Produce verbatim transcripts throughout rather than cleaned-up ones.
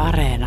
Areena.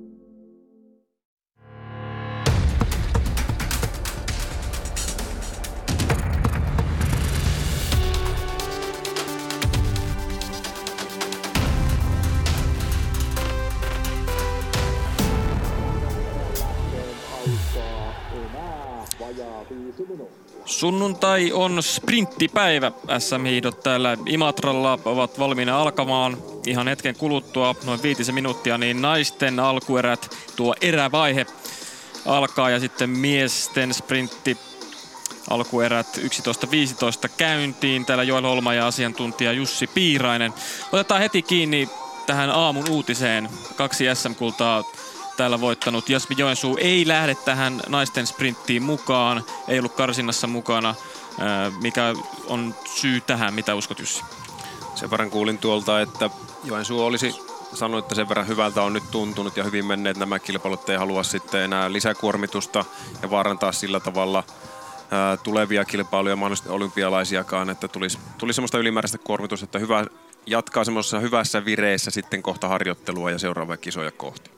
Sunnuntai on sprinttipäivä. S M-hiihdot täällä Imatralla ovat valmiina alkamaan ihan hetken kuluttua, noin viitisen minuuttia, niin naisten alkuerät, tuo erävaihe alkaa ja sitten miesten sprintti alkuerät yksitoista viisitoista käyntiin. Täällä Joel Holma ja asiantuntija Jussi Piirainen. Otetaan heti kiinni tähän aamun uutiseen. Kaksi S M-kultaa täällä voittanut Jasmi Joensuu ei lähde tähän naisten sprinttiin mukaan. Ei ollut karsinnassa mukana. Mikä on syy tähän? Mitä uskot, Jussi? Sen verran kuulin tuolta, että Joensuu olisi sanonut, että sen verran hyvältä on nyt tuntunut ja hyvin menneet nämä kilpailut. Ei halua sitten enää lisäkuormitusta ja vaarantaa sillä tavalla ää, tulevia kilpailuja, mahdollisesti olympialaisiakaan, että tulisi, tulisi semmoista ylimääräistä kuormitusta, että hyvä jatkaa semmoisessa hyvässä vireessä sitten kohta harjoittelua ja seuraavia kisoja kohti.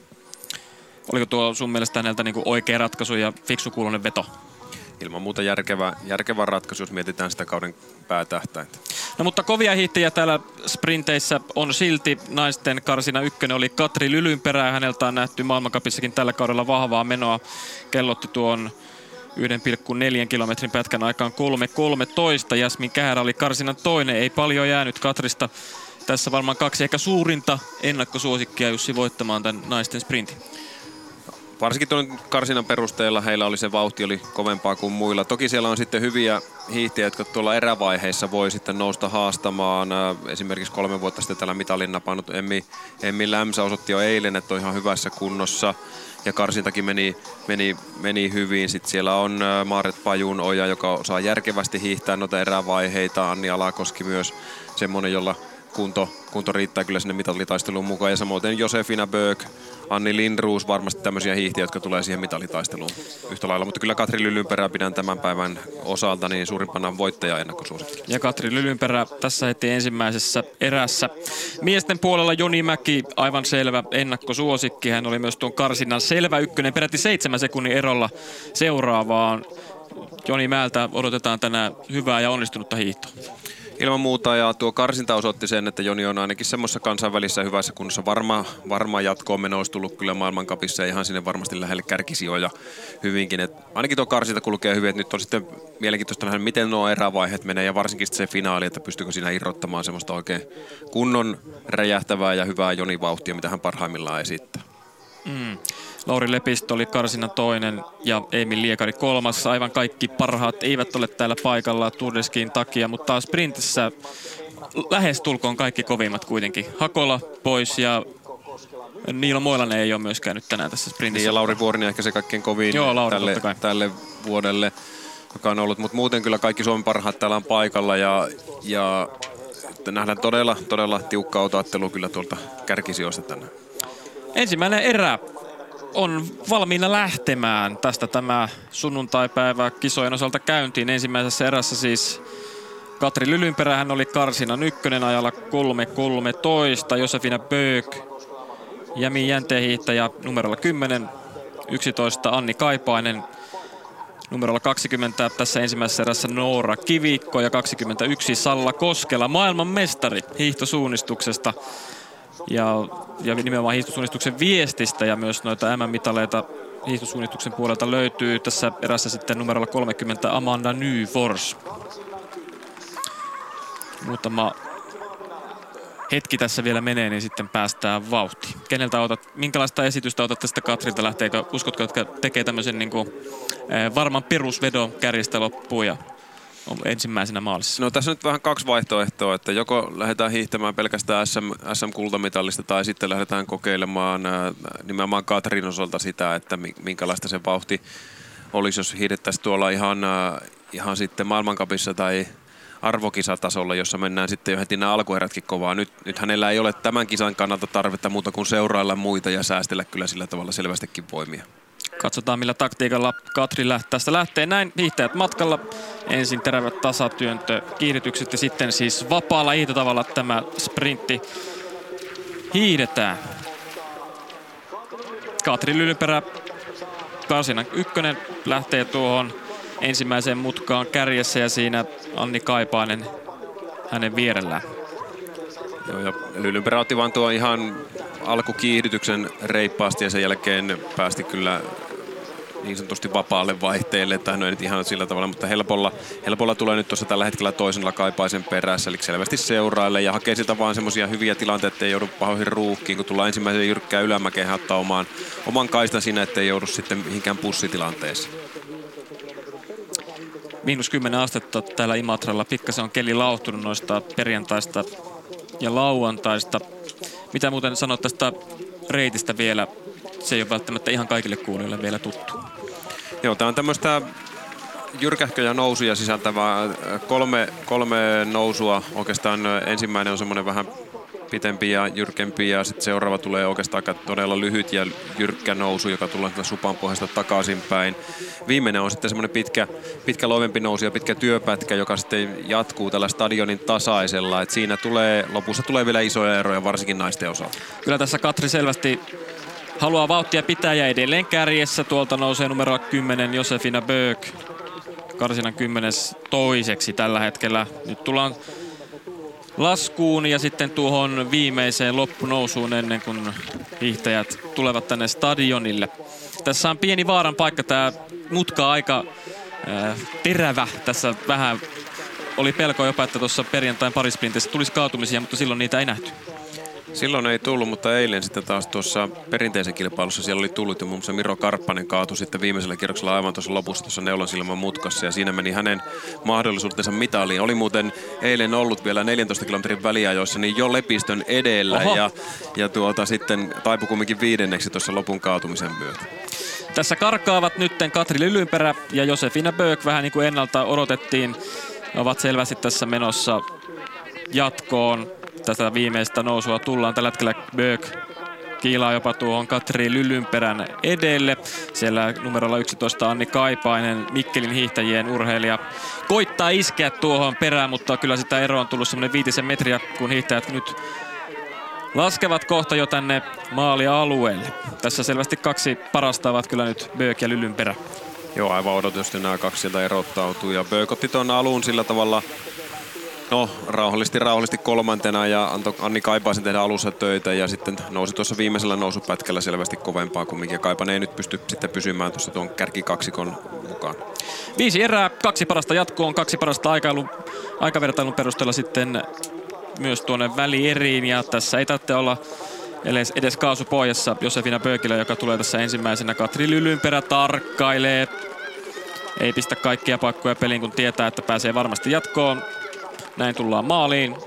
Oliko tuo sun mielestä häneltä niinku oikea ratkaisu ja fiksu kuuloinen veto? Ilman muuta järkevä, järkevä ratkaisu, jos mietitään sitä kauden päätähtäintä. No mutta kovia hiihtäjiä täällä sprinteissä on silti. Naisten karsina ykkönen oli Katri Lylynperä. Häneltä on nähty maailmankapissakin tällä kaudella vahvaa menoa. Kellotti tuon yksi pilkku neljä kilometrin pätkän aikaan kolme kolmetoista. Jasmin Kähärä oli karsinan toinen. Ei paljon jäänyt Katrista. Tässä varmaan kaksi ehkä suurinta ennakkosuosikkia Jussi voittamaan tämän naisten sprintin. Varsinkin tuon karsinan perusteella heillä oli se vauhti oli kovempaa kuin muilla. Toki siellä on sitten hyviä hiihtiä, jotka tuolla erävaiheissa voi sitten nousta haastamaan. Esimerkiksi kolme vuotta sitten täällä mitalin napannut Emmi, Emmi Lämsä osoitti jo eilen, että on ihan hyvässä kunnossa. Ja karsintakin meni, meni, meni hyvin. Sitten siellä on Maaret Pajunoja, joka osaa järkevästi hiihtää noita erävaiheita. Anni Alakoski myös semmoinen, jolla kunto, kunto riittää kyllä sinne mitalitaisteluun mukaan. Ja samoin Josefina Böök, Anni Lindroos, varmasti tämmöisiä hiihtiä, jotka tulee siihen mitalitaisteluun yhtä lailla. Mutta kyllä Katri Lylynperä pidän tämän päivän osalta niin suurimpana voittaja ennakkosuosikki. Ja Katri Lylynperä tässä heti ensimmäisessä erässä. Miesten puolella Joni Mäki, aivan selvä ennakkosuosikki. Hän oli myös tuon karsinnan selvä ykkönen, peräti seitsemän sekunnin erolla seuraavaan. Joni Mäeltä odotetaan tänään hyvää ja onnistunutta hiihtoa. Ilman muuta, ja tuo karsinta osoitti sen, että Joni on ainakin semmoisessa kansainvälisessä hyvässä kunnossa. Varma, varma jatkoon meno olisi tullut kyllä maailmankapissa ja ihan sinne varmasti lähelle kärkisijoja hyvinkin. Et ainakin tuo karsinta kulkee hyvin, että nyt on sitten mielenkiintoista nähdä, miten nuo erävaiheet menee ja varsinkin se finaali, että pystyykö siinä irrottamaan semmoista oikein kunnon räjähtävää ja hyvää Joni vauhtia, mitä hän parhaimmillaan esittää. Mm. Lauri Lepistö oli karsinan toinen ja Emil Liekari kolmas. Aivan kaikki parhaat eivät ole täällä paikalla Tour de Skiin takia, mutta sprintissä lähestulkoon kaikki kovimmat kuitenkin. Hakola pois ja Niilo Moilanen ei ole myöskään nyt tänään tässä sprintissä. Niin ja Lauri Vuorinen ehkä se kaikkein kovin Joo, Lauri, tälle, tälle vuodelle, joka on ollut. Mutta muuten kyllä kaikki Suomen parhaat täällä on paikalla ja, ja nähdään todella, todella tiukka otattelu kyllä tuolta kärkisijoista tänään. Ensimmäinen erä on valmiina lähtemään tästä tämä sunnuntaipäivä kisojen osalta käyntiin. Ensimmäisessä erässä siis Katri Lylynperä, hän oli karsinan ykkönen ajalla kolme kolmetoista. Josefina Böök, Jämi jänteenhiihtäjä numerolla kymmenen, yksitoista Anni Kaipainen, numerolla kaksikymmentä tässä ensimmäisessä erässä Noora Kivikko ja kaksikymmentäyksi Salla Koskela, maailman mestari hiihtosuunnistuksesta. Ja, ja nimenomaan hiihtosuunnistuksen viestistä ja myös noita M M-mitaleita hiihtosuunnistuksen puolelta löytyy tässä erässä sitten numerolla kolmekymmentä Amanda Nyfors. Muutama hetki tässä vielä menee, niin sitten päästään vauhtiin. Keneltä otat, minkälaista esitystä otat tästä Katrilta? Lähteekö, uskotko, että tekee tämmöisen niin kuin, eh, varman perusvedon kärjestä loppuun ja on ensimmäisenä maalissa? No tässä on nyt vähän kaksi vaihtoehtoa, että joko lähdetään hiihtämään pelkästään S M, S M-kultamitalista tai sitten lähdetään kokeilemaan ää, nimenomaan Katrin osalta sitä, että minkälaista se vauhti olisi, jos hiihdettäisiin tuolla ihan, ää, ihan sitten maailmankapissa tai arvokisatasolla, jossa mennään sitten jo heti nämä alkuerätkin kovaa. Nyt, nyt hänellä ei ole tämän kisan kannalta tarvetta muuta kuin seurailla muita ja säästellä kyllä sillä tavalla selvästikin voimia. Katsotaan millä taktiikalla Katri tästä lähtee. Näin hiihtäjät matkalla. Ensin terävät tasatyöntö kiihdytykset ja sitten siis vapaalla hiihtotavalla tämä sprintti hiihdetään. Katri Lylynperä, karsinan ykkönen, lähtee tuohon ensimmäiseen mutkaan kärjessä ja siinä Anni Kaipainen hänen vierellään. Joo, ja Lylynperä otti vaan tuon ihan alkukiihdytyksen reippaasti ja sen jälkeen päästi kyllä niin sanotusti vapaalle vaihteelle, tai no ei nyt ihan sillä tavalla, mutta helpolla, helpolla tulee nyt tuossa tällä hetkellä toisella Kaipaisen perässä, eli selvästi seuraille ja hakee siltä vaan semmoisia hyviä tilanteita, ettei joudu pahoihin ruuhkiin, kun tullaan ensimmäisen jyrkkään ylämäkeen, ottaa omaan, oman kaistan siinä, ettei joudu sitten mihinkään pussitilanteeseen. Miinus kymmenen astetta täällä Imatralla, pikkasen on keli lauhtunut noista perjantaista ja lauantaista. Mitä muuten sanot tästä reitistä vielä? Se ei ole välttämättä ihan kaikille kuulijoille vielä tuttu. Joo, tää on tämmöistä jyrkähköjä nousuja sisältävää kolme, kolme nousua. Oikeastaan ensimmäinen on semmoinen vähän pitempi ja jyrkempi ja sitten seuraava tulee oikeastaan aika todella lyhyt ja jyrkkä nousu, joka tulee supan pohjasta takaisinpäin. Viimeinen on sitten semmoinen pitkä, pitkä loivempi nousu ja pitkä työpätkä, joka sitten jatkuu tällä stadionin tasaisella. Et siinä tulee, lopussa tulee vielä isoja eroja, varsinkin naisten osalta. Kyllä tässä Katri selvästi haluaa vauhtia pitää ja edelleen kärjessä. Tuolta nousee numero kymmenen Josefina Böök. Karsinan kymmenes toiseksi tällä hetkellä. Nyt tullaan laskuun ja sitten tuohon viimeiseen loppunousuun ennen kuin hiihtäjät tulevat tänne stadionille. Tässä on pieni vaaran paikka. Tämä mutka aika äh, terävä. Tässä vähän oli pelko jopa, että tuossa perjantain parisprintissä tulisi kaatumisia, mutta silloin niitä ei nähty. Silloin ei tullut, mutta eilen sitten taas tuossa perinteisen kilpailussa siellä oli tullut ja muun muassa Miro Karppanen kaatui sitten viimeisellä kierroksella aivan tuossa lopussa tuossa Neulonsilman mutkassa ja siinä meni hänen mahdollisuutensa mitaliin. Oli muuten eilen ollut vielä neljäntoista kilometrin väliajoissa niin jo lepistön edellä Oho. ja, ja tuota, sitten taipui kumminkin viidenneksi tuossa lopun kaatumisen myötä. Tässä karkaavat nytten Katri Lylynperä ja Josefina Böök, vähän niin kuin ennalta odotettiin, ovat selvästi tässä menossa jatkoon. Tästä viimeistä nousua tullaan. Tällä hetkellä Böök kiilaa jopa tuohon Katri Lylynperän edelle. Siellä numerolla yksitoista Anni Kaipainen, Mikkelin hiihtäjien urheilija, koittaa iskeä tuohon perään, mutta kyllä sitä eroa on tullut semmoinen viitisen metriä, kun hiihtäjät nyt laskevat kohta jo tänne maalialueelle. Tässä selvästi kaksi parasta ovat kyllä nyt Böök ja Lylynperä. Joo, aivan odotusti nämä kaksi sieltä erottautuu ja Böök otti tuon alun sillä tavalla No, rauhallisesti, rauhallisesti kolmantena ja antoi Anni Kaipaisen tehdä alussa töitä ja sitten nousi tuossa viimeisellä nousupätkällä selvästi kovempaa kumminkin. Kaipainen ei nyt pysty sitten pysymään tuossa tuon kärkikaksikon mukaan. Viisi erää, kaksi parasta jatkoon, kaksi parasta aikailu, aikavertailun perusteella sitten myös tuonne välieriin ja tässä ei tarvitse olla edes, edes kaasupohjassa Josefina Böökilä, joka tulee tässä ensimmäisenä. Katri Lylynperä tarkkailee. Ei pistä kaikkia paikkoja peliin, kun tietää, että pääsee varmasti jatkoon. Näin tullaan maaliin.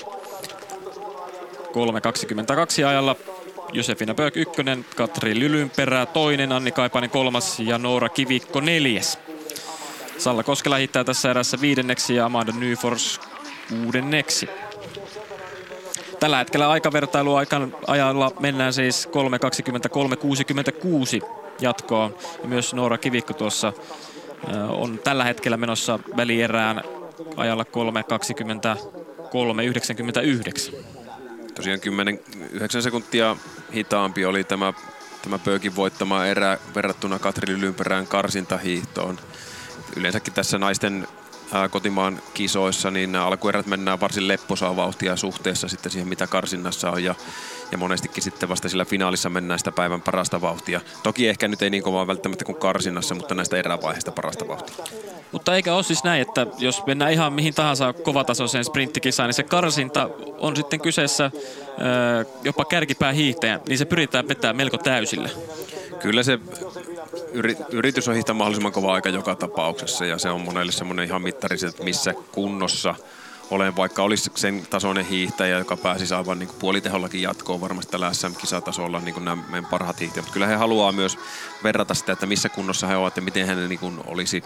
kolme kaksikymmentäkaksi ajalla. Josefina Böök ykkönen, Katri Lylynperä toinen, Anni Kaipainen kolmas ja Noora Kivikko neljäs. Salla Koskela hittää tässä erässä viidenneksi ja Amanda Nyfors kuudenneksi. Tällä hetkellä aikavertailuaikan ajalla mennään siis kolme kaksikymmentäkolme kuusikymmentäkuusi jatkoon. Ja myös Noora Kivikko tuossa on tällä hetkellä menossa välierään ajalla kolme kaksikymmentäkolme yhdeksänkymmentäyhdeksän. Tosiaan kymmenen yhdeksän sekuntia hitaampi oli tämä, tämä Böökin voittama erä verrattuna Katri Lylynperän karsintahiihtoon. Yleensäkin tässä naisten ää, kotimaan kisoissa niin nämä alkuerät mennään varsin lepposaa vauhtia suhteessa sitten siihen mitä karsinnassa on ja, ja monestikin sitten vasta sillä finaalissa mennään sitä päivän parasta vauhtia. Toki ehkä nyt ei niin kovaa välttämättä kuin karsinnassa, mutta näistä erävaiheista parasta vauhtia. Mutta eikä ole siis näin, että jos mennään ihan mihin tahansa kovatasoiseen sprinttikisaan, niin se karsinta on sitten kyseessä ää, jopa kärkipää hiihtäjä, niin se pyritään vetämään melko täysille. Kyllä se yri, yritys on hiihtää mahdollisimman kova aika joka tapauksessa ja se on monelle semmoinen ihan mittari, että missä kunnossa olen, vaikka olisi sen tasoinen hiihtäjä, joka pääsisi aivan niin kuin puolitehollakin jatkoon varmasti tällä S M-kisatasolla niin kuin nämä meidän parhaat hiihtäjät. Mutta kyllä he haluaa myös verrata sitä, että missä kunnossa he ovat ja miten he niin kuin olisi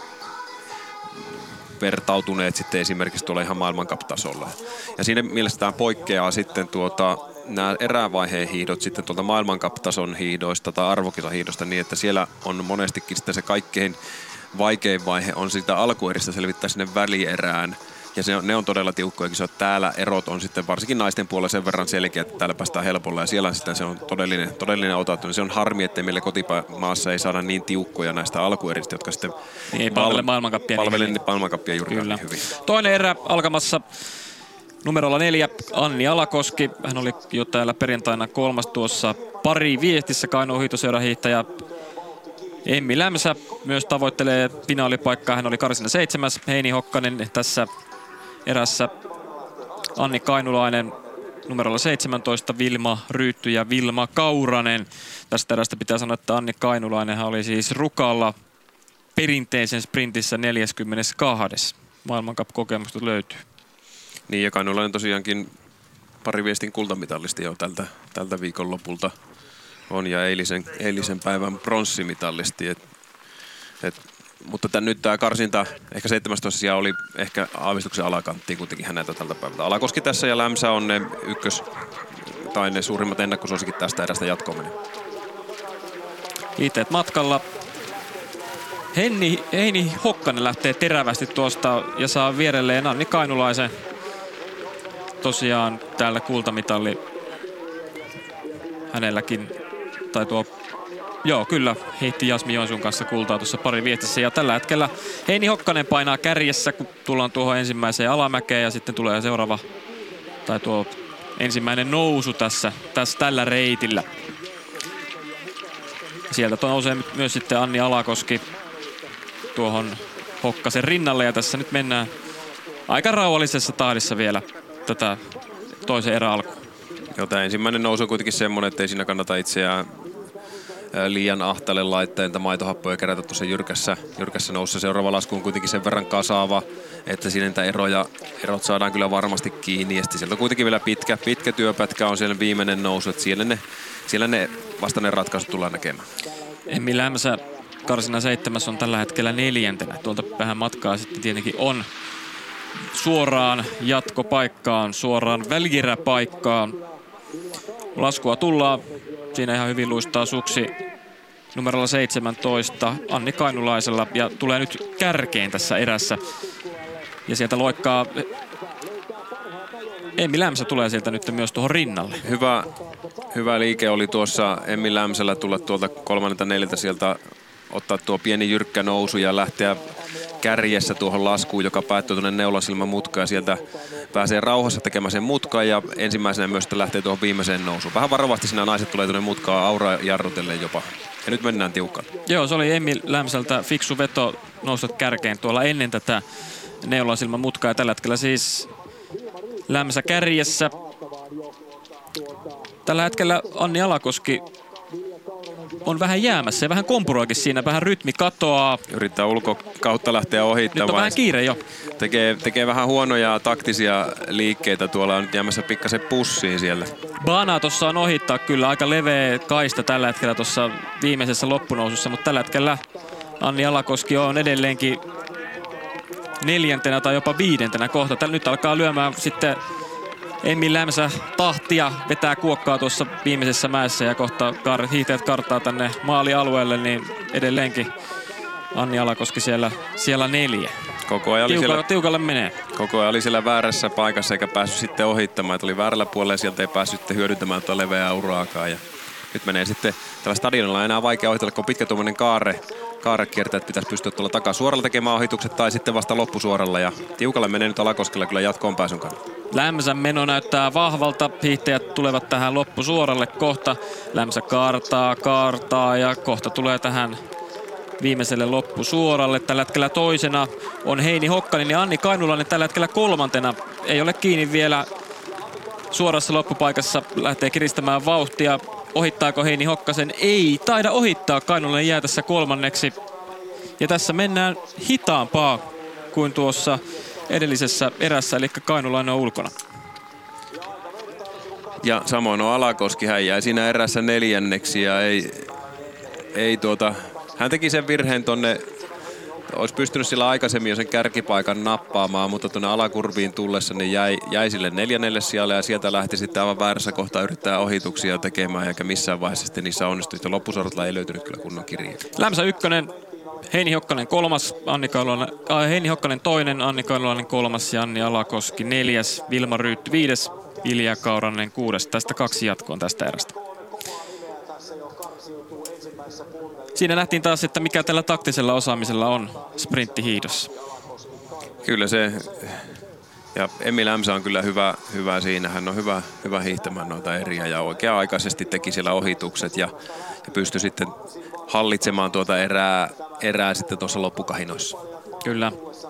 vertautuneet sitten esimerkiksi tuolla ihan maailmankap-tasolla. Ja siinä mielessä tämä poikkeaa sitten tuota, nämä erävaiheen hiihdot sitten tuolta maailmankap-tason hiihdoista tai arvokisahiihdosta niin, että siellä on monestikin sitten se kaikkein vaikein vaihe on sitä alkueristä selvittää sinne välierään Ja se on, ne on todella tiukkoja kisoja. Täällä erot on sitten varsinkin naisten puolella sen verran selkeä, että täällä päästään helpolla. Ja siellä sitten se on todellinen, todellinen otattu. Se on harmi, että meille kotimaassa ei saada niin tiukkoja näistä alkueristä, jotka sitten niin ei palvele maailmankappia. Palvele niin maailmankappia juurikaan niin hyvin. Toinen erä alkamassa numerolla neljä, Anni Alakoski. Hän oli jo täällä perjantaina kolmas tuossa pari viestissä Kainuun hiihtoseurahiihtäjä. Emmi Lämsä myös tavoittelee finaalipaikkaa. Hän oli karsina seitsemäs. Heini Hokkanen tässä erässä. Anni Kainulainen numerolla seitsemäntoista. Vilma Ryytty ja Vilma Kauranen. Tästä erästä pitää sanoa, että Anni Kainulainen oli siis Rukalla perinteisen sprintissä neljäskymmenestoinen. Maailmancup-kokemusta löytyy. Niin ja Kainulainen tosiaankin pari viestin kultamitalisti jo tältä, tältä viikonlopulta on ja eilisen, eilisen päivän pronssimitalisti. Et, et, mutta tämän, nyt tämä karsinta, ehkä seitsemästoista sija oli ehkä aavistuksen alakanttiin kuitenkin häneltä tältä päivältä. Alakoski tässä ja Lämsä on ne ykkös tai ne suurimmat ennakkosuosikit tästä erästä jatkoon. Hiihtäjät matkalla. Henni, Heini Hokkanen lähtee terävästi tuosta ja saa vierelleen Anni Kainulaisen. Tosiaan täällä kultamitalli hänelläkin, tai tuo, joo kyllä, hiihti Jasmi Joensuun kanssa kultaa tuossa pari viestissä. Ja tällä hetkellä Heini Hokkanen painaa kärjessä, kun tullaan tuohon ensimmäiseen alamäkeen ja sitten tulee seuraava, tai tuo ensimmäinen nousu tässä, tässä tällä reitillä. Sieltä nousee myös sitten Anni Alakoski tuohon Hokkasen rinnalle ja tässä nyt mennään aika rauhallisessa tahdissa vielä tätä toisen erän alkuun. Joo, tämä ensimmäinen nousu on kuitenkin semmoinen, että ei siinä kannata itseään liian ahtalle laittaa, että maitohappoja kerätä tuossa jyrkässä, jyrkässä nousussa. Seuraava lasku on kuitenkin sen verran kasaava, että siinä niitä eroja, erot saadaan kyllä varmasti kiinni. Ja sieltä on kuitenkin vielä pitkä, pitkä työpätkä on siellä viimeinen nousu, että siellä ne, siellä ne vasta ne ratkaisut tullaan näkemään. Emmi Lämsä karsina seitsemäs on tällä hetkellä neljäntenä. Tuolta vähän matkaa sitten tietenkin on suoraan jatkopaikkaan, suoraan välieräpaikkaan. Laskua tullaan. Siinä ihan hyvin luistaa suksi numerolla seitsemäntoista Anni Kainulaisella ja tulee nyt kärkeen tässä erässä. Ja sieltä loikkaa Emmi Lämsä tulee sieltä nyt myös tuohon rinnalle. Hyvä, hyvä liike oli tuossa Emmi Lämsällä tulla tuolta kolmannelta neljältä sieltä ottaa tuo pieni jyrkkä nousu ja lähteä kärjessä tuohon laskuun, joka päättyy tuonne Neulasilman mutkaan ja sieltä pääsee rauhassa tekemään sen mutkan ja ensimmäisenä myös lähtee tuohon viimeiseen nousuun. Vähän varovasti siinä naiset tulee tuonne mutkaan auraa jarrutellen jopa. Ja nyt mennään tiukkaan. Joo, se oli Emmi Lämsältä fiksu veto nousta kärkeen tuolla ennen tätä Neulasilman mutkaa ja tällä hetkellä siis Lämsä kärjessä. Tällä hetkellä Anni Alakoski on vähän jäämässä ja vähän kompuroikin siinä, vähän rytmi katoaa. Yrittää ulkokautta lähteä ohittamaan. Nyt on vähän kiire jo. Tekee, tekee vähän huonoja taktisia liikkeitä, tuolla on jäämässä pikkasen pussiin siellä. Baanaa tuossa on ohittaa kyllä, aika leveä kaista tällä hetkellä tuossa viimeisessä loppunousussa, mutta tällä hetkellä Anni Alakoski on edelleenkin neljäntenä tai jopa viidentenä kohta. Tällä nyt alkaa lyömään sitten Emmi Lämsä tahtia, vetää kuokkaa tuossa viimeisessä mäessä ja kohta kar- hiihtäjät kartaa tänne maalialueelle, niin edelleenkin Anni Alakoski siellä, siellä neljä. Koko ajan, Tiuka, siellä, tiukalle menee. koko ajan oli siellä väärässä paikassa eikä päässyt sitten ohittamaan. Tuli väärällä puolella ja sieltä ei päässyt sitten hyödyntämään tuota leveää uraakaan. Ja nyt menee sitten tällä stadionilla enää vaikea ohitella, kun on pitkä tuommoinen kaare. Kaare kiertää, että pitäisi pystyä tuolla takaa suoralla tekemään ohitukset tai sitten vasta loppusuoralla. Ja tiukalle menee nyt Alakoskella kyllä jatkoon pääsyn kannalta. Lämsän meno näyttää vahvalta. Hiihtäjät tulevat tähän loppusuoralle kohta. Lämsä kaartaa, kaartaa ja kohta tulee tähän viimeiselle loppusuoralle. Tällä hetkellä toisena on Heini Hokkanen ja Anni Kainulainen tällä hetkellä kolmantena. Ei ole kiinni vielä suorassa loppupaikassa. Lähtee kiristämään vauhtia. Ohittaako Heini Hokkasen? Ei taida ohittaa. Kainulainen jää tässä kolmanneksi. Ja tässä mennään hitaampaa kuin tuossa edellisessä erässä, eli Kainulainen on ulkona. Ja samoin on Alakoski, hän jäi siinä erässä neljänneksi ja ei, ei tuota, hän teki sen virheen tonne, olisi pystynyt sillä aikaisemmin jo sen kärkipaikan nappaamaan, mutta tuonne alakurviin tullessa niin jäi, jäi sille neljännelle sijalle ja sieltä lähti sitten aivan väärässä kohtaa yrittää ohituksia tekemään, eikä missään vaiheessa sitten niissä onnistui. Loppusuoratella ei löytynyt kyllä kunnon kirjaa. Lämsä ykkönen Heini Hokkanen kolmas, Anni Kainulainen, äh, Heini Hokkanen toinen, Anni Kainulainen kolmas ja Anni Alakoski neljäs, Vilma Ryytty viides, Vilja Kauranen kuudes. Tästä kaksi jatkoon tästä erästä. Siinä nähtiin taas, että mikä tällä taktisella osaamisella on sprinttihiidossa. Kyllä se, ja Emmi Lämsä on kyllä hyvä, hyvä siinä. Hän on hyvä, hyvä hiihtämään noita eriä ja oikea-aikaisesti teki siellä ohitukset ja, ja pystyi sitten hallitsemaan tuota erää, erää sitten tuossa loppukahinoissa. Kyllä.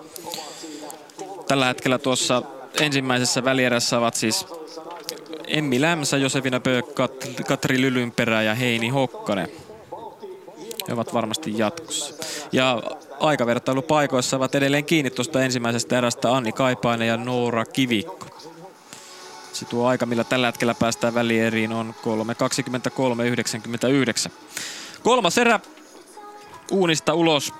Tällä hetkellä tuossa ensimmäisessä välierässä ovat siis Emmi Lämsä, Josefina Bö, Kat- Katri Lylynperä ja Heini Hokkanen. He ovat varmasti jatkossa. Ja aikavertailupaikoissa ovat edelleen kiinni tuosta ensimmäisestä erästä Anni Kaipainen ja Noora Kivikko. Se tuo aika, millä tällä hetkellä päästään välieriin, on kolme kaksikymmentäkolme yhdeksänkymmentäyhdeksän. Kolmas erä uunista ulos.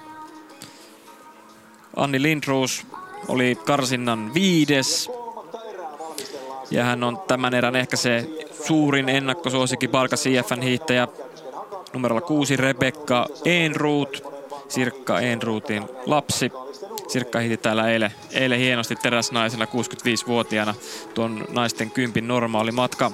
Anni Lindroos oli karsinnan viides. Ja hän on tämän erän ehkä se suurin ennakkosuosikki Barkas I F:n hiihtäjä. Numerolla kuusi Rebekka Ehnruut, Sirkka Ehnruutin lapsi. Sirkka hiihti täällä eilen, eilen hienosti teräsnaisena kuusikymmentäviisivuotiaana tuon naisten kympin normaali matka.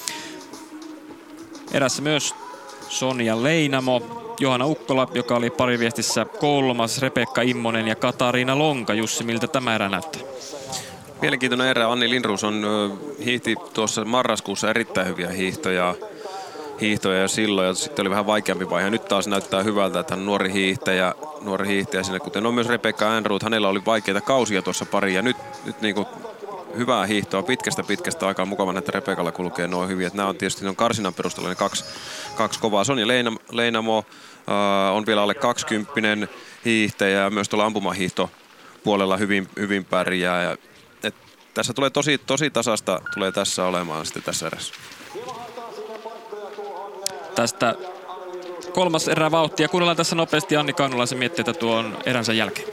Erässä myös Sonja Leinamo, Johanna Ukkola, joka oli pariviestissä kolmas, Rebekka Immonen ja Katariina Lonka. Jussi, miltä tämä erä näyttää? Mielenkiintoinen erä. Anni Lindroos on hiihti tuossa marraskuussa erittäin hyviä hiihtoja. hiihtoja jo silloin, ja sitten oli vähän vaikeampi vaihe. Nyt taas näyttää hyvältä, että hän on nuori hiihtäjä, nuori hiihtäjä sinne, kuten on myös Rebekka Ehnruut. Hänellä oli vaikeita kausia tuossa pari, ja nyt, nyt niin kuin hyvää hiihtoa pitkästä pitkästä aikaa. Mukava, että Rebekalla kulkee noin hyvin. Että nämä on tietysti on karsinan perusteella ne kaksi, kaksi kovaa. Sonja Leinamo, Leinamo äh, on vielä alle kaksikymppinen hiihtäjä, ja myös tuolla ampumahiihtopuolella hyvin, hyvin pärjää. Ja, et, tässä tulee tosi, tosi tasasta tulee tässä olemaan sitten tässä erässä. Tästä kolmas erä vauhtia. Kuunnellaan tässä nopeasti Anni Kainulaisen mietteitä tuon eränsä jälkeen.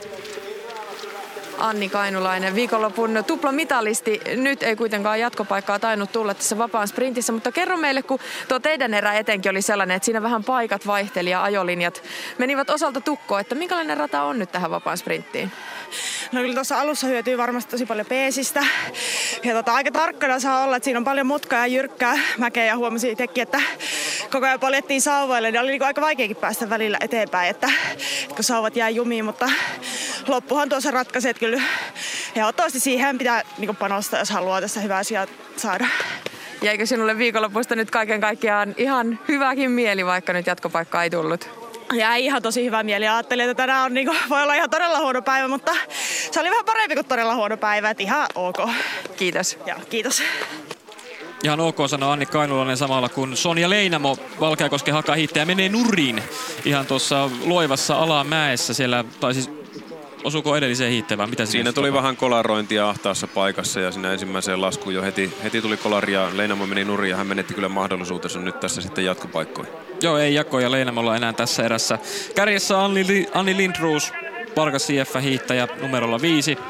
Anni Kainulainen, viikonlopun tuplamitalisti. Nyt ei kuitenkaan jatkopaikkaa tainnut tulla tässä vapaan sprintissä, mutta kerro meille, kun tuo teidän erä etenkin oli sellainen, että siinä vähän paikat vaihteli ja ajolinjat menivät osalta tukkoon, että minkälainen rata on nyt tähän vapaan sprinttiin? No kyllä tuossa alussa hyötyy varmasti tosi paljon peesistä. Ja tota, aika tarkkana saa olla, että siinä on paljon mutkaa ja jyrkkää mäkeä ja huomasin itsekin, että koko ajan poljettiin sauvoille, niin oli niin aika vaikeakin päästä välillä eteenpäin, että, että kun sauvat jää jumiin, mutta loppuhan tuossa ratkaisee, että kyllä ehdottomasti siihen pitää niin panostaa, jos haluaa tässä hyvää asiaa saada. Jäikö sinulle viikonlopusta nyt kaiken kaikkiaan ihan hyväkin mieli, vaikka nyt jatkopaikkaa ei tullut? Jäi ihan tosi hyvä mieli. Ajattelin, että tänään on, niin kuin, voi olla ihan todella huono päivä, mutta se oli vähän parempi kuin todella huono päivä. Että ihan ok. Kiitos. Joo, kiitos. Ihan ok sanoo Anni Kainulainen samalla kun Sonja Leinamo, Valkeakosken hakahiihtäjä, menee nurin ihan tuossa loivassa alamäessä siellä, tai siis osuuko edelliseen hiihtävään? Mitä siinä tuli vähän kolarointia ahtaassa paikassa ja siinä ensimmäiseen laskuun jo heti, heti tuli kolari ja Leinamo meni nurin ja hän menetti kyllä mahdollisuutensa nyt tässä sitten jatkopaikkoihin. Joo, ei jakoja Leinamolla enää tässä erässä. Kärjessä Anni, Anni Lindroos, Barkas I F-hiihtäjä numerolla viisi.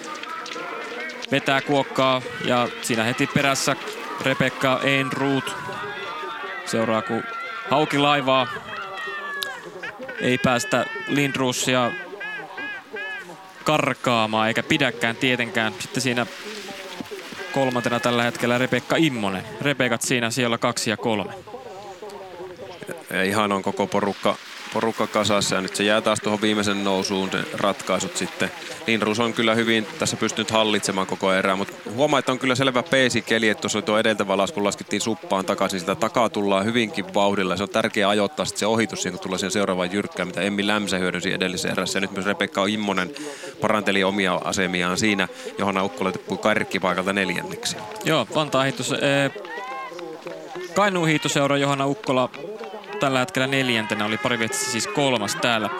Vetää kuokkaa ja siinä heti perässä Rebekka Ehnruut. Seuraa kun hauki laivaa. Ei päästä Lindroosia karkaamaan eikä pidäkään tietenkään. Sitten siinä kolmantena tällä hetkellä Rebekka Immonen. Rebekat siinä siellä kaksi ja kolme. Ja ihan on koko porukka, porukka kasassa ja nyt se jää taas tuohon viimeisen nousuun ne ratkaisut sitten. Lindroos on kyllä hyvin tässä pystynyt hallitsemaan koko erää, mutta huomaa, että on kyllä selvä peesikeli, että tuossa oli tuo edeltävä lasku, kun laskettiin suppaan takaisin, sitä takaa tullaan hyvinkin vauhdilla. Se on tärkeää ajoittaa sitten se ohitus siihen, kun tulee siihen seuraavaan jyrkkään, mitä Emmi Lämsä hyödynsi edellisessä erässä. Ja nyt myös Rebekka Immonen paranteli omia asemiaan siinä, Johanna Ukkola tippui karkkipaikalta neljänneksi. Joo, Vantaan hiihtos. Eh, Kainuun hiihtoseura Johanna Ukkola tällä hetkellä neljäntenä, oli pariviestissä siis kolmas täällä.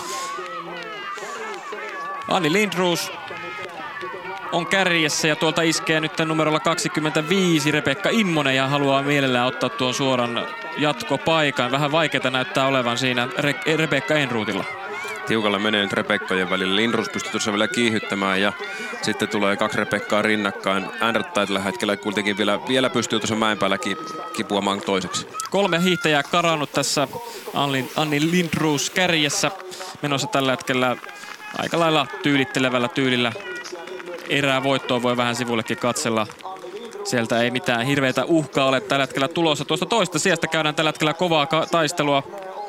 Anni Lindroos on kärjessä ja tuolta iskee nyt numerolla kaksikymmentäviisi Rebekka Immonen ja haluaa mielellään ottaa tuon suoran jatkopaikan. Vähän vaikeaa näyttää olevan siinä Re- Rebekka Ehnruutilla. tiukalle menee nyt Rebekkojen välillä. Lindroos pystyy tuossa vielä kiihyttämään ja sitten tulee kaksi Rebekkaa rinnakkain. Andrew tällä hetkellä kuitenkin vielä, vielä pystyy tuossa mäen päällä kipuamaan toiseksi. Kolme hiihtäjää karannut tässä Anni, Anni Lindroos kärjessä. Menossa tällä hetkellä aika lailla tyylittelevällä tyylillä. Erää voittoa voi vähän sivullekin katsella. Sieltä ei mitään hirveitä uhkaa ole tällä hetkellä tulossa. Tuosta toista sijasta käydään tällä hetkellä kovaa taistelua.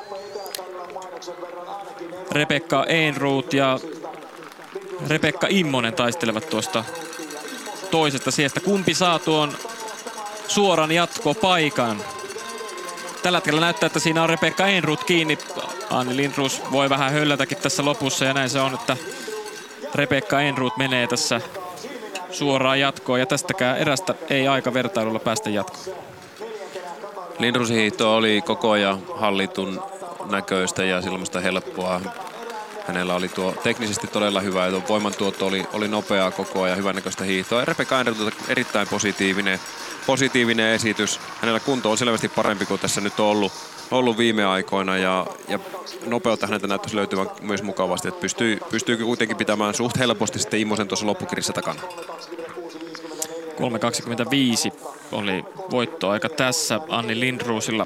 Rebekka Ehnroth ja Rebekka Immonen taistelevat tuosta toisesta sijasta. Kumpi saa tuon suoran jatkopaikan? Tällä hetkellä näyttää, että siinä on Rebekka Ehnroth kiinni. Anni Lindroos voi vähän höllätäkin tässä lopussa ja näin se on, että Rebekka Ehnroth menee tässä suoraan jatkoon ja tästäkään erästä ei aika vertailulla päästä jatkoon. Lindroosin hiihto oli koko ajan hallitun näköistä ja silloista helppoa. Hänellä oli tuo teknisesti todella hyvä ja tuo voimantuotto oli, oli nopeaa koko ajan, hyvän näköistä hiihtoa. Ja Rebekka Ehnroth erittäin positiivinen, positiivinen esitys. Hänellä kunto on selvästi parempi kuin tässä nyt on ollut, ollut viime aikoina ja, ja nopeutta häneltä näyttäisi löytyvän myös mukavasti. Että pystyy, pystyy kuitenkin pitämään suht helposti sitten Immosen tuossa loppukirjassa takana. kolme kaksikymmentäviisi oli voittoaika tässä Anni Lindroosilla.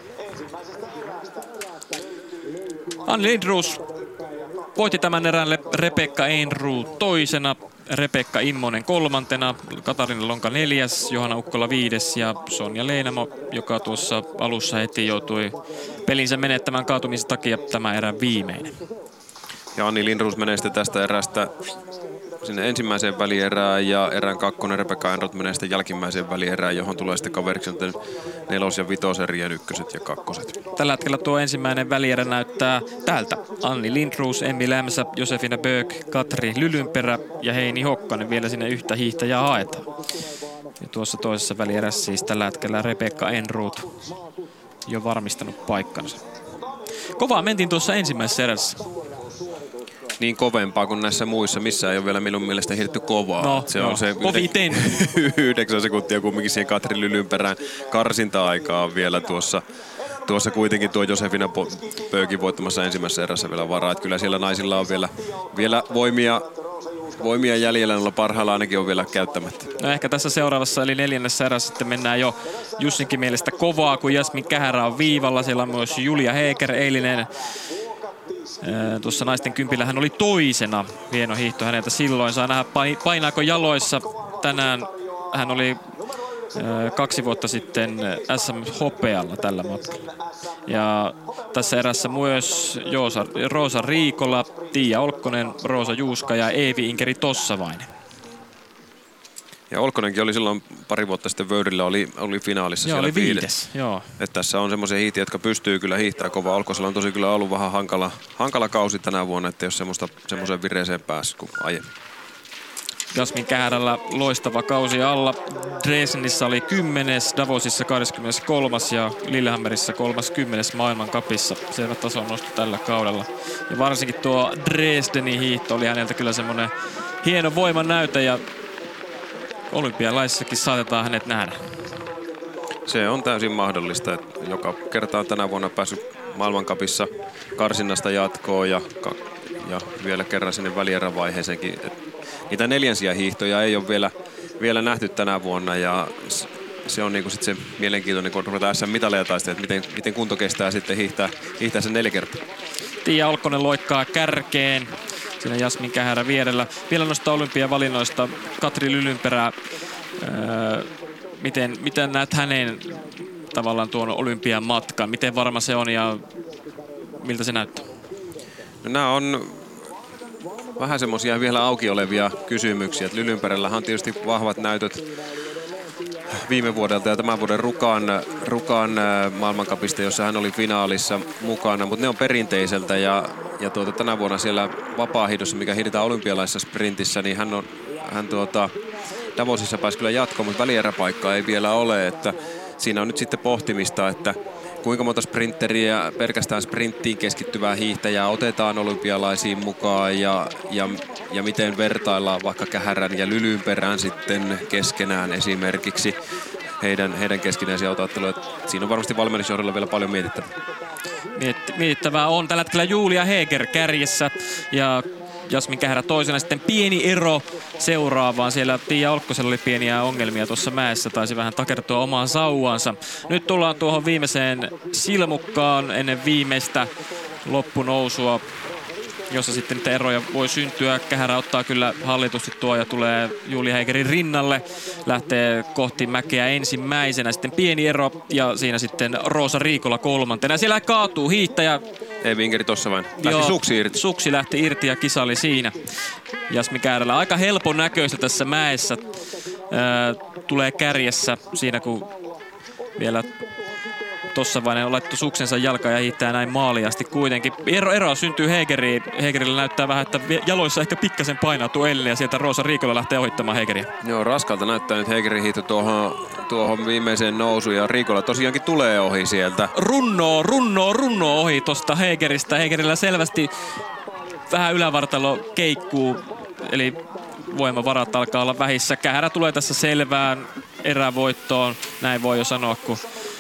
Anni Lindroos voitti tämän erään Rebekka Ehnroth toisena, Rebekka Immonen kolmantena, Katarina Lonka neljäs, Johanna Ukkola viides ja Sonja Leenamo, joka tuossa alussa heti joutui pelinsä menettämään kaatumisen takia tämä erän viimeinen. Ja Anni Lindroos menee sitten tästä erästä sinne ensimmäiseen välierään ja erään kakkonen Rebekka Ehnroth menee sitten jälkimmäiseen välierään, johon tulee sitten kaveriksi nelos- ja vitoserien ykköset ja kakkoset. Tällä hetkellä tuo ensimmäinen välierä näyttää tältä. Anni Lindroos, Emmi Lämsä, Josefina Böök, Katri Lylynperä ja Heini Hokkanen. Vielä sinne yhtä hiihtäjää haetaan. Ja tuossa toisessa välierässä siis tällä hetkellä Rebekka Ehnroth jo varmistanut paikkansa. Kovaa mentiin tuossa ensimmäisessä erässä. Niin kovempaa kuin näissä muissa, missä ei ole vielä minun mielestä hiihdetty kovaa. No, se no, on se koviten. yhdeksän sekuntia kumminkin siihen Katri Lylynperään karsinta-aikaa vielä tuossa. Tuossa kuitenkin tuo Josefina Böökin voittamassa ensimmäisessä erässä vielä varaa. Että kyllä siellä naisilla on vielä, vielä voimia, voimia jäljellä, joilla parhailla ainakin on vielä käyttämättä. No ehkä tässä seuraavassa eli neljännessä erässä sitten mennään jo Jussinkin mielestä kovaa, kun Jasmin Kähärä on viivalla. Siellä on myös Julia Heeker, eilinen. Tuossa naisten kympillä hän oli toisena. Hieno hiihto häneltä silloin. Saa nähdä painaako jaloissa. Tänään hän oli kaksi vuotta sitten S M-hopealla tällä matkalla. Ja tässä erässä myös Joosa, Roosa Riikola, Tiia Olkkonen, Roosa Juuska ja Eevi Inkeri Tossavainen. Ja Olkkonenkin oli silloin pari vuotta sitten Vöyrillä, oli, oli finaalissa. Joo, siellä oli viides. Joo. Että tässä on semmoisia hiihtiä, jotka pystyy kyllä hiihtämään kovaa. Olkkosella on tosi kyllä ollut vähän hankala, hankala kausi tänä vuonna, että jos semmoiseen vireeseen päässyt kuin aiemmin. Jasmin Kähärällä loistava kausi alla. Dresdenissä oli kymmenes, Davosissa kaksikymmentäkolmas ja Lillehammerissa kolmaskymmenes maailmancupissa. Selvä tason nosto tällä kaudella. Ja varsinkin tuo Dresdenin hiihto oli häneltä kyllä semmoinen hieno voiman näyte ja olympialaisissakin saatetaan hänet nähdä. Se on täysin mahdollista, että joka kerta on tänä vuonna päässyt maailmancupissa karsinnasta jatkoon ja, ja vielä kerran sinne välierävaiheeseenkin. Niitä neljänsiä hiihtoja ei ole vielä, vielä nähty tänä vuonna ja se on niinku sit se mielenkiintoinen, kun ruvetaan S M-mitaleja taistelemaan, että miten, miten kunto kestää sitten hiihtää, hiihtää sen neljä kertaa. Tiia Olkkonen loikkaa kärkeen. Siinä Jasmin Kähärä vierellä. Vielä noista olympiavalinnoista Katri Lylynperä. Öö, miten, miten näet hänen tavallaan tuon olympian matkan? Miten varma se on ja miltä se näyttää? No, nämä on vähän semmoisia vielä auki olevia kysymyksiä. Lylynperällähän on tietysti vahvat näytöt viime vuodelta ja tämän vuoden Rukan, Rukan maailmancupista, jossa hän oli finaalissa mukana, mutta ne on perinteiseltä ja, ja tuota, tänä vuonna siellä vapaahiihdossa, mikä hiidetään olympialaisessa sprintissä, niin hän on hän tuota, Davosissa pääsi kyllä jatkoon, mutta välieräpaikkaa ei vielä ole, että siinä on nyt sitten pohtimista, että kuinka monta sprinteriä, pelkästään sprinttiin keskittyvää hiihtäjää otetaan olympialaisiin mukaan ja, ja, ja miten vertaillaan vaikka Kähärän ja Lylynperän sitten keskenään esimerkiksi heidän, heidän keskinäisiä otatteluja. Siinä on varmasti valmennusjohdolla vielä paljon mietittävää. Mietittävää on tällä hetkellä Julia Heger kärjessä ja Jasmin Kähärä toisena. Sitten pieni ero seuraavaan. Siellä Tiia Olkkosella oli pieniä ongelmia tuossa mäessä. Taisi vähän takertua omaan sauvaansa. Nyt tullaan tuohon viimeiseen silmukkaan ennen viimeistä loppunousua, jossa sitten niitä eroja voi syntyä. Kähärä ottaa kyllä hallitusti tuo ja tulee Julia Hegerin rinnalle. Lähtee kohti mäkeä ensimmäisenä. Sitten pieni ero ja siinä sitten Roosa Riikola kolmantena. Siellä kaatuu hiihtäjä. Ei vinkeri tossa vain. Lähti Joo, suksi irti. Suksi lähti irti ja kisa oli siinä. Jasmi Kährällä aika helpon näköistä tässä mäessä. Ää, tulee kärjessä siinä kun vielä tossa vain on laittu suksensa jalkaan ja hiihtää näin maaliasti kuitenkin. Ero, eroa syntyy Hegeriin. Hegerillä näyttää vähän, että jaloissa ehkä pikkasen painautuu Elle ja sieltä Roosa Riikola lähtee ohittamaan Hegeriä. Joo, raskalta näyttää nyt Hegerin hiihto tuohon, tuohon viimeiseen nousuun ja Riikola tosiaankin tulee ohi sieltä. Runnoo, runnoo, runnoo ohi tosta Hegeristä. Hegerillä selvästi vähän ylävartalo keikkuu, eli voimavarat alkaa olla vähissä. Kähärä tulee tässä selvään erävoittoon, näin voi jo sanoa, kun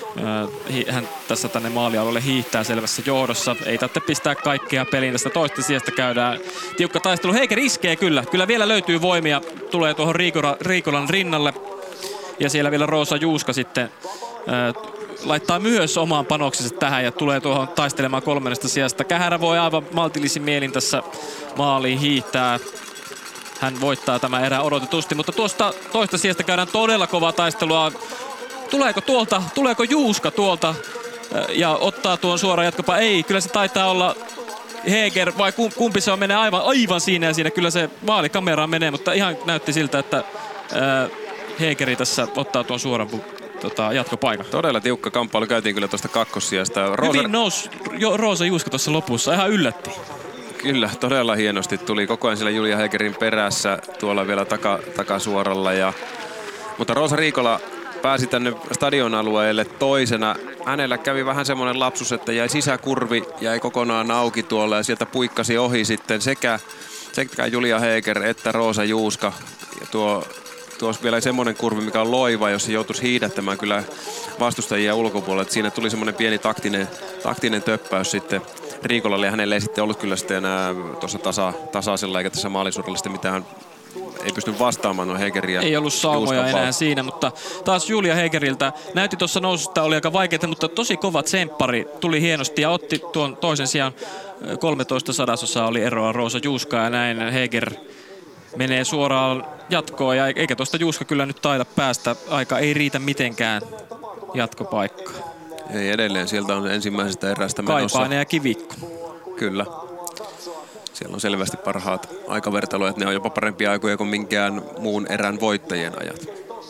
hän tässä tänne maalialueelle hiihtää selvässä johdossa. Ei tarvitse pistää kaikkea peliin. Tästä toista sijasta käydään tiukka taistelu. Heger iskee kyllä. Kyllä vielä löytyy voimia. Tulee tuohon Riikola, Riikolan rinnalle. Ja siellä vielä Roosa Juuska sitten äh, laittaa myös omaan panoksensa tähän ja tulee tuohon taistelemaan kolmannesta sijasta. Kähärä voi aivan maltillisin mielin tässä maaliin hiihtää. Hän voittaa tämä erä odotetusti, mutta tuosta toista sijasta käydään todella kovaa taistelua. Tuleeko tuolta, tuleeko Juuska tuolta ja ottaa tuon suoraan jatkopa? Ei, kyllä se taitaa olla Heger vai kumpi se on, menee aivan, aivan siinä ja siinä. Kyllä se vaalikameraan menee, mutta ihan näytti siltä, että ää, Hegeri tässä ottaa tuon suoran tota, jatkopaikan. Todella tiukka kamppailu käytiin kyllä tuosta kakkossijasta. Roosa... Hyvin nousi jo, Roosa Juuska tuossa lopussa, ihan yllätti. Kyllä, todella hienosti. Tuli koko ajan siellä Julia Hegerin perässä tuolla vielä taka, takasuoralla. Ja... Mutta Roosa Riikola pääsi tänne stadion alueelle toisena. Hänellä kävi vähän semmoinen lapsus, että jäi sisäkurvi, jäi kokonaan auki tuolla ja sieltä puikkasi ohi sitten sekä, sekä Julia Heger että Roosa Juuska. Ja tuo, tuossa vielä semmoinen kurvi, mikä on loiva, jossa joutuisi hiidättämään kyllä vastustajia ulkopuolella. Että siinä tuli semmoinen pieni taktinen, taktinen töppäys sitten Riikolalle ja hänelle ei sitten ollut kyllä sitten enää tuossa tasa, tasaisella eikä tässä maalisuudella sitten mitään. Ei pysty vastaamaan noin Hegeriä. Ei ollut saumoja enää siinä, mutta taas Julia Hegeriltä näytti tuossa noususta, oli aika vaikeaa, mutta tosi kova tsemppari tuli hienosti ja otti tuon toisen sijaan kolmetoista sadasosaa oli eroa Roosa Juuskaa ja näin Heger menee suoraan jatkoon ja eikä tuosta Juuska kyllä nyt taida päästä. Aika ei riitä mitenkään jatkopaikkaan. Ei edelleen, sieltä on ensimmäisestä erästä menossa. Kaipainen ja Kivikko. Kyllä. Siellä on selvästi parhaat aikavertailuja, ne on jopa parempia aikoja kuin minkään muun erän voittajien ajat.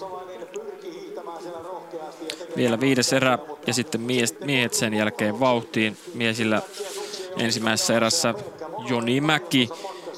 Vielä viides erä ja sitten miehet sen jälkeen vauhtiin. Miesillä ensimmäisessä erässä Joni Mäki.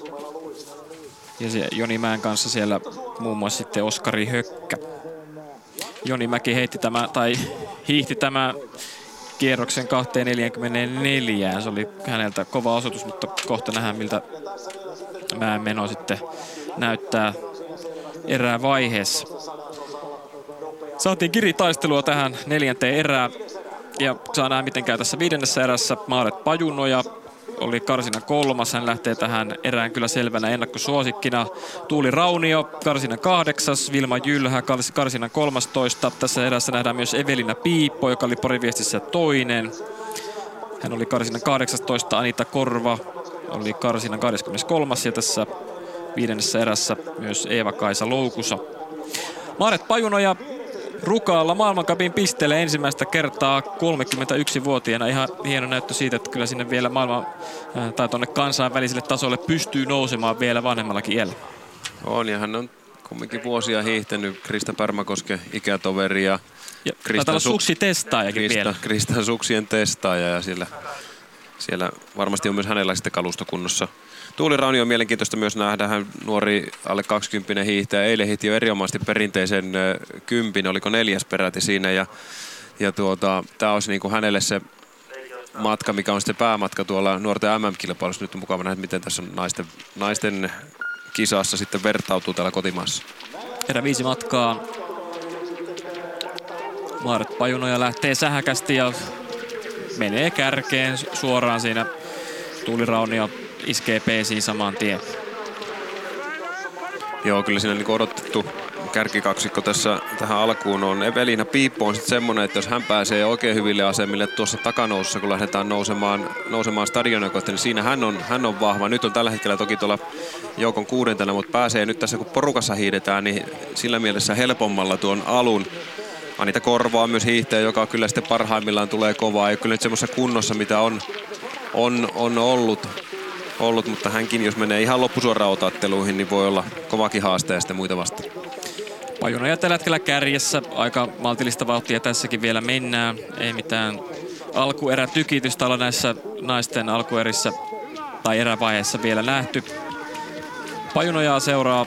Ja se Joni Mäen kanssa siellä muun muassa sitten Oskari Hökkä. Joni Mäki heitti tämä, tai hiihti tämä kierroksen kaksi neljäkymmentäneljä. Se oli häneltä kova osoitus, mutta kohta nähdään miltä Mäen meno sitten näyttää erää vaiheessa. Saatiin kiritaistelua tähän neljänteen erään ja saa nähdä miten käy tässä viidennessä erässä. Maaret Pajunoja oli karsinan kolmas. Hän lähtee tähän erään kyllä selvänä ennakkosuosikkina. Tuuli Raunio, karsinan kahdeksas. Vilma Jylhä, karsinan kolmastoista. Tässä erässä nähdään myös Evelina Piippo, joka oli Poriviestissä toinen. Hän oli karsinan kahdeksantoista. Anita Korva oli karsinan kaksikymmentäkolmas. Ja tässä viidennessä erässä myös Eeva-Kaisa Loukusa. Maaret Pajunoja Rukaalla maailmancupin pisteelle ensimmäistä kertaa kolmekymmentäyksivuotiaana. Ihan hieno näyttö siitä, että kyllä sinne vielä maailman tai tuonne kansainväliselle tasolle pystyy nousemaan vielä vanhemmallakin iällä. On ja hän on kumminkin vuosia hiihtänyt Krista Pärmäkosken ikätoveri ja, ja Taitaa olla suksitestaajakin Krista, vielä. Kristan suksien testaaja ja siellä, siellä varmasti on myös hänellä sitten kalustokunnossa. Tuuli Raunio on mielenkiintoista myös nähdä. Hän nuori alle kaksikymppinen hiihtäjä. Eilen hiihti jo erinomaisesti perinteisen kympin, oliko neljäs peräti siinä. Ja, ja tuota, tämä olisi niin kuin hänelle se matka, mikä on sitten päämatka tuolla nuorten M M-kilpailussa. Nyt on mukava nähdä, miten tässä on naisten, naisten kisassa sitten vertautuu täällä kotimaassa. Erä viisi matkaa. Maaret Pajunoja lähtee sähäkästi ja menee kärkeen suoraan siinä. Tuuli Raunio iskee peesiin saman tien. Joo, kyllä siinä niin odotettu kärkikaksikko tässä tähän alkuun on. Evelina Piippo on sitten semmoinen, että jos hän pääsee oikein hyville asemille tuossa takanousussa, kun lähdetään nousemaan, nousemaan stadionia kohti, niin siinä hän on, hän on vahva. Nyt on tällä hetkellä toki tuolla joukon kuudentena, mutta pääsee nyt tässä, kun porukassa hiidetään, niin sillä mielessä helpommalla tuon alun. Anita Korvaa myös hiihtäjä, joka kyllä sitten parhaimmillaan tulee kovaa. Ei ole kyllä nyt semmoisessa kunnossa, mitä on, on, on ollut. ollut, mutta hänkin, jos menee ihan loppusuoraan otatteluihin, niin voi olla kovakin haaste ja sitten muita vastaan. Pajunoja tällä hetkellä kärjessä. Aika maltillista vauhtia tässäkin vielä mennään. Ei mitään alkuerätykitystä olla näissä naisten alkuerissä tai erävaiheessa vielä nähty. Pajunojaa seuraa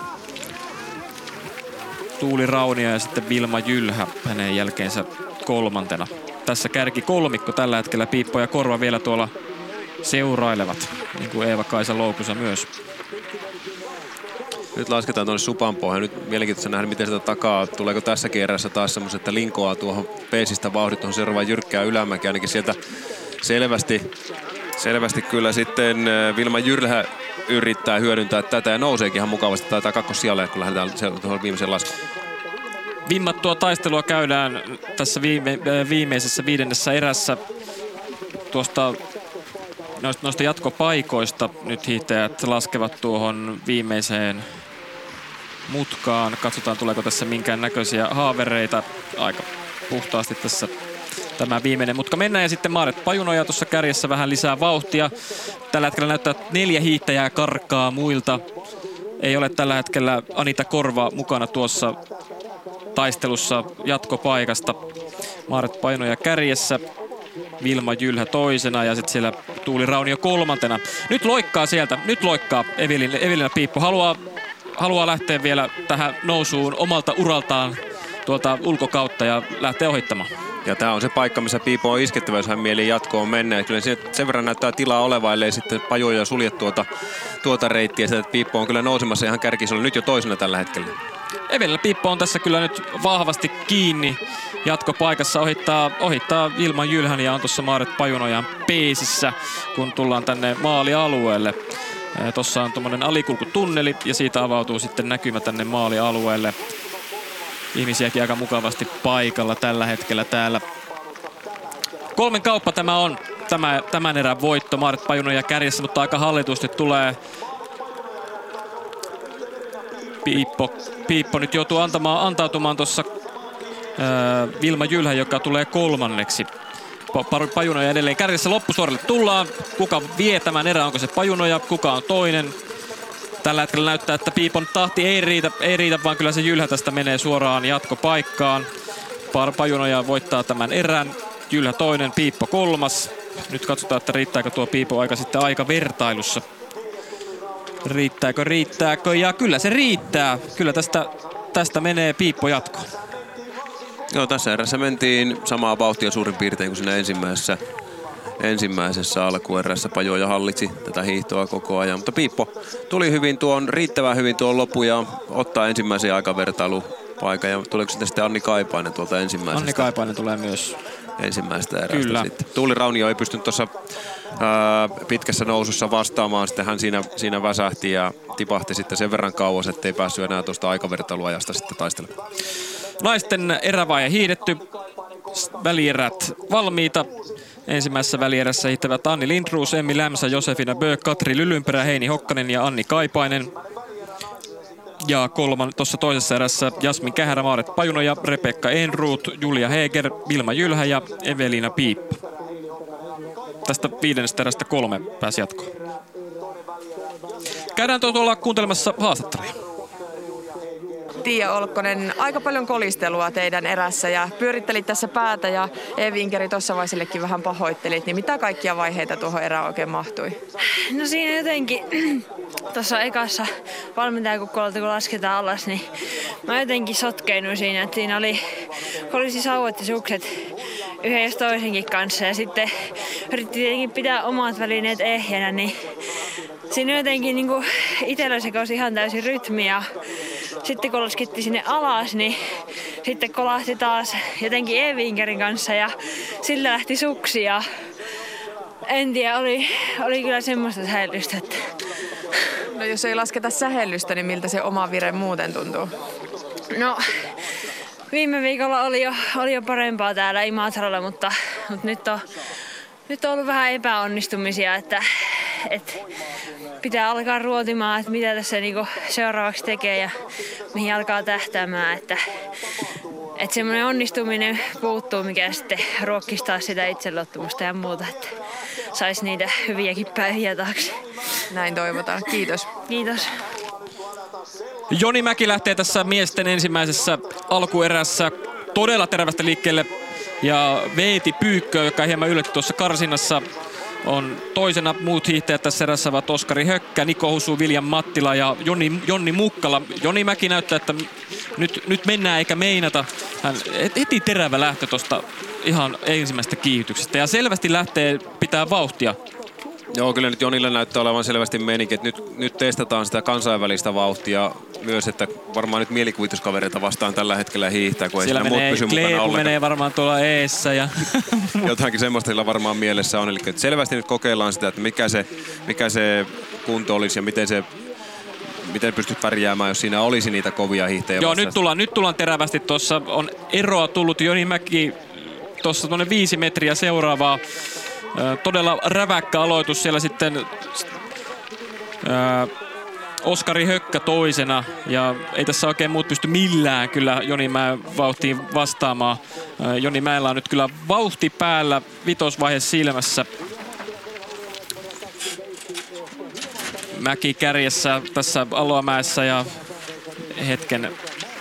Tuuli Raunio ja sitten Vilma Jylhä hänen jälkeensä kolmantena. Tässä kärki kolmikko tällä hetkellä. Piippo ja Korva vielä tuolla seurailevat, niin kuin Eeva-Kaisa Loukusa myös. Nyt lasketaan tuonne Supan pohjaan. Nyt mielenkiintoista nähdä, miten sitä takaa. Tuleeko tässä kierrässä taas semmoiset, että linkoaa tuohon peesistä vauhdit tuohon seuraavaan jyrkkään ylämäkeen. Ainakin sieltä selvästi, selvästi kyllä sitten Vilma Jylhä yrittää hyödyntää tätä ja nouseekin ihan mukavasti. Taitaa kakkossijalle, kun lähdetään tuohon viimeiseen laskuun. Vimmattua taistelua käydään tässä viime, viimeisessä viidennessä erässä. Tuosta noista, noista jatkopaikoista nyt hiihtäjät laskevat tuohon viimeiseen mutkaan. Katsotaan, tuleeko tässä minkään näköisiä haavereita. Aika puhtaasti tässä tämä viimeinen mutka mennään. Ja sitten Maaret Pajunoja tuossa kärjessä vähän lisää vauhtia. Tällä hetkellä näyttää, että neljä hiihtäjää karkaa muilta. Ei ole tällä hetkellä Anita Korva mukana tuossa taistelussa jatkopaikasta. Maaret Pajunoja kärjessä. Vilma Jylhä toisena ja sitten siellä Tuuli Raunio kolmantena. Nyt loikkaa sieltä, nyt loikkaa Evelina, Evelina Piippo. Haluaa, haluaa lähteä vielä tähän nousuun omalta uraltaan tuolta ulkokautta ja lähteä ohittamaan. Ja tämä on se paikka, missä Piippo on iskettävä, jos hän mieli jatkoon mennä. Ja kyllä sen verran näyttää tilaa olevan, ellei sitten Pajuja sulje tuota, tuota reittiä. Sitä, että Piippo on kyllä nousemassa ihan kärkisolla nyt jo toisena tällä hetkellä. Evelina Piippo on tässä kyllä nyt vahvasti kiinni jatkopaikassa, ohittaa, ohittaa Vilman Jylhän ja on tuossa Maaret Pajunojan peesissä, kun tullaan tänne maalialueelle. Tuossa on tuommoinen alikulkutunneli ja siitä avautuu sitten näkymä tänne maalialueelle. Ihmisiäkin aika mukavasti paikalla tällä hetkellä täällä. Kolmen kauppa tämä on tämä, tämän erän voitto. Maaret Pajunoja kärjessä, mutta aika hallitusti tulee. Piippo, Piippo nyt joutuu antamaan, antautumaan tuossa Vilma Jylhä, joka tulee kolmanneksi. Pajunoja edelleen kärjessä, loppusuoralle tullaan. Kuka vie tämän erän? Onko se Pajunoja? Kuka on toinen? Tällä hetkellä näyttää, että Piipon tahti ei riitä, ei riitä, vaan kyllä se Jylhä tästä menee suoraan jatkopaikkaan. Pajunoja voittaa tämän erän. Jylhä toinen, Piippo kolmas. Nyt katsotaan, että riittääkö tuo Piipon aika sitten aika vertailussa. Riittääkö, riittääkö? Ja kyllä se riittää. Kyllä tästä, tästä menee Piippo jatkoon. Joo, tässä erässä mentiin samaa vauhtia suurin piirtein kuin siinä ensimmäisessä, ensimmäisessä alkuerässä. Pajuja hallitsi tätä hiihtoa koko ajan, mutta Piippo tuli hyvin tuon, riittävän hyvin tuon lopun ja ottaa ensimmäisen aikavertailupaikan. Ja tuleeko sitten Anni Kaipainen tuolta ensimmäisestä? Anni Kaipainen tulee myös. Ensimmäistä erästä Kyllä. Sitten. Tuuli Raunio ei pystynyt tuossa pitkässä nousussa vastaamaan. Sitten hän siinä, siinä väsähti ja tipahti sitten sen verran kauas, ettei päässyt enää tuosta aikavertailuajasta sitten taistelemaan. Naisten erävaihe hiidetty. Välierät valmiita. Ensimmäisessä välierässä hiihtävät Anni Lindroos, Emmi Lämsä, Josefina Böök, Katri Lylynperä, Heini Hokkanen ja Anni Kaipainen. Ja kolman tuossa toisessa erässä Jasmin Kähärä, Maaret Pajunoja, Rebekka Enroth, Julia Heger, Vilma Jylhä ja Evelina Piippo. Tästä viidennestä erästä kolme pääsi jatkoon. Käydään tuolla kuuntelemassa haastatteluja. Tiia Olkkonen, aika paljon kolistelua teidän erässä ja pyörittelit tässä päätä ja E-Vinkeri tuossa vaisillekin vähän pahoittelit, niin mitä kaikkia vaiheita tuohon erään oikein mahtui? No siinä jotenkin tuossa ekassa valmentajakukkolta kun lasketaan alas, niin mä jotenkin sotkeinuin siinä, että siinä oli kolisi sauvat ja sukset yhden jos toisenkin kanssa ja sitten yritti tietenkin pitää omat välineet ehjänä, niin siinä jotenkin niinku itsellä sekoisi ihan täysin rytmi ja sitten kun laskettiin sinne alas, niin sitten kolahti taas jotenkin E-Vinkerin kanssa ja siltä lähti suksi ja en tiedä, oli, oli kyllä semmoista sähellystä, että... No jos ei lasketa sähellystä, niin miltä se oma vire muuten tuntuu? No, viime viikolla oli jo, oli jo parempaa täällä Imatralla, mutta, mutta nyt, on, nyt on ollut vähän epäonnistumisia, että, että pitää alkaa ruotimaan, että mitä tässä niinku seuraavaksi tekee ja mihin alkaa tähtäämään. Että, että semmoinen onnistuminen puuttuu, mikä sitten ruokkistaa sitä itseluottamusta ja muuta, että saisi niitä hyviäkin päiviä taakse. Näin toivotaan. Kiitos. Kiitos. Joni Mäki lähtee tässä miesten ensimmäisessä alkuerässä todella terävästä liikkeelle. Ja Veeti Pyykkö, joka hieman yllätti tuossa karsinnassa, on toisena. Muut hiihtäjät tässä erässä ovat Oskari Hökkä, Niko Husu, Viljan Mattila ja Joni, Jonni Mukkala. Joni Mäki näyttää, että nyt, nyt mennään eikä meinata. Hän heti terävä lähtö tuosta ihan ensimmäisestä kiihdytyksestä ja selvästi lähtee pitää vauhtia. Joo, kyllä nyt Jonilla näyttää olevan selvästi meininki, että nyt, nyt testataan sitä kansainvälistä vauhtia myös, että varmaan nyt mielikuvituskavereita vastaan tällä hetkellä hiihtää, kun siellä ei siinä muut pysy mukana ollenkaan. menee varmaan tuolla eessä. Ja jotakin semmoista sillä varmaan mielessä on, eli selvästi nyt kokeillaan sitä, että mikä se, mikä se kunto olisi ja miten se miten pystyt pärjäämään, jos siinä olisi niitä kovia hiihtäjiä. Joo, nyt tullaan, nyt tullaan terävästi. Tuossa on eroa tullut. Joni Mäki tuossa tuonne viisi metriä seuraavaa. Todella räväkkä aloitus siellä sitten ää, Oskari Hökkä toisena ja ei tässä oikein muut pysty millään kyllä Joni Mäen vauhtiin vastaamaan. Ää, Joni Mäellä on nyt kyllä vauhti päällä, vitosvaihe silmässä. Mäki kärjessä tässä Aloamäessä ja hetken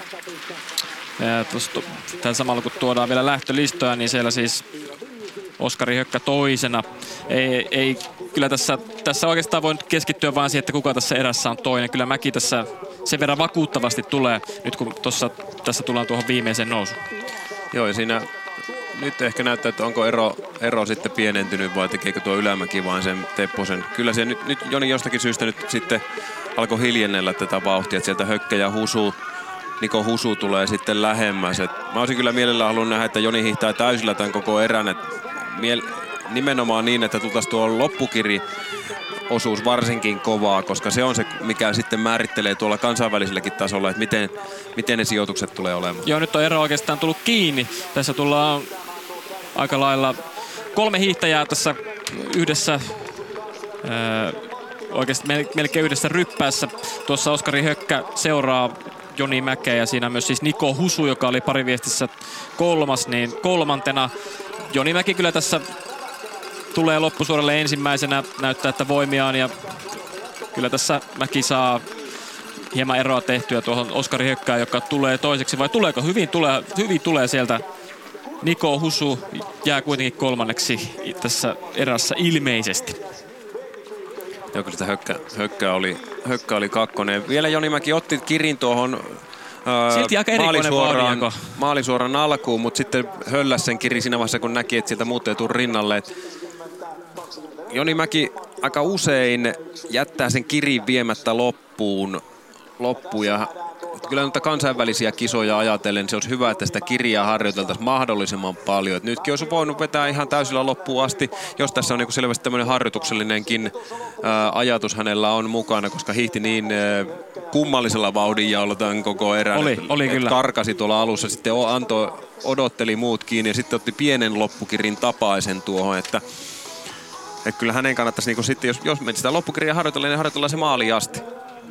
tämän samalla kun tuodaan vielä lähtölistoja, niin siellä siis Oskari Hökkä toisena. Ei, ei kyllä tässä, tässä oikeastaan voi nyt keskittyä vaan siihen, että kuka tässä erässä on toinen. Kyllä Mäki tässä sen verran vakuuttavasti tulee, nyt kun tossa, tässä tullaan tuohon viimeiseen nousuun. Joo, ja siinä nyt ehkä näyttää, että onko ero, ero sitten pienentynyt vai tekeekö tuo Ylämäki vaan sen Tepposen. Kyllä se nyt, nyt Joni jostakin syystä nyt sitten alkoi hiljennellä tätä vauhtia, että sieltä Hökkä ja Husu, Niko Husu tulee sitten lähemmäs. Et mä olisin kyllä mielellään halunnut nähdä, että Joni hiihtää täysillä tämän koko erän. Et miel, nimenomaan niin, että tultaisiin tuo loppukiri osuus varsinkin kovaa, koska se on se, mikä sitten määrittelee tuolla kansainväliselläkin tasolla, että miten, miten ne sijoitukset tulee olemaan. Joo, nyt on ero oikeastaan tullut kiinni. Tässä tullaan aika lailla kolme hiihtäjää tässä yhdessä, öö, oikeastaan melkein yhdessä ryppäässä. Tuossa Oskari Hökkä seuraa Joni Mäkeä ja siinä myös siis Niko Husu, joka oli pariviestissä kolmas, niin kolmantena. Joni Mäki kyllä tässä tulee loppusuoralle ensimmäisenä, näyttää, että voimiaan ja kyllä tässä Mäki saa hieman eroa tehtyä tuohon Oskari Hökkään, joka tulee toiseksi, vai tuleeko? Hyvin tulee, hyvin tulee sieltä. Niko Husu jää kuitenkin kolmanneksi tässä erässä ilmeisesti. Joo, kyllä sitä Hökkä, Hökkä, oli, Hökkä oli kakkonen. Vielä Joni Mäki otti kirin tuohon silti aika erikoinen maalisuoran, maalisuoran alkuun, mutta sitten hölläsi sen kiri siinä vaiheessa, kun näki, että sieltä muut ei tule rinnalle. Et Joni Mäki aika usein jättää sen kirin viemättä loppuun, loppuun ja kyllä noita kansainvälisiä kisoja ajatellen, se olisi hyvä, että sitä kirjaa harjoiteltaisiin mahdollisimman paljon. Et nytkin olisi voinut vetää ihan täysillä loppuun asti, jos tässä on niinku selvästi tämmöinen harjoituksellinenkin ää, ajatus hänellä on mukana, koska hiihti niin ää, kummallisella vauhdinjaolla tämän koko erän. Oli, oli et kyllä. Karkasi tuolla alussa, sitten antoi, odotteli muut kiinni ja sitten otti pienen loppukirin tapaisen tuohon, että et kyllä hänen kannattaisi, niinku sitten, jos, jos me sitä loppukirjaa harjoitellaan, niin harjoitellaan se maaliin asti.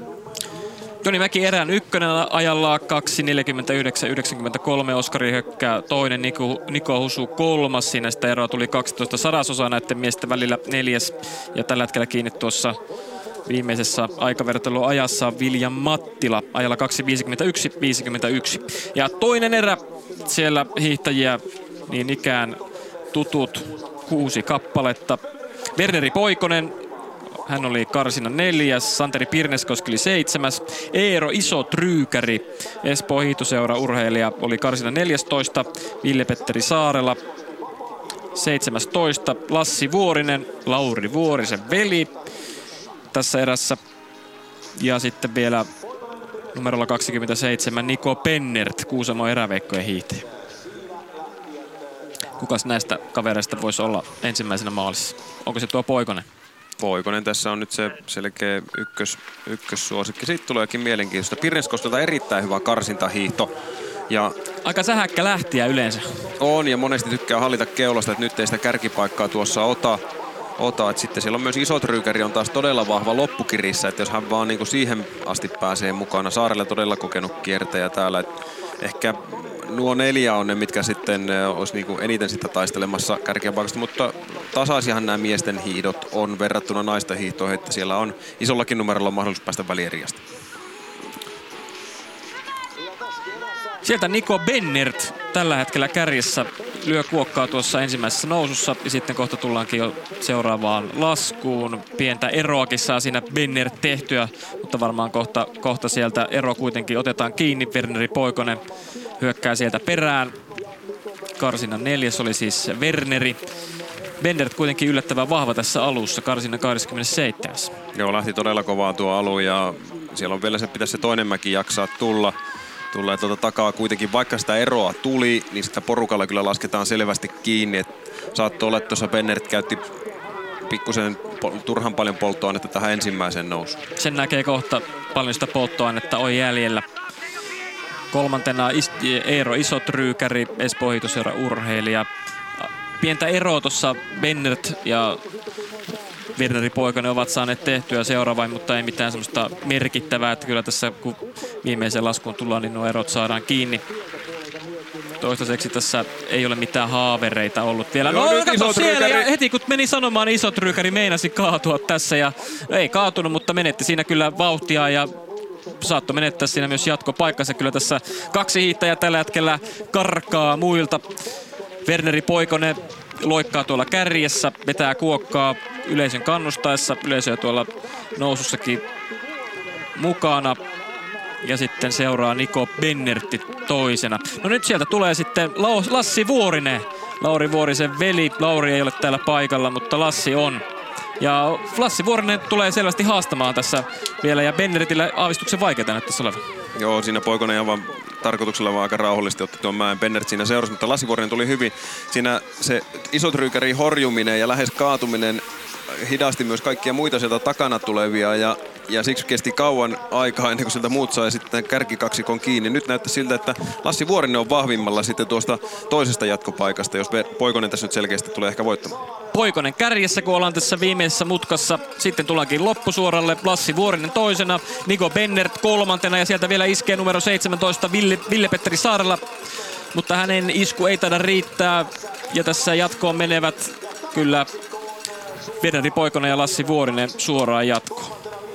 Joni Mäki erään ykkönen ajalla kaksi neljäkymmentäyhdeksän yhdeksänkymmentäkolme, Oskari Hökkä toinen, Niko, Niko Husu kolmas. Siinä sitä eroa tuli kaksitoista sadasosaa näiden miesten välillä neljäs. Ja tällä hetkellä kiinni tuossa viimeisessä aikavertailuajassa Viljan Mattila ajalla kaksi viisikymmentäyksi viisikymmentäyksi. Ja toinen erä siellä hiihtäjiä niin ikään tutut kuusi kappaletta. Werneri Poikonen. Hän oli karsinnan neljäs, Santeri Pirneskoski oli seitsemäs, Eero Iso Tryykäri, Espoon hiihtoseura urheilija oli karsinnan neljästoista, Ville-Petteri Saarela seitsemästoista, Lassi Vuorinen, Lauri Vuorisen veli tässä erässä ja sitten vielä numerolla kaksikymmentäseitsemän Niko Pennert, Kuusamon eräveikkojen hiihtäjä. Kukas näistä kavereista voisi olla ensimmäisenä maalissa? Onko se tuo Poikonen? Poikonen tässä on nyt se selkeä ykkös, ykkössuosikki. Siitä tuleekin mielenkiintoista. Pirneskoskelta erittäin hyvä karsintahiihto. Ja aika sähäkkä lähtiä yleensä. On, ja monesti tykkää hallita keulasta, että nyt ei sitä kärkipaikkaa tuossa ota. ota. Että sitten siellä on myös Isot Ryykäri on taas todella vahva loppukirissä, että jos hän vaan niin kuin siihen asti pääsee mukana. Saarella todella kokenut kiertäjä täällä. Että ehkä nuo neljä on ne, mitkä sitten olisi niin kuin eniten sitä taistelemassa kärkipaikasta, mutta tasaisiahan nämä miesten hiidot on verrattuna naisten hiihtoihin, että siellä on isollakin numerolla mahdollisuus päästä välieriästä. Sieltä Nico Bennert tällä hetkellä kärjessä lyö kuokkaa tuossa ensimmäisessä nousussa ja sitten kohta tullaankin jo seuraavaan laskuun. Pientä eroakin saa siinä Bennert tehtyä, mutta varmaan kohta, kohta sieltä ero kuitenkin otetaan kiinni. Werneri Poikonen hyökkää sieltä perään. Karsinan neljäs oli siis Werneri. Bennert kuitenkin yllättävän vahva tässä alussa, karsinan kaksikymmentäseitsemän. Joo, lähti todella kovaa tuo alu ja siellä on vielä se, pitäisi se toinen mäki jaksaa tulla. Tulee tuota takaa kuitenkin, vaikka sitä eroa tuli, niin sitä porukalla kyllä lasketaan selvästi kiinni. Et saattoi olla, että tuossa Bennert käytti pikkusen turhan paljon polttoainetta tähän ensimmäiseen nousuun. Sen näkee kohta, paljon sitä polttoainetta on jäljellä. Kolmantena Eero Isot Ryykäri, Espoon hiihtoseura urheilija. Pientä eroa tuossa Bennert ja Werneri Poikonen ovat saaneet tehtyä seuraavain, mutta ei mitään semmoista merkittävää, että kyllä tässä kun viimeiseen laskuun tullaan, niin nuo erot saadaan kiinni. Toistaiseksi tässä ei ole mitään haavereita ollut vielä. No, no kato siellä, ja heti kun meni sanomaan, niin Isot Ryykäri meinasi kaatua tässä ja ei kaatunut, mutta menetti siinä kyllä vauhtia ja saattoi menettää siinä myös jatkopaikkansa. Kyllä tässä kaksi hiihtäjää tällä hetkellä karkaa muilta. Werneri Poikonen loikkaa tuolla kärjessä, vetää kuokkaa yleisön kannustaessa, yleisöä tuolla nousussakin mukana. Ja sitten seuraa Nico Bennertti toisena. No nyt sieltä tulee sitten Lassi Vuorinen, Lauri Vuorisen veli. Lauri ei ole täällä paikalla, mutta Lassi on. Ja Lassi Vuorinen tulee selvästi haastamaan tässä vielä ja Bennertille aavistuksen vaikeaa näyttäisi olevan. Joo, siinä Poikonen ihan vaan tarkoituksella vaan aika rauhallisesti otti tuon mäen. Bennert siinä seurasi, mutta Lassi Vuorinen tuli hyvin. Siinä se Isot Ryykärin horjuminen ja lähes kaatuminen hidasti myös kaikkia muita sieltä takana tulevia ja, ja siksi kesti kauan aikaa ennen kuin sieltä muut sai sitten kärkikaksikon kiinni. Nyt näyttää siltä, että Lassi Vuorinen on vahvimmalla sitten tuosta toisesta jatkopaikasta, jos Poikonen tässä nyt selkeästi tulee ehkä voittamaan. Poikonen kärjessä, kun ollaan tässä viimeisessä mutkassa. Sitten tullaankin loppusuoralle. Lassi Vuorinen toisena, Nico Bennert kolmantena ja sieltä vielä iskee numero seitsemäntoista Ville, Ville-Petteri Saarella. Mutta hänen isku ei taida riittää ja tässä jatkoon menevät kyllä Werneri Poikonen ja Lassi Vuorinen suoraan jatkoon.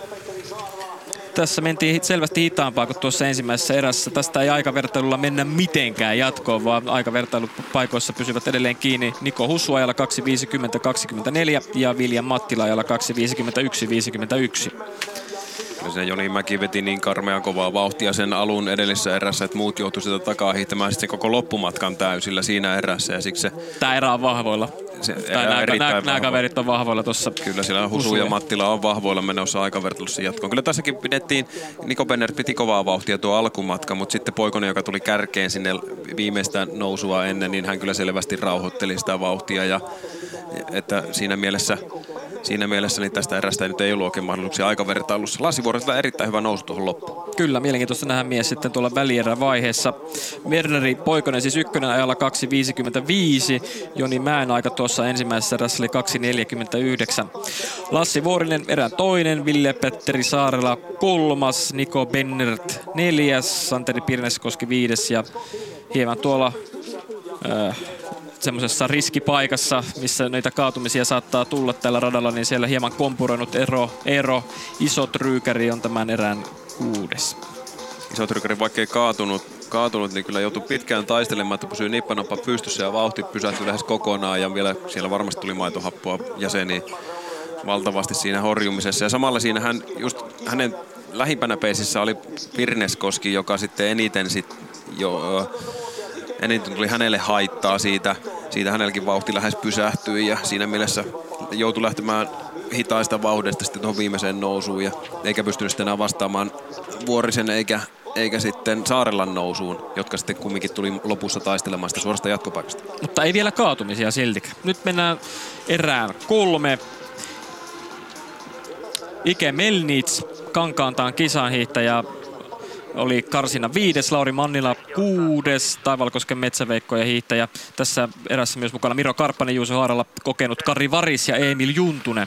Tässä mentiin selvästi hitaampaa kuin tuossa ensimmäisessä erässä. Tästä ei aikavertailulla mennä mitenkään jatkoon, vaan aikavertailupaikoissa pysyvät edelleen kiinni Niko Hussu ajalla kaksi viisikymmentä kaksikymmentäneljä ja Viljan Mattila ajalla kaksi viisikymmentäyksi viisikymmentäyksi. Se Joni Mäki veti niin karmean kovaa vauhtia sen alun edellisessä erässä, että muut joutuivat sitä takaa hiihtämään sitten koko loppumatkan täysillä siinä erässä. Ja siksi se, Tää erä on vahvoilla. Se, tai nämä, nämä, nämä kaverit on vahvoilla tuossa. Kyllä siellä Hussu ja Mattila on vahvoilla menossa aikavertailussa jatkoon. Kyllä tässäkin pidettiin, Nico Bennert piti kovaa vauhtia tuo alkumatka, mutta sitten Poikonen, joka tuli kärkeen sinne viimeistä nousua ennen, niin hän kyllä selvästi rauhoitteli sitä vauhtia. Ja, että siinä mielessä Siinä mielessä niin tästä erästä ei nyt ei ollut oikein mahdollisuuksia aikavertailussa. Lassi Vuorisella erittäin hyvä nousu tuohon loppuun. Kyllä, mielenkiintoista nähdä mies sitten tuolla välierävaiheessa. Werneri Poikonen siis ykkönen ajalla kaksi viisikymmentäviisi. Joni Mäen aika tuossa ensimmäisessä erässä oli kaksi neljäkymmentäyhdeksän. Lassi Vuorinen erän toinen, Ville-Petteri Saarela kolmas, Nico Bennert neljäs, Santeri Pirneskoski viides ja hieman tuolla Äh, semmoisessa riskipaikassa, missä niitä kaatumisia saattaa tulla tällä radalla, niin siellä hieman kompuroinut ero, ero. Isot Ryykäri on tämän erään kuudes. Isot Ryykäri, vaikka ei kaatunut, kaatunut, niin kyllä joutui pitkään taistelemaan, että pysyy nippanappa pystyssä ja vauhti pysähtyi lähes kokonaan ja vielä siellä varmasti tuli maitohappoa jäseniä valtavasti siinä horjumisessa. Ja samalla siinä hän, just hänen lähimpänä peisissä oli Pirneskoski, joka sitten eniten sit jo eniten tuli hänelle haittaa siitä. Siitä hänelläkin vauhti lähes pysähtyi ja siinä mielessä joutui lähtemään hitaista vauhdista sitten tuohon viimeiseen nousuun ja eikä pystynyt sitten enää vastaamaan Vuorisen eikä, eikä sitten Saarellan nousuun, jotka sitten kumminkin tuli lopussa taistelemaan sitä suorasta jatkopaikasta. Mutta ei vielä kaatumisia siltikään. Nyt mennään erään kolme. Ike Melnitz, Kankaantaan kisanhiihtäjä, oli karsina viides, Lauri Mannila kuudes, Taivalkosken Metsäveikko ja hiihtäjä. Tässä erässä myös mukana Miro Karppanen, Juuso Haarala, kokenut Kari Varis ja Emil Juntunen.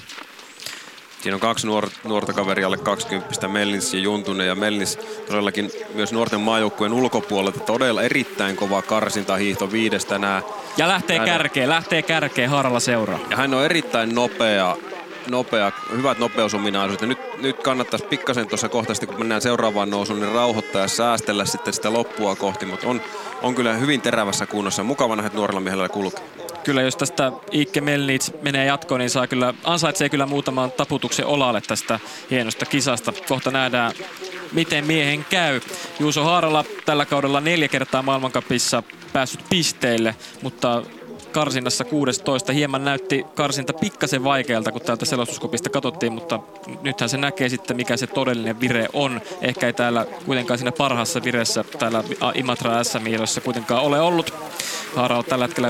Siinä on kaksi nuor- nuorta kaveria alle kaksikymmentä, Melnitz ja Juntunen. Ja Melnitz todellakin myös nuorten maajoukkueen ulkopuolelta todella erittäin kova karsintahiihto viides tänään. Ja lähtee hän kärkeen, lähtee kärkeen, Haarala seuraa. Ja hän on erittäin nopea, nopea hyvät nopeusominaisuudet. Ja nyt, nyt kannattaisi pikkasen tuossa kohtaisesti, kun mennään seuraavaan nousuun, niin rauhoittaa ja säästellä sitten sitä loppua kohti. Mutta on, on kyllä hyvin terävässä kunnossa. Mukava nähdä, että nuorella miehellä kulkee. Kyllä jos tästä Ike Melnitz menee jatkoon, niin saa kyllä, ansaitsee kyllä muutaman taputuksen olalle tästä hienosta kisasta. Kohta nähdään, miten miehen käy. Juuso Haarala tällä kaudella neljä kertaa maailmancupissa päässyt pisteille, mutta karsinnassa kuusitoista. Hieman näytti karsinta pikkasen vaikealta, kun täältä selostuskopista katsottiin, mutta nythän se näkee sitten, mikä se todellinen vire on. Ehkä ei täällä kuitenkaan siinä parhaassa vireessä täällä Imatra S M-ilossa kuitenkaan ole ollut. Haarala tällä hetkellä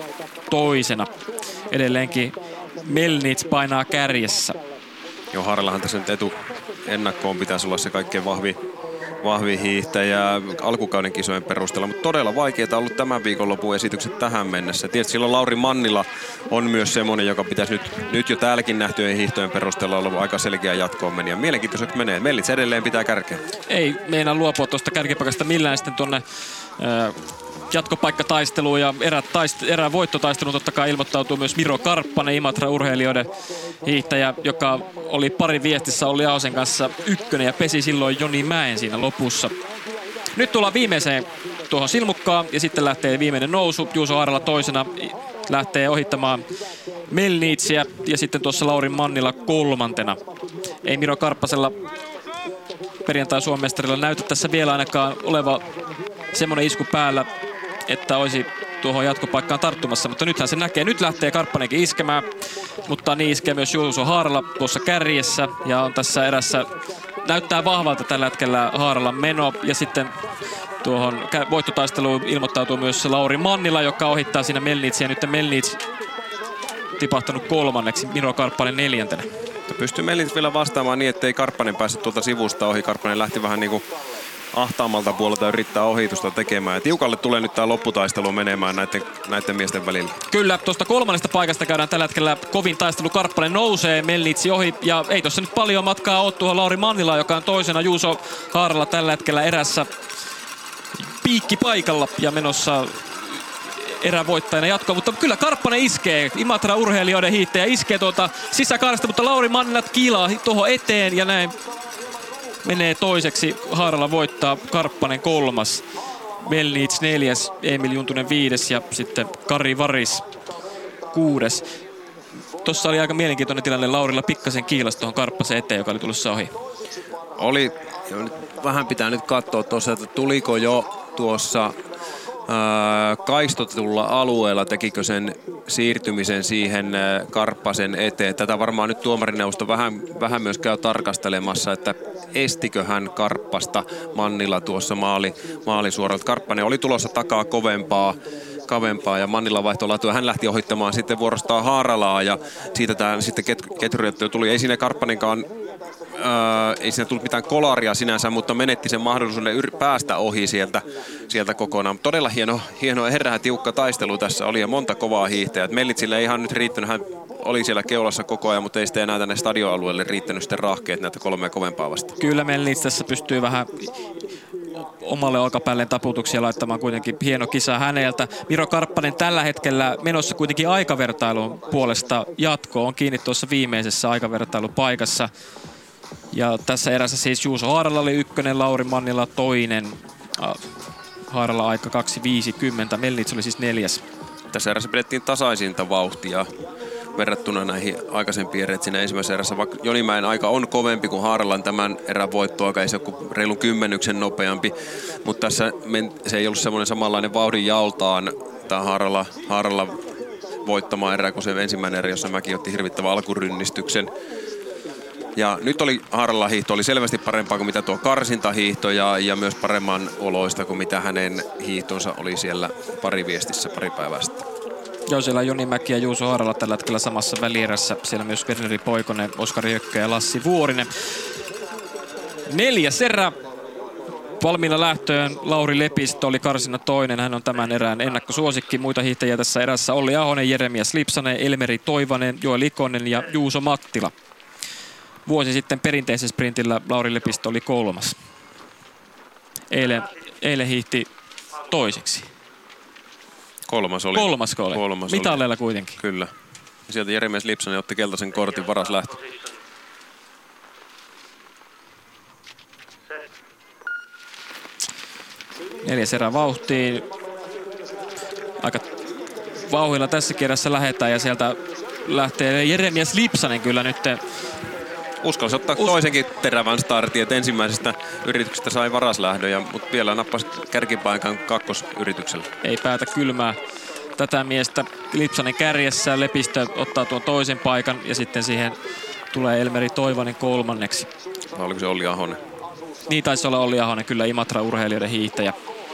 toisena. Edelleenkin Melnitz painaa kärjessä. Joo, Haarallahan tässä nyt etu ennakkoon pitäisi olla se kaikkein vahvi, vahvi hiihtäjä alkukauden kisojen perusteella, mutta todella vaikeita ollut tämän viikonlopun esitykset tähän mennessä. Tietysti silloin Lauri Mannila on myös semmoinen, joka pitäisi nyt, nyt jo täälläkin nähtyjen hiihtojen perusteella olla aika selkeä jatkoon meni. Mielenkiintoiseksi menee. Melnitz edelleen pitää kärkeä. Ei meinaa luopua tuosta kärkipaikasta millään sitten tuonne äh, jatkopaikkataisteluun ja erät taist- erään voittotaisteluun totta kai ilmoittautuu myös Miro Karppanen, Imatra-urheilijoiden hiihtäjä, joka oli pari viestissä Olli Ahosen kanssa ykkönen ja pesi silloin Joni Mäen siinä lopussa. Nyt tullaan viimeiseen tuohon silmukkaan ja sitten lähtee viimeinen nousu. Juuso Haarala toisena lähtee ohittamaan Melnitsiä ja sitten tuossa Lauri Mannila kolmantena. Ei Miro Karppasella perjantai Suomen mestarilla näytä tässä vielä ainakaan oleva semmoinen isku päällä, että olisi tuohon jatkopaikkaan tarttumassa, mutta nythän se näkee. Nyt lähtee Karppanenkin iskemään, mutta niin iskee myös Juuso Haarala tuossa kärjessä ja on tässä erässä, näyttää vahvalta tällä hetkellä Haaralan meno ja sitten tuohon voittotaisteluun ilmoittautuu myös Lauri Mannila, joka ohittaa siinä Melnitsiä. Nyt Melnitz tipahtanut kolmanneksi, Miro Karppanen neljäntenä. Pystyy Melnitz vielä vastaamaan niin, ettei Karppanen pääse tuolta sivusta ohi. Karppanen lähti vähän niin kuin ahtaamalta puolelta yrittää ohitusta tekemään. Ja tiukalle tulee nyt tämä lopputaistelu menemään näiden, näiden miesten välillä. Kyllä, tuosta kolmannesta paikasta käydään tällä hetkellä kovin taistelu. Karppanen nousee, Melnitz ohi. Ja ei tuossa nyt paljon matkaa ole tuohon Lauri Mannilaan, joka on toisena. Juuso Haarala tällä hetkellä erässä piikki paikalla ja menossa erävoittajana jatkoa. Mutta kyllä Karppanen iskee. Imatra-urheilijoiden hiihtäjä iskee tuolta sisäkaaresta, mutta Lauri Mannila kiilaa tuohon eteen ja näin menee toiseksi. Haarala voittaa, Karppanen kolmas, Melnitz neljäs, Emil Juntunen viides ja sitten Kari Varis kuudes. Tuossa oli aika mielenkiintoinen tilanne. Laurilla pikkasen kiilasi tuohon Karppasen eteen, joka oli tulossa ohi. Oli. Ja nyt vähän pitää nyt katsoa tuossa, että tuliko jo tuossa ää, kaistotetulla alueella, tekikö sen siirtymisen siihen ää, Karppasen eteen. Tätä varmaan nyt tuomarineuvosto vähän, vähän myös käy tarkastelemassa, että estikö hän Karppasta Mannila tuossa maali, maalisuoralta. Karppanen oli tulossa takaa kovempaa. kavempaa ja Mannila vaihtoi latua. Hän lähti ohittamaan sitten vuorostaan Haaralaa ja siitä tämä sitten ket- ketjurijoittelu tuli. Ei siinä Karppanenkaan, ää, ei siinä tullut mitään kolaria sinänsä, mutta menetti sen mahdollisuuden yr- päästä ohi sieltä, sieltä kokonaan. Todella hieno, hieno herää tiukka taistelu tässä oli ja monta kovaa hiihtäjää. Melnitzille ei ihan nyt riittänyt, hän oli siellä keulassa koko ajan, mutta ei sitten enää tänne stadioalueelle riittänyt sitten rahkeet näitä kolmea kovempaa vastaan. Kyllä Melnitz tässä pystyy vähän omalle olkapäälleen taputuksia laittamaan, kuitenkin hieno kisa häneltä. Miro Karppanen tällä hetkellä menossa kuitenkin aikavertailun puolesta jatkoon, on kiinni tuossa viimeisessä aikavertailupaikassa. Ja tässä erässä siis Juuso Haarala oli ykkönen, Lauri Mannila toinen. Haarala aika kaksi viisikymmentä, Melnitz oli siis neljäs. Tässä erässä pidettiin tasaisinta vauhtia verrattuna näihin aikaisempiin erät siinä ensimmäisessä erässä. Vaikka Jonimäen aika on kovempi kuin Haaralan tämän erän voittoaika, ei se ole kuin reilun kymmenyksen nopeampi. Mutta tässä se ei ollut semmoinen samanlainen vauhdin jaoltaan tämä Haarala, Haarala voittama erä kuin se ensimmäinen erä, jossa Mäki otti hirvittävän alkurynnistyksen. Ja nyt oli Haaralla hiihto oli selvästi parempaa kuin mitä tuo karsintahiihto ja, ja myös paremman oloista kuin mitä hänen hiihtonsa oli siellä pariviestissä pari päivää sitten. Joo, siellä on Joni Mäki ja Juuso Haarala tällä hetkellä samassa välierässä. Siellä myös Verneri Poikonen, Oskari Hökkö ja Lassi Vuorinen. Neljäs erä. Valmiina lähtöön Lauri Lepistö oli karsina toinen. Hän on tämän erään ennakkosuosikki. Muita hiihtäjiä tässä erässä Olli Ahonen, Jeremias Lipsanen, Elmeri Toivanen, Joel Ikonen ja Juuso Mattila. Vuosi sitten perinteisessä sprintillä Lauri Lepistö oli kolmas. Eilen, eilen hiihti toiseksi. Kolmas oli. Kolmasko oli. Kolmas Mitalleilla oli. kuitenkin. Kyllä. Ja sieltä Jeremias Lipsanen otti keltaisen kortin, varas lähtö. Neljäs erä vauhtiin. Aika vauhdilla tässä kierrässä lähdetään ja sieltä lähtee Jeremias Lipsanen kyllä nyt. Uskalsi ottaa Us- toisenkin terävän startin, että ensimmäisestä yrityksestä sai varaslähdön, mutta vielä nappasi kärkipaikan kakkosyrityksellä. Ei päätä kylmää tätä miestä. Lipsanen kärjessä, Lepistö ottaa tuon toisen paikan ja sitten siihen tulee Elmeri Toivonen kolmanneksi. Vai oliko se Olli Ahonen? Niin taisi olla Olli Ahonen, kyllä Imatra-urheilijoiden hiihtäjä.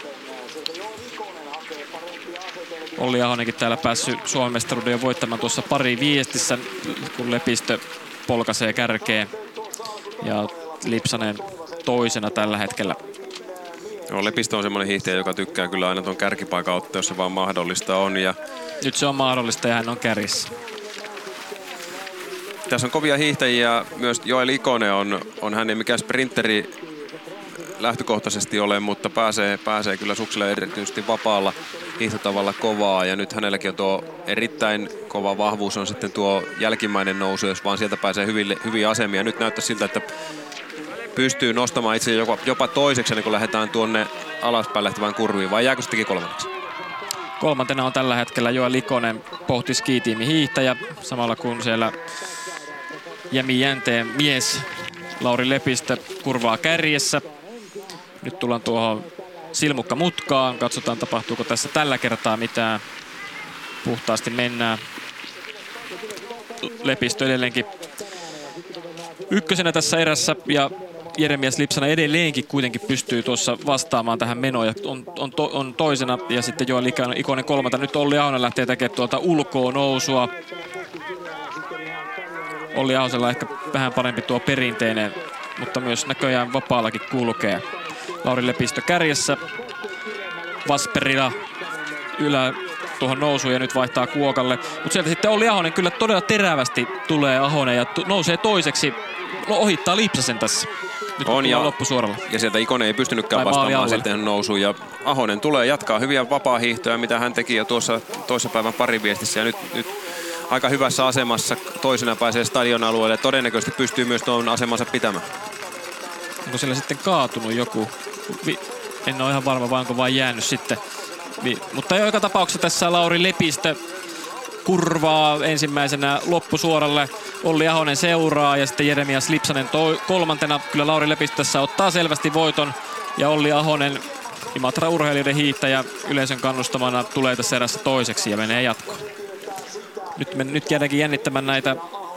Olli Ahonenkin täällä päässyt Suomen mestaruuden jo voittamaan tuossa pari viestissä, kun Lepistö polkaisee kärkeen. Ja Lipsanen toisena tällä hetkellä. No, Lepistö on semmoinen hiihtäjä, joka tykkää kyllä aina tuon kärkipaikan ottaa, jos se vaan mahdollista on. Ja nyt se on mahdollista ja hän on kärjessä. Tässä on kovia hiihtäjiä. Myös Joel Ikonen on, on hän ei mikään sprinteri lähtökohtaisesti ole, mutta pääsee, pääsee kyllä sukselle erityisesti vapaalla hiihtotavalla kovaa. Ja nyt hänelläkin on tuo erittäin kova vahvuus on sitten tuo jälkimmäinen nousu, jos vaan sieltä pääsee hyvin, hyviä asemia. Nyt näyttää siltä, että pystyy nostamaan itse jopa, jopa toiseksi, niin kun lähdetään tuonne alaspäin lähtevään kurviin, vai jääkö sittenkin kolmanneksi? Kolmantena on tällä hetkellä Joel Ikonen, pohti skitiimin hiihtäjä, samalla kun siellä Jämi Jänteen mies Lauri Lepistö kurvaa kärjessä. Nyt tullaan tuohon silmukka mutkaan. Katsotaan, tapahtuuko tässä tällä kertaa mitään. Puhtaasti mennään. Lepistö edelleenkin ykkösenä tässä erässä ja Jeremias Lipsanen edelleenkin kuitenkin pystyy tuossa vastaamaan tähän menoon ja on, on, to, on toisena ja sitten Joel Ikonen kolmanta. Nyt Olli Ahonen lähtee tekemään tuolta ulkoa nousua. Olli Ahosella ehkä vähän parempi tuo perinteinen, mutta myös näköjään vapaallakin kulkee. Lauri Lepistö kärjessä. Vasperila ylä tuohon nousuun ja nyt vaihtaa Kuokalle. Mutta sieltä sitten Olli Ahonen kyllä todella terävästi tulee Ahonen ja tu- nousee toiseksi. Ohittaa Lipsasen tässä. Nyt on ja loppusuoralla. Ja sieltä Ikonen ei pystynytkään vastaamaan sitten nousuun. Ja Ahonen tulee jatkaa hyviä vapaa-hiihtoja, mitä hän teki jo tuossa toissa päivän pariviestissä. Ja nyt, nyt aika hyvässä asemassa toisena pääsee stadion alueelle. Todennäköisesti pystyy myös tuon asemansa pitämään. Onko siellä sitten kaatunut joku? Vi- en ole ihan varma, vaan onko vain jäänyt sitten. Vi- Mutta joka tapauksessa tässä Lauri Lepistö kurvaa ensimmäisenä loppusuoralle. Olli Ahonen seuraa ja sitten Jeremias Lipsanen toi, kolmantena. Kyllä Lauri Lepistö tässä ottaa selvästi voiton ja Olli Ahonen, Imatra-urheilijoiden hiihtäjä yleisön kannustamana, tulee tässä erässä toiseksi ja menee jatkoon. Nyt, me, nyt jäädäänkin jännittämään näitä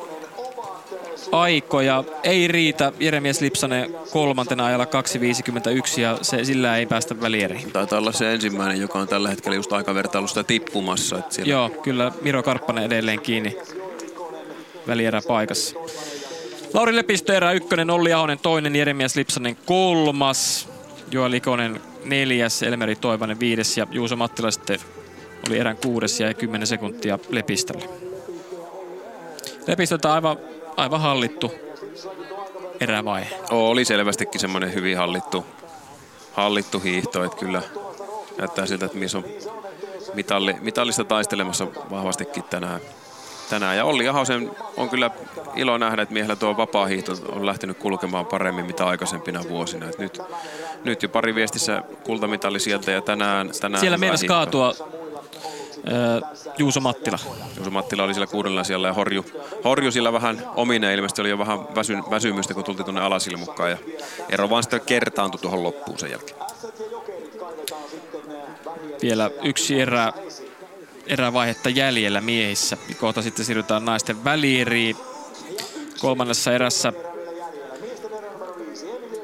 aikoja. Ei riitä. Jeremias Lipsanen kolmantena ajalla kaksi viisikymmentäyksi ja se, sillä ei päästä välieriin. Taitaa olla se ensimmäinen, joka on tällä hetkellä just aikavertailusta tippumassa. Että siellä... Joo, kyllä Miro Karppanen edelleen kiinni välierä paikassa. Lauri Lepistö erä ykkönen, Olli Ahonen toinen, Jeremias Lipsanen kolmas, Joel Ikonen neljäs, Elmeri Toivanen viides ja Juuso Mattila sitten oli erän kuudes ja kymmenen sekuntia Lepistölle. Lepistöltä aivan, aivan hallittu erävaihe. Oli selvästikin semmoinen hyvin hallittu, hallittu hiihto, että kyllä näyttää siltä, että mies on mitalli, mitallista taistelemassa vahvastikin tänään. tänään. Ja Olli Ahosen on kyllä ilo nähdä, että miehellä tuo vapaa-hiihto on lähtenyt kulkemaan paremmin mitä aikaisempina vuosina. Et nyt, nyt jo pari viestissä kultamitalli sieltä ja tänään... tänään siellä meinasi kaatua äh, Juuso Mattila. Juuso Mattila oli siellä kuudella siellä ja Horju, Horju sillä vähän omine. Ilmeisesti oli jo vähän väsy, väsymystä, kun tultiin tuonne alasilmukkaan. Ja ero vaan sitten kertaantui tuohon loppuun sen jälkeen. Vielä yksi erä. erävaihetta jäljellä miehissä. Kohta sitten siirrytään naisten välieriin. Kolmannessa erässä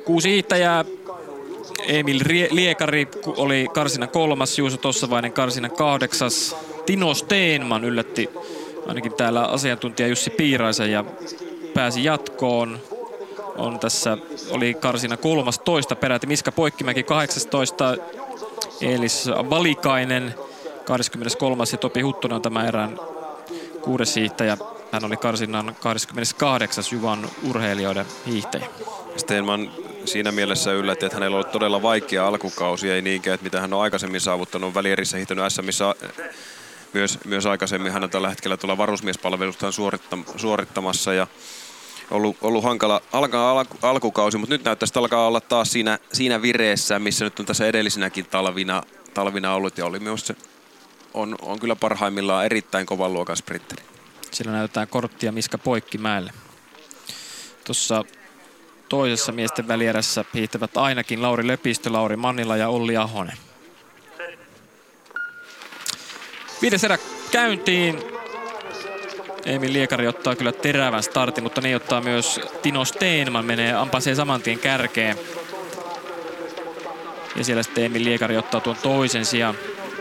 Kuusi hiihtäjää. Emil Liekari oli karsinan kolmas, Juuso Tossavainen karsinan kahdeksas. Tino Steenman yllätti ainakin täällä asiantuntija Jussi Piiraisen ja pääsi jatkoon. On tässä, oli karsina kolmastoista peräti, Miska Poikkimäki kahdeksantoista, Eelis Valikainen kaksikymmentäkolmas ja Topi Huttunen on tämä erään kuudes hiihtäjä. Hän oli karsinnan kaksikymmentäkahdeksas Juvan urheilijoiden hiihtäjä. Steenman siinä mielessä yllätti, että hänellä on ollut todella vaikea alkukausi, ei niinkään, että mitä hän on aikaisemmin saavuttanut, välierissä hiihtänyt S M:ssä myös, myös aikaisemmin. Hän on tällä hetkellä tuolla varusmiespalvelustaan suorittamassa ja ollut, ollut hankala alkaa alku, alkukausi, mutta nyt näyttäisi, että alkaa olla taas siinä, siinä vireessä, missä nyt on tässä edellisinäkin talvina, talvina ollut ja oli myös se, on, on kyllä parhaimmillaan erittäin kovan luokan sprinteri. Sillä näytetään korttia Miska Poikkimäelle. Tuossa toisessa miesten välierässä hiihtävät ainakin Lauri Lepistö, Lauri Mannila ja Olli Ahonen. Viides erä käyntiin. Emil Liekari ottaa kyllä terävän startin, mutta ne ottaa myös Tino Steenman, menee ampasee saman tien kärkeen. Ja siellä sitten Emil Liekari ottaa tuon toisen sijaan.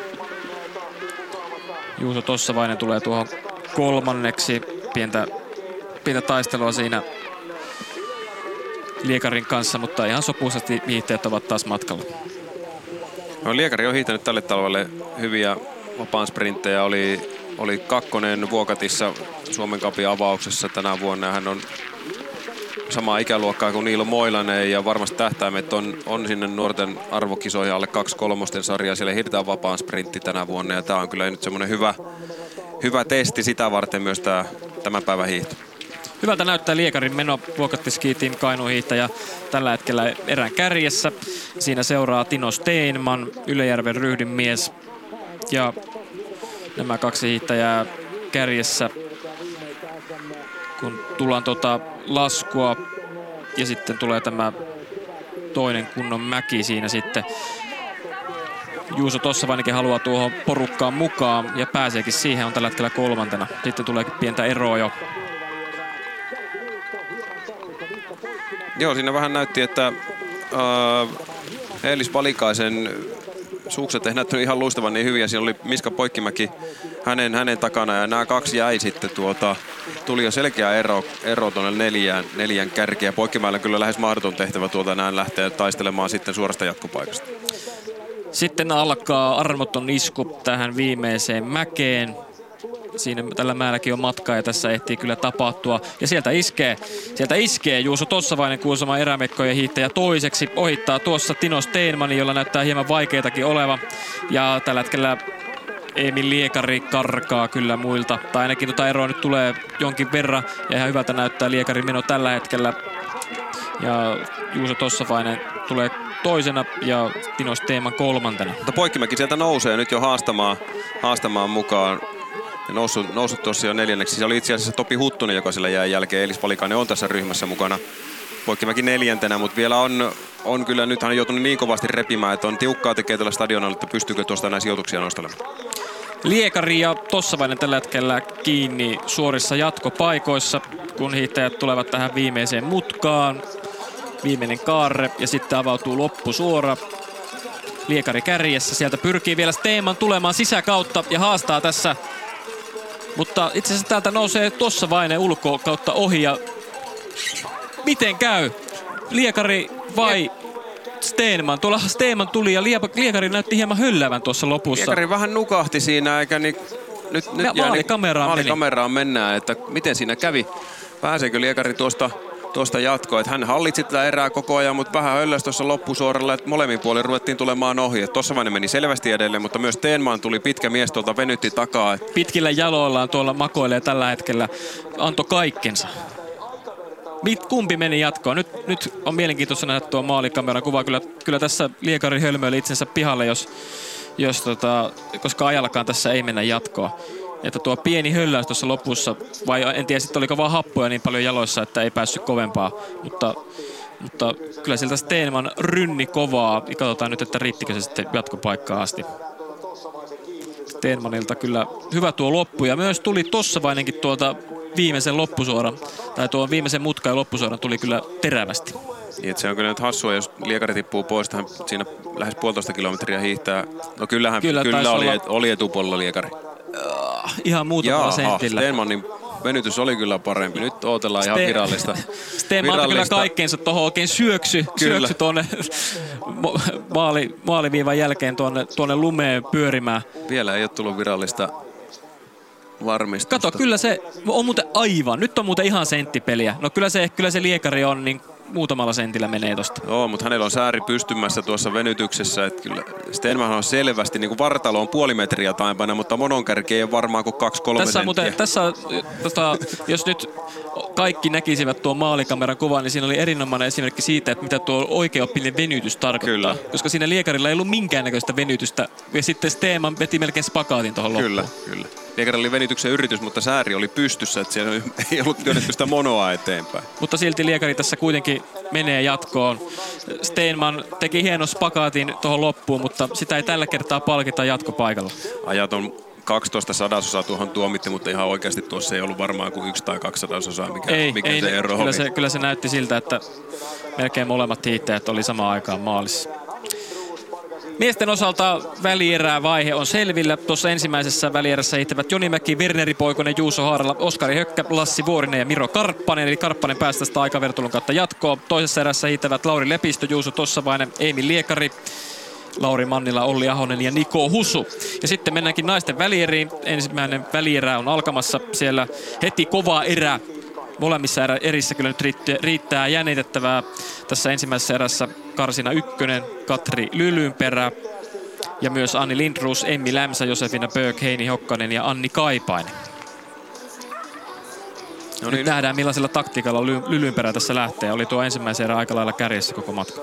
Juuso Tossavainen tulee tuohon kolmanneksi. Pientä, pientä taistelua siinä Liekarin kanssa, mutta ihan sopuisasti hiihtäjät ovat taas matkalla. No, Liekari on hiihtänyt tälle talvelle hyviä vapaan sprinttejä. Oli, oli kakkonen Vuokatissa Suomen Cupin avauksessa tänä vuonna. Hän on samaa ikäluokkaa kuin Niilo Moilanen ja varmasti tähtäimet on, on sinne nuorten arvokisoihin alle kaksi kolmosten sarjaa. Siellä hiihdetään vapaan sprintti tänä vuonna ja tämä on kyllä nyt semmoinen hyvä, hyvä testi sitä varten myös tämä, tämän päivän hiihto. Hyvältä näyttää Liekarin meno. Vuokatti Ski Team Kainuun hiihtäjä tällä hetkellä erän kärjessä. Siinä seuraa Tino Steenman, Ylejärven Ryhdin mies. Ja nämä kaksi hiihtäjää kärjessä, kun tullaan tuota laskua ja sitten tulee tämä toinen kunnon mäki siinä sitten. Juuso Tossavainenkin haluaa tuohon porukkaan mukaan ja pääseekin siihen, on tällä hetkellä kolmantena. Sitten tuleekin pientä eroa jo. Joo, siinä vähän näytti, että äh, Eelis Valikaisen sukset ei näyttänyt ihan luistavan niin hyviä. Siinä oli Miska Poikkimäki hänen, hänen takana ja nämä kaksi jäi sitten tuota, tuli jo selkeä ero, ero tuonne neljään, neljän kärkiä. Poikkimäellä kyllä lähes mahdoton tehtävä tuolta näin lähteä taistelemaan sitten suorasta jatkopaikasta. Sitten alkaa armoton isku tähän viimeiseen mäkeen. Siinä tällä määlläkin on matkaa ja tässä ehtii kyllä tapahtua. Ja sieltä iskee, sieltä iskee Juuso Tossavainen, Kuusama erämekkojen hiihtäjä toiseksi. Ohittaa tuossa Tino Steenmanin, jolla näyttää hieman vaikeatakin oleva. Ja tällä hetkellä Emil Liekari karkaa kyllä muilta. Tai ainakin tuota eroa nyt tulee jonkin verran. Ja ihan hyvältä näyttää Liekarin meno tällä hetkellä. Ja Juuso Tossavainen tulee toisena ja Tino Steenman kolmantena. Mutta Poikkimäki sieltä nousee nyt jo haastamaan, haastamaan mukaan. Ja noussut, noussut tuossa jo neljänneksi. Se oli itse asiassa Topi Huttunen, joka sillä jäi jälkeen. Eelis Valikainen on tässä ryhmässä mukana. Poikkimäki neljäntenä, mutta vielä on, on kyllä, nyt hän on joutunut niin kovasti repimään, että on tiukkaa tekee tällä stadionalla, että pystyykö tuosta enää sijoituksia nostelemaan. Liekari ja Tossavainen tällä hetkellä kiinni suorissa jatkopaikoissa, kun hiihtäjät tulevat tähän viimeiseen mutkaan. Viimeinen kaarre ja sitten avautuu loppusuora. Liekari kärjessä, sieltä pyrkii vielä Steenman tulemaan sisäkautta ja haastaa tässä. Mutta itse asiassa täältä nousee Tossavainen ulkoa kautta ohi ja miten käy? Liekari vai Steenman? Tuolla Steenman tuli ja Liekari näytti hieman hölläävän tuossa lopussa. Liekari vähän nukahti siinä eikä niin, nyt, nyt maalikameraan meni. Maalikameraan mennään, että miten siinä kävi. Pääseekö Liekari tuosta, tuosta jatkoa? Että hän hallitsi tätä erää koko ajan, mutta vähän hölläsi tuossa loppusuoralla, että molemmin puolin ruvettiin tulemaan ohi. Tossavainen meni selvästi edelleen, mutta myös Steenman tuli pitkä mies tuolta, venytti takaa. Pitkillä jaloillaan tuolla makoilee tällä hetkellä, antoi kaikkensa. Kumpi meni jatkoon? Nyt, nyt on mielenkiintoista nähdä tuo maalikameran kuva. Kyllä, kyllä tässä Liekari hölmöili itsensä pihalle, jos, jos tota, koska ajallakaan tässä ei mennä jatkoa. Että tuo pieni hölläys tuossa lopussa, vai en tiedä sitten oliko vaan happoja niin paljon jaloissa, että ei päässyt kovempaa. Mutta, mutta kyllä sieltä Steenman rynni kovaa. Ja katsotaan nyt, että riittikö se sitten jatkopaikkaan asti. Steenmanilta kyllä hyvä tuo loppu ja myös tuli Tossavainenkin tuolta viimeisen loppusuoran, tai tuon viimeisen mutkan ja loppusuoran tuli kyllä terävästi. Niin, se on kyllä nyt hassua, jos liekari tippuu pois, tähän siinä lähes puolitoista kilometriä hiihtää. No kyllähän kyllä, kyllä oli, olla... oli etupuolella liekari. Uh, ihan muutamalla Jaaha, sentillä. Stenmanin venytys oli kyllä parempi. Nyt odotellaan Ste- ihan virallista. Stenman on kyllä kaikkeensa tuohon oikein syöksy, syöksy tuonne maali, maaliviivan jälkeen tuonne, tuonne lumeen pyörimään. Vielä ei ole tullut virallista varmistusta. Kato, kyllä se on muuten aivan. Nyt on muuten ihan senttipeliä. No kyllä se, kyllä se liekari on, niin muutamalla sentillä menee tosta. Joo, mutta hänellä on sääri pystymässä tuossa venytyksessä. Että kyllä Stenman on selvästi, niin kuin vartalo on puoli metriä taimpana, mutta mononkärki ei ole varmaan kuin kaksi kolme tässä senttiä. Muuten, tässä tota, jos nyt kaikki näkisivät tuon maalikameran kuvan, niin siinä oli erinomainen esimerkki siitä, että mitä tuo oikeaoppinen venytys tarkoittaa. Kyllä. Koska siinä liekarilla ei ollut minkäännäköistä venytystä. Ja sitten Stenman veti melkein spakaatin tuohon loppuun. Kyllä, kyllä. Liekarilla oli venityksen yritys, mutta sääri oli pystyssä, että siellä ei ollut työnnetty sitä monoa eteenpäin. Mutta silti liekari tässä kuitenkin menee jatkoon. Stenman teki hienon spakaatin tuohon loppuun, mutta sitä ei tällä kertaa palkita jatkopaikalla. Ajat on kaksitoista sadasosaa tuohon tuomitti, mutta ihan oikeasti tuossa ei ollut varmaan kuin yksi tai kaksi sadasosaa, mikä, ei, mikä ei, se ero kyllä oli. Se, kyllä se näytti siltä, että melkein molemmat hiihtäjät oli samaan aikaan maalissa. Miesten osalta välierää vaihe on selvillä. Tuossa ensimmäisessä välierässä hiihtävät Joni Mäki, Werneri Poikonen, Juuso Haarala, Oskari Hökkä, Lassi Vuorinen ja Miro Karppanen. Eli Karppanen päästä sitä aikavertailun kautta jatkoon. Toisessa erässä hiihtävät Lauri Lepistö, Juuso Tossavainen, Emil Liekari, Lauri Mannila, Olli Ahonen ja Niko Husu. Ja sitten mennäänkin naisten välieriin. Ensimmäinen välierä on alkamassa. Siellä heti kova erä. Molemmissa erissä kyllä nyt riittää jännitettävää. Tässä ensimmäisessä erässä karsina ykkönen, Katri Lylynperä ja myös Anni Lindroos, Emmi Lämsä, Josefina Böök, Heini Hokkanen ja Anni Kaipainen. No niin. Nyt nähdään millaisella taktiikalla Lylynperä tässä lähtee. Oli tuo ensimmäisen erän aika lailla kärjessä koko matka.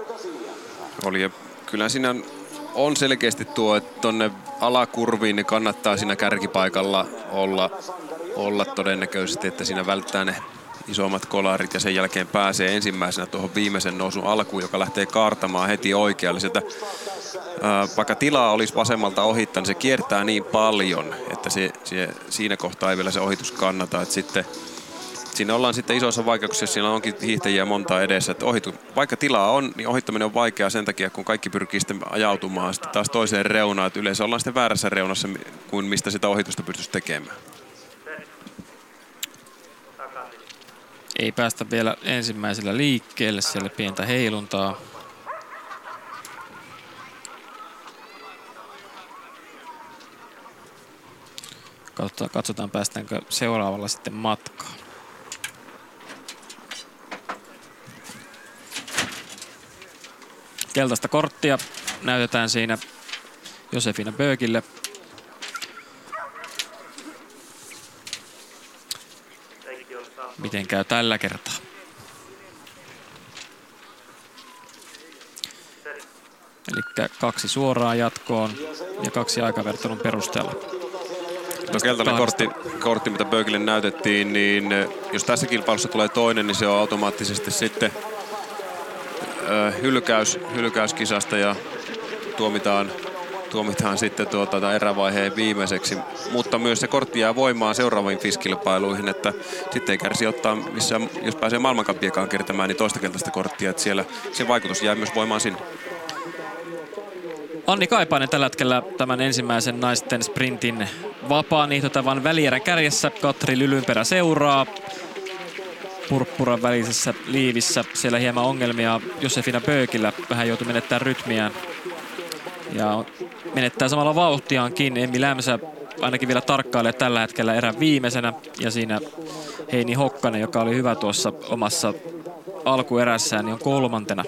Oli ja kyllä siinä on selkeästi tuo, että tonne alakurviin niin kannattaa siinä kärkipaikalla olla. olla todennäköisesti, että siinä välttää ne isommat kolarit ja sen jälkeen pääsee ensimmäisenä tuohon viimeisen nousun alkuun, joka lähtee kaartamaan heti oikealle. Sieltä, ää, vaikka tilaa olisi vasemmalta ohittaa, niin se kiertää niin paljon, että se, se, siinä kohtaa ei vielä se ohitus kannata. Että sitten, siinä ollaan sitten isoissa vaikeuksissa, siinä onkin hiihtäjiä monta edessä. Että ohitu, vaikka tilaa on, niin ohittaminen on vaikeaa sen takia, kun kaikki pyrkii sitten ajautumaan sitten taas toiseen reunaan. Että yleensä ollaan sitten väärässä reunassa, kuin mistä sitä ohitusta pystyisi tekemään. Ei päästä vielä ensimmäisellä liikkeelle, siellä pientä heiluntaa. Katsotaan, katsotaan päästäänkö seuraavalla sitten matkaan. Keltaista korttia näytetään siinä Josefina Böökille. Miten käy tällä kertaa? Eli kaksi suoraan jatkoon ja kaksi aikavertailun perusteella. No keltainen kortti, kortti, mitä Böökille näytettiin, niin jos tässä kilpailussa tulee toinen, niin se on automaattisesti sitten äh, hylkäys, hylkäyskisasta ja tuomitaan, tuomitaan sitten tuota, erävaiheen viimeiseksi. Mutta myös se kortti jää voimaan seuraaviin F I S-kilpailuihin, että sitten ei kärsi ottaa missään, jos pääsee maailmankapiekaan kiertämään, niin toista keltaista korttia, että siellä se vaikutus jää myös voimaan sinne. Anni Kaipainen tällä hetkellä tämän ensimmäisen naisten sprintin vapaan hiihtotavan välierän kärjessä. Katri Lylynperä seuraa purppuran välisessä liivissä. Siellä hieman ongelmia Josefina Böökillä. Vähän joutui menettämään rytmiään. Ja menettää samalla vauhtiaankin. Emmi Lämsä ainakin vielä tarkkailee tällä hetkellä erän viimeisenä. Ja siinä Heini Hokkanen, joka oli hyvä tuossa omassa alkuerässään, niin on kolmantena.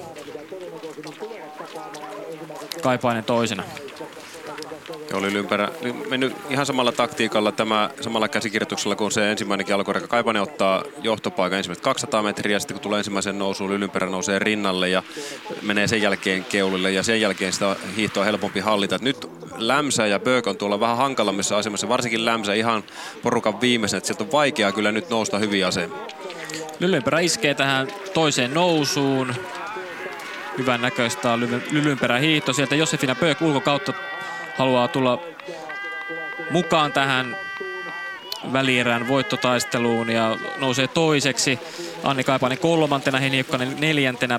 Kaipainen toisena. Oli Lylynperä mennyt ihan samalla taktiikalla, tämä samalla käsikirjoituksella kuin se ensimmäinenkin alkuerä. Kaipainen ottaa johtopaikan ensimmäiset kaksisataa metriä, sitten kun tulee ensimmäisen nousuun, Lylynperä nousee rinnalle ja menee sen jälkeen keulille ja sen jälkeen sitä hiihtoa on helpompi hallita. Nyt Lämsä ja Böök on tuolla vähän hankalammissa asemassa, varsinkin Lämsä ihan porukan viimeisenä, että sieltä on vaikeaa kyllä nyt nousta hyviä asemia. Lylynperä iskee tähän toiseen nousuun. Hyvän näköistä on Lylynperä hiihto. Sieltä Josefina Böök ulkokautta haluaa tulla mukaan tähän välierän voittotaisteluun ja nousee toiseksi. Anni Kaipainen kolmantena, Heini Hokkanen neljäntenä.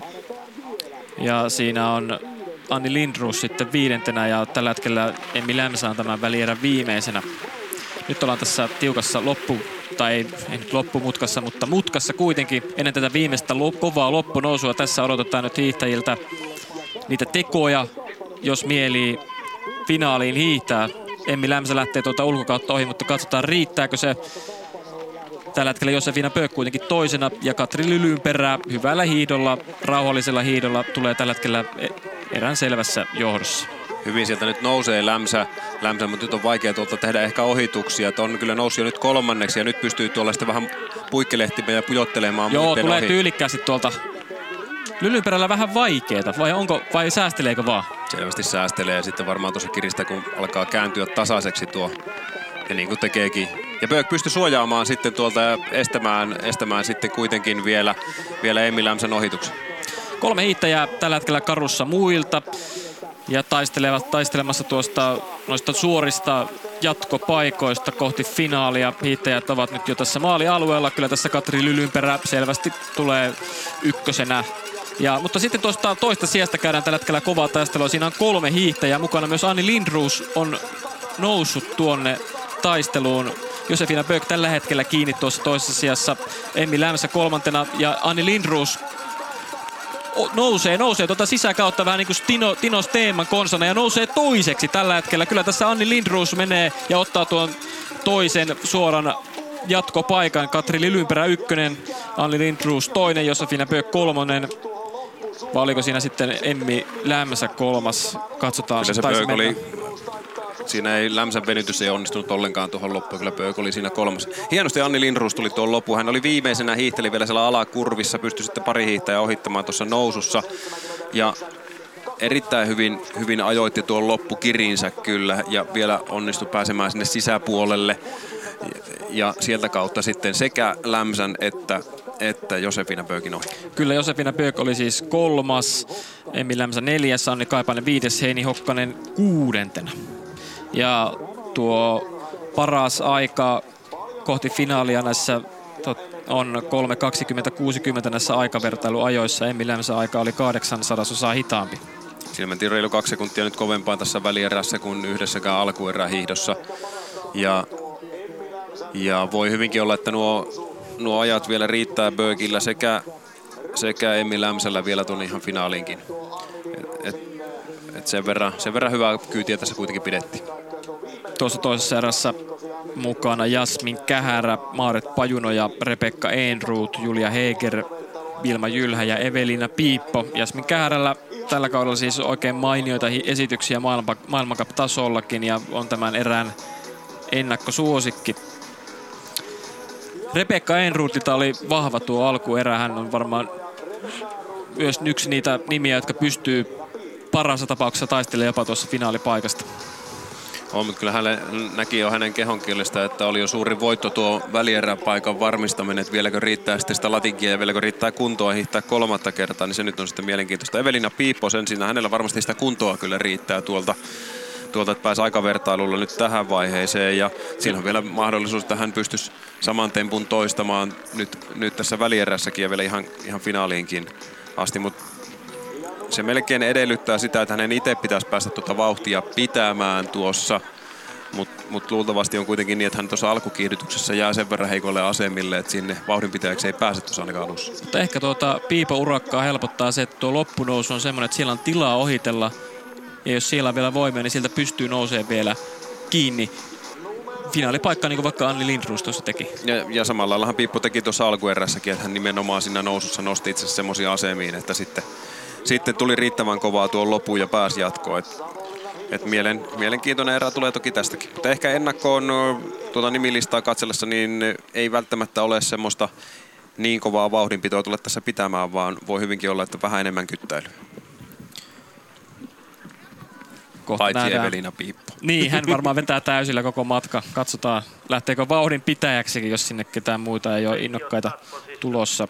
Ja siinä on Anni Lindroos sitten viidentenä ja tällä hetkellä Emmi Lämsä on tämän välierän viimeisenä. Nyt ollaan tässä tiukassa loppu, tai ei, ei nyt loppumutkassa, mutta mutkassa kuitenkin ennen tätä viimeistä lo- kovaa loppunousua. Tässä odotetaan nyt hiihtäjiltä niitä tekoja, jos mieli finaaliin hiihtää. Emmi Lämsä lähtee tuolta ulkokautta ohi, mutta katsotaan riittääkö se. Tällä hetkellä Josefina Böök kuitenkin toisena ja Katri Lylynperä hyvällä hiihdolla, rauhallisella hiihdolla tulee tällä hetkellä erään selvässä johdossa. Hyvin sieltä nyt nousee Lämsä, Lämsä mutta nyt on vaikea tuolta tehdä ehkä ohituksia. Että on kyllä noussut jo nyt kolmanneksi ja nyt pystyy tuolla sitten vähän puikkelehtimään ja pujottelemaan. Joo, tulee ohi. tyylikkäästi tuolta. Lylynperällä vähän vaikeeta, vai onko, vai säästeleekö vaan? Selvästi säästelee ja sitten varmaan tuossa kiristä, kun alkaa kääntyä tasaiseksi tuo. Ja niin kuin tekeekin. Ja Böök pystyi suojaamaan sitten tuolta ja estämään, estämään sitten kuitenkin vielä, vielä Emmi Lämsän ohituksen. Kolme hiihtäjää tällä hetkellä karussa muilta. Ja taistelevat taistelemassa tuosta noista suorista jatkopaikoista kohti finaalia. Hiihtäjät ovat nyt jo tässä maalialueella. Kyllä tässä Katri Lylynperä selvästi tulee ykkösenä. Ja, mutta sitten tuosta toista sijasta käydään tällä hetkellä kovaa taistelua. Siinä on kolme hiihtäjää mukana. Myös Anni Lindroos on noussut tuonne taisteluun. Josefina Böök tällä hetkellä kiinni tuossa toisessa sijassa. Emmi Lämsä kolmantena ja Anni Lindroos nousee, nousee tuota sisäkautta vähän niin kuin Tino, Tino Steeman konsana ja nousee toiseksi tällä hetkellä. Kyllä tässä Anni Lindroos menee ja ottaa tuon toisen suoran jatkopaikan. Katri Lylynperä ykkönen, Anni Lindroos toinen, Josefina Böök kolmonen. Vai oliko siinä sitten Emmi Lämsä kolmas? Katsotaan. Kyllä se Böök oli, siinä ei Lämsän venytys ei onnistunut ollenkaan tuohon loppuun. Kyllä Böök oli siinä kolmas. Hienosti Anni Lindroos tuli tuon loppuun. Hän oli viimeisenä, hiihteli vielä siellä alakurvissa. Pystyi sitten pari hiihtäjää ohittamaan tuossa nousussa. Ja erittäin hyvin, hyvin ajoitti tuon loppukirinsä kyllä. Ja vielä onnistui pääsemään sinne sisäpuolelle. Ja sieltä kautta sitten sekä Lämsän että, että Josefina Böökin ohi. Kyllä Josefina Böök oli siis kolmas, Emmi Lämsä neljäs, Anni Kaipainen viides, Heini Hokkanen kuudentena. Ja tuo paras aika kohti finaalia näissä on kolme kaksikymmentä kuusikymmentä näissä aikavertailuajoissa. Emmi Lämsä aika oli kahdeksansadasosaa hitaampi. Siinä mentiin reilu kaksi sekuntia nyt kovempaan tässä välierässä kuin yhdessäkään alkuerän hiihdossa. Ja, ja voi hyvinkin olla, että nuo, nuo ajat vielä riittää Böökillä sekä, sekä Emmi Lämsällä vielä tuonne ihan finaaliinkin. Et, et, et sen, verran, sen verran hyvää kyytiä tässä kuitenkin pidettiin. Tuossa toisessa erässä mukana Jasmin Kähärä, Maaret Pajuno ja Rebekka Ehnruut, Julia Heger, Vilma Jylhä ja Evelina Piippo. Jasmin Kähärällä tällä kaudella siis oikein mainioita esityksiä maailma, maailmancup-tasollakin ja on tämän erään ennakkosuosikki. Rebekka Ehnruutilta oli vahva tuo alkuerä. Hän on varmaan myös yksi niitä nimiä, jotka pystyy parhaassa tapauksessa taistelemaan jopa tuossa finaalipaikasta. On, mutta kyllä hän näki jo hänen kehonkielestä, että oli jo suuri voitto tuo välieräpaikan varmistaminen, että vieläkö riittää sitten sitä latinkia ja vieläkö riittää kuntoa hiihtää kolmatta kertaa, niin se nyt on sitten mielenkiintoista. Evelina Piippo sen siinä, hänellä varmasti sitä kuntoa kyllä riittää tuolta, tuolta että pääsi aikavertailulla nyt tähän vaiheeseen ja siinä on vielä mahdollisuus, että hän pystyisi saman tempun toistamaan nyt, nyt tässä välierässäkin ja vielä ihan, ihan finaaliinkin asti, mutta se melkein edellyttää sitä, että hänen itse pitäisi päästä tuota vauhtia pitämään tuossa, mutta mut luultavasti on kuitenkin niin, että hän tuossa alkukiihdytyksessä jää sen verran heikolle asemille, että sinne vauhdinpitäjäksi ei pääse tuossa ainakaan alussa. Mutta ehkä tuota Piipo-urakkaa helpottaa se, että tuo loppunousu on semmoinen, että siellä on tilaa ohitella ja jos siellä on vielä voimia, niin sieltä pystyy nousemaan vielä kiinni. Finaalipaikka, niin kuin vaikka Anni Lindroos tuossa teki. Ja, ja samalla laillahan Piippo teki tuossa alkuerässäkin, että hän nimenomaan siinä nousussa nosti itse asiassa semmoisia asemiin, että sitten Sitten tuli riittävän kovaa tuon lopun ja pääsi jatkoon. Et, et mielen, mielenkiintoinen erä tulee toki tästäkin. Mutta ehkä ennakkoon tuota nimilistaa katsellessa niin ei välttämättä ole semmoista niin kovaa vauhdinpitoa tule tässä pitämään, vaan voi hyvinkin olla, että vähän enemmän kyttäilyä. Kohta Paitsi nähdään. Evelina Piippo. Niin, hän varmaan vetää täysillä koko matka. Katsotaan, lähteekö vauhdin pitäjäksikin, jos sinne ketään muuta ei ole innokkaita tulossa.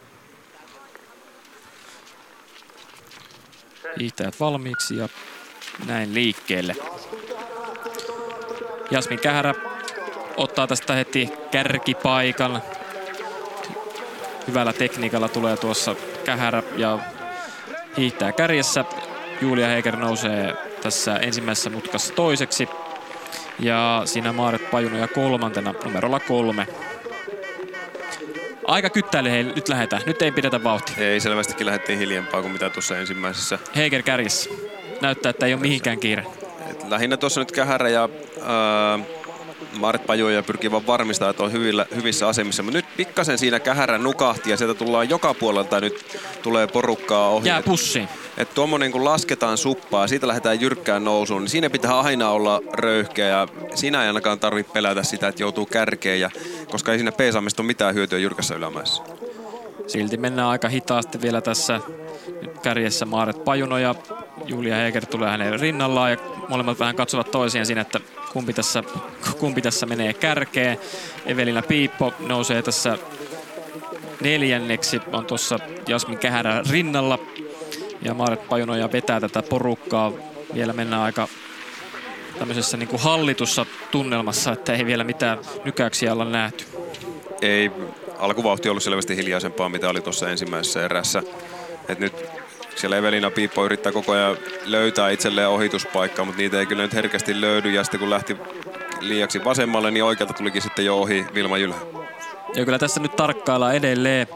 Hiihtäjät valmiiksi ja näin liikkeelle. Jasmin Kähärä ottaa tästä heti kärkipaikan. Hyvällä tekniikalla tulee tuossa Kähärä ja hiihtää kärjessä. Julia Heger nousee tässä ensimmäisessä mutkassa toiseksi. Ja siinä Maaret Pajunoja kolmantena numerolla kolme. Aika kyttäili, hei, nyt lähdetään. Nyt ei pidetä vauhtia. Ei, selvästikin lähdettiin hiljempaa kuin mitä tuossa ensimmäisessä. Heger kärjessä. Näyttää, että ei ole mihinkään kiire. Et lähinnä tuossa nyt Kähärä ja ää, Maaret Pajunoja pyrkii vaan varmistamaan, että on hyvillä, hyvissä asemissa. Mutta nyt pikkasen siinä Kähärä nukahti ja sieltä tullaan joka puolelta nyt tulee porukkaa ohi. Jää pussiin. Että tuommoinen kun lasketaan suppaa ja siitä lähdetään jyrkkään nousuun, niin siinä pitää aina olla röyhkeä ja siinä ei ainakaan tarvitse pelätä sitä, että joutuu kärkeen, ja, koska ei siinä peesaamista ole mitään hyötyä jyrkässä ylämäessä. Silti mennään aika hitaasti vielä tässä nyt kärjessä Maaret Pajunoja. Julia Heger tulee hänen rinnallaan ja molemmat vähän katsovat toisiaan siinä, että kumpi tässä, kumpi tässä menee kärkeen. Evelina Piippo nousee tässä neljänneksi, on tuossa Jasmin Kähärä rinnalla. Ja Maaret Pajunoja vetää tätä porukkaa. Vielä mennään aika tämmöisessä niin kuin hallitussa tunnelmassa, että ei vielä mitään nykäyksiä olla nähty. Ei, alkuvauhti on ollut selvästi hiljaisempaa, mitä oli tuossa ensimmäisessä erässä. Et nyt siellä Evelina Piippo yrittää koko ajan löytää itselleen ohituspaikkaa, mutta niitä ei kyllä nyt herkästi löydy. Ja sitten kun lähti liiaksi vasemmalle, niin oikealta tulikin sitten jo ohi Vilma Jylhä. Ja kyllä tässä nyt tarkkaillaan edelleen.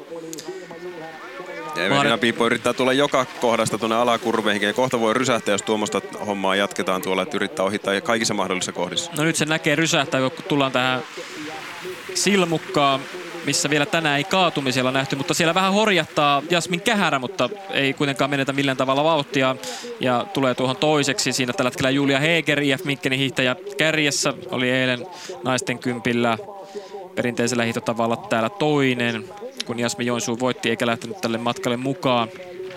Ja Evelina Piippo yrittää tulla joka kohdasta tuonne alakurveihin ja kohta voi rysähtää, jos tuommoista hommaa jatketaan tuolla, että yrittää ohittaa kaikissa mahdollisissa kohdissa. No nyt se näkee rysähtää, kun tullaan tähän silmukkaan, missä vielä tänään ei kaatumisia nähty, mutta siellä vähän horjattaa Jasmin Kähärä, mutta ei kuitenkaan menetä millään tavalla vauhtia. Ja tulee tuohon toiseksi. Siinä tällä hetkellä Julia Heger, I F Minkkenin hiihtäjä kärjessä, oli eilen naisten kympillä perinteisellä hiihtotavalla täällä toinen, kun Jasmin Joensuu voitti eikä lähtenyt tälle matkalle mukaan.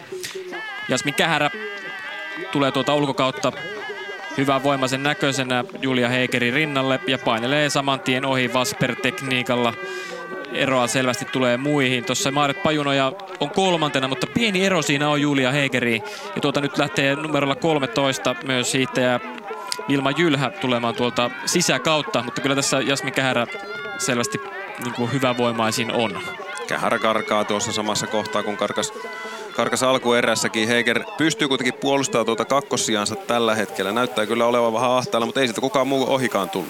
Jasmin Kähärä tulee tuolta ulkokautta hyvän voimaisen näköisenä Julia Hegerin rinnalle ja painelee saman tien ohi Vasper-tekniikalla. Eroa selvästi tulee muihin. Tuossa Maaret Pajunoja on kolmantena, mutta pieni ero siinä on Julia Hegeriin. Ja tuolta nyt lähtee numerolla kolmetoista myös hiihtäjä Vilma Jylhä tulemaan tuolta sisäkautta, mutta kyllä tässä Jasmin Kähärä selvästi niin kuin hyvävoimaisin on. Kähärä karkaa tuossa samassa kohtaa, kun karkas, karkas alkuerässäkin. Heger pystyy kuitenkin puolustamaan tuota kakkossiansa tällä hetkellä. Näyttää kyllä olevan vähän ahtaalla, mutta ei siltä kukaan muu ohikaan tullut.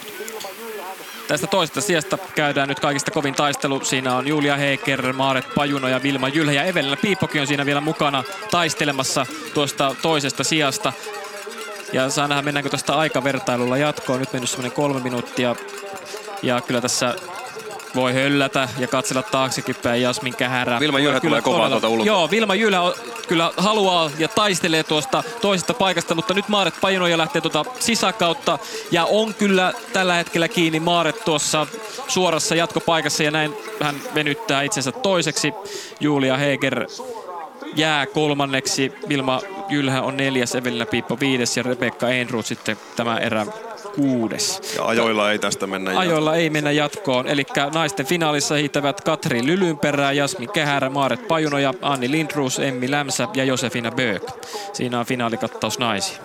Tästä toisesta sijasta käydään nyt kaikista kovin taistelu. Siinä on Julia Heger, Maaret Pajunoja ja Vilma Jylhä ja Evelina Piippokin on siinä vielä mukana taistelemassa tuosta toisesta sijasta. Ja saa nähdä, mennäänkö tuosta aikavertailulla jatkoon. Nyt mennyt semmoinen kolme minuuttia. Ja kyllä tässä voi höllätä ja katsella taaksekin päin Jasmin Kähärä. Vilma Jylhä tulee kovaa tuolta ulkoa. Joo, Vilma Jylhä kyllä haluaa ja taistelee tuosta toisesta paikasta, mutta nyt Maaret Pajunoja lähtee tuota sisäkautta ja on kyllä tällä hetkellä kiinni Maaret tuossa suorassa jatkopaikassa ja näin hän venyttää itsensä toiseksi. Julia Heger jää kolmanneksi, Vilma Jylhä on neljäs, Evelina Piippo viides ja Rebekka Ehnroth sitten tämä erä kuudes. Ja ajoilla ei tästä mennä jatkoon. Ajoilla ei mennä jatkoon. Eli naisten finaalissa hiihtävät Katri Lylynperä, Jasmin Kähärä, Maaret Pajunoja, Anni Lindroos, Emmi Lämsä ja Josefina Böök. Siinä on finaalikattaus naisia.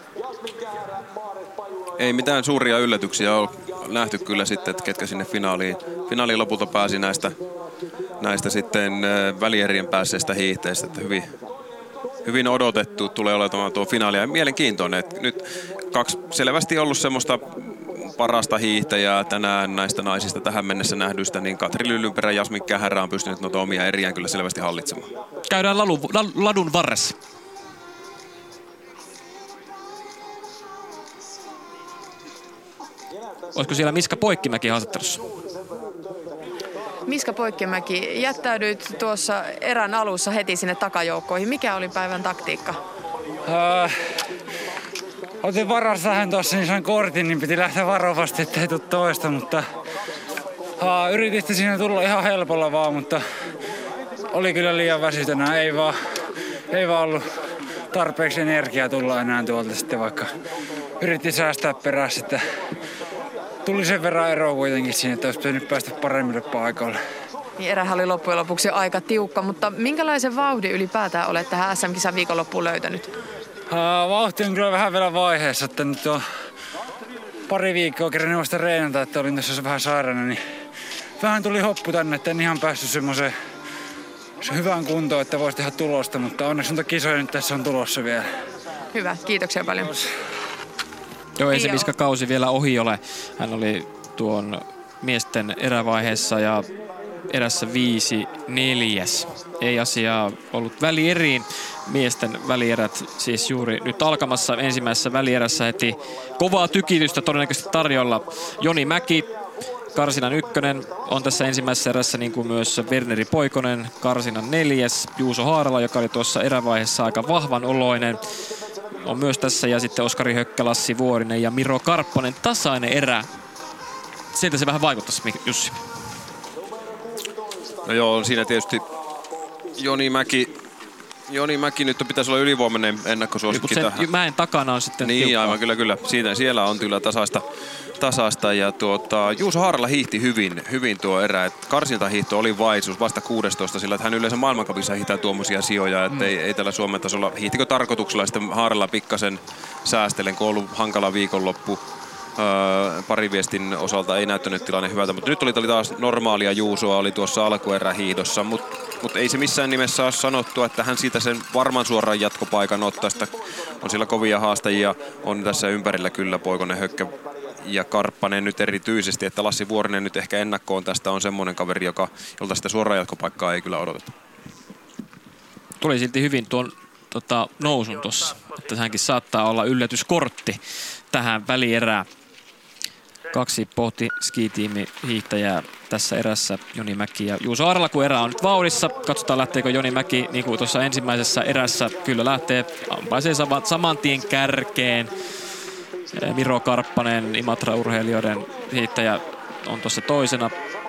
Ei mitään suuria yllätyksiä ole nähty kyllä sitten, että ketkä sinne finaaliin, finaaliin lopulta pääsi näistä, näistä sitten välierien päässeistä hiihteistä. Että hyvin, hyvin odotettu tulee olemaan tuo finaali ja mielenkiintoinen. Että nyt kaksi selvästi ollut semmoista parasta hiihtäjää tänään näistä naisista tähän mennessä nähdyistä, niin Katri Lylynperä ja Jasmin Kähärä on pystynyt noita omia eriään kyllä selvästi hallitsemaan. Käydään lalu, ladun varressa. Olisiko siellä Miska Poikkimäki haastattelussa? Miska Poikkimäki, jättäydyit tuossa erän alussa heti sinne takajoukkoihin. Mikä oli päivän taktiikka? Äh, otin varassahan tuossa niin sain kortin, niin piti lähteä varovasti, ettei tule toista, mutta äh, yritin siinä tulla ihan helpolla vaan, mutta oli kyllä liian väsytönä. Ei vaan, ei vaan ollut tarpeeksi energiaa tulla enää tuolta sitten, vaikka yritin säästää perässä, että tuli sen verran eroa kuitenkin siinä, että olisi pitänyt päästä paremmille paikoille. Niin erähän oli loppujen lopuksi aika tiukka, mutta minkälaisen vauhdin ylipäätään olet tähän S M-kisan viikonloppuun löytänyt? Uh, vauhti on kyllä vähän vielä vaiheessa, että nyt on pari viikkoa kerran vasta reenata, että olin tässä vähän sairaana, niin vähän tuli hoppu tänne, että en ihan päässyt semmoiseen hyvään kuntoon, että voisi tehdä tulosta, mutta onneksi monta kisoja nyt tässä on tulossa vielä. Hyvä, kiitoksia paljon. Joo, ei se Miska-kausi vielä ohi ole. Hän oli tuon miesten erävaiheessa ja erässä viisi neljäs. Ei asiaa ollut välieriin. Miesten välierät siis juuri nyt alkamassa. Ensimmäisessä välierässä heti kovaa tykitystä todennäköisesti tarjolla. Joni Mäki, karsinan ykkönen, on tässä ensimmäisessä erässä, niin kuin myös Werneri Poikonen, karsinan neljäs. Juuso Haarala, joka oli tuossa erävaiheessa aika vahvan oloinen, on myös tässä. Ja sitten Oskari Hökkä, Lassi Vuorinen ja Miro Karppanen. Tasainen erä. Sieltä se vähän vaikuttaisi, Jussi. No joo, siinä tietysti Joni Mäki, Joni Mäki nyt pitäisi olla ylivoimainen ennakkosuosikki tähän. Mäen takana on sitten Niin, tiukkaa. aivan kyllä, kyllä. Siinä, siellä on kyllä tasaista, tasaista ja tuota, Juuso Haarala hiihti hyvin, hyvin tuo erä. Et karsintahiihto oli vaisuus vasta kuusitoista, sillä että hän yleensä maailmankapissa hiihtää tuommoisia sijoja, että mm. ei, ei tällä Suomen tasolla. Hiihtikö tarkoituksella sitten Haarala pikkasen säästelen, kun on ollut hankala viikonloppu. Öö, pariviestin osalta ei näyttänyt tilanne hyvältä, mutta nyt oli, oli taas normaalia Juusoa, oli tuossa alkuerähiihdossa, mutta mut ei se missään nimessä ole sanottu, että hän siitä sen varman suoraan jatkopaikan ottaa. Sitä on siellä kovia haastajia, on tässä ympärillä kyllä Poikonen, Hökkä ja Karppanen nyt erityisesti, että Lassi Vuorinen nyt ehkä ennakkoon tästä on semmoinen kaveri, joka, jolta sitä suoraan jatkopaikkaa ei kyllä odoteta. Tuli silti hyvin tuon tota, nousun tuossa, että hänkin saattaa olla yllätyskortti tähän välierään. Kaksi pohti skitiimi hiihtäjää tässä erässä, Joni Mäki ja Juuso Haarala, kun erä on nyt vauhdissa. Katsotaan, lähteekö Joni Mäki, niin kuin tuossa ensimmäisessä erässä, kyllä lähtee, ampaisee saman tien kärkeen. Miro Karppanen, Imatra-urheilijoiden hiihtäjä, on tuossa toisena.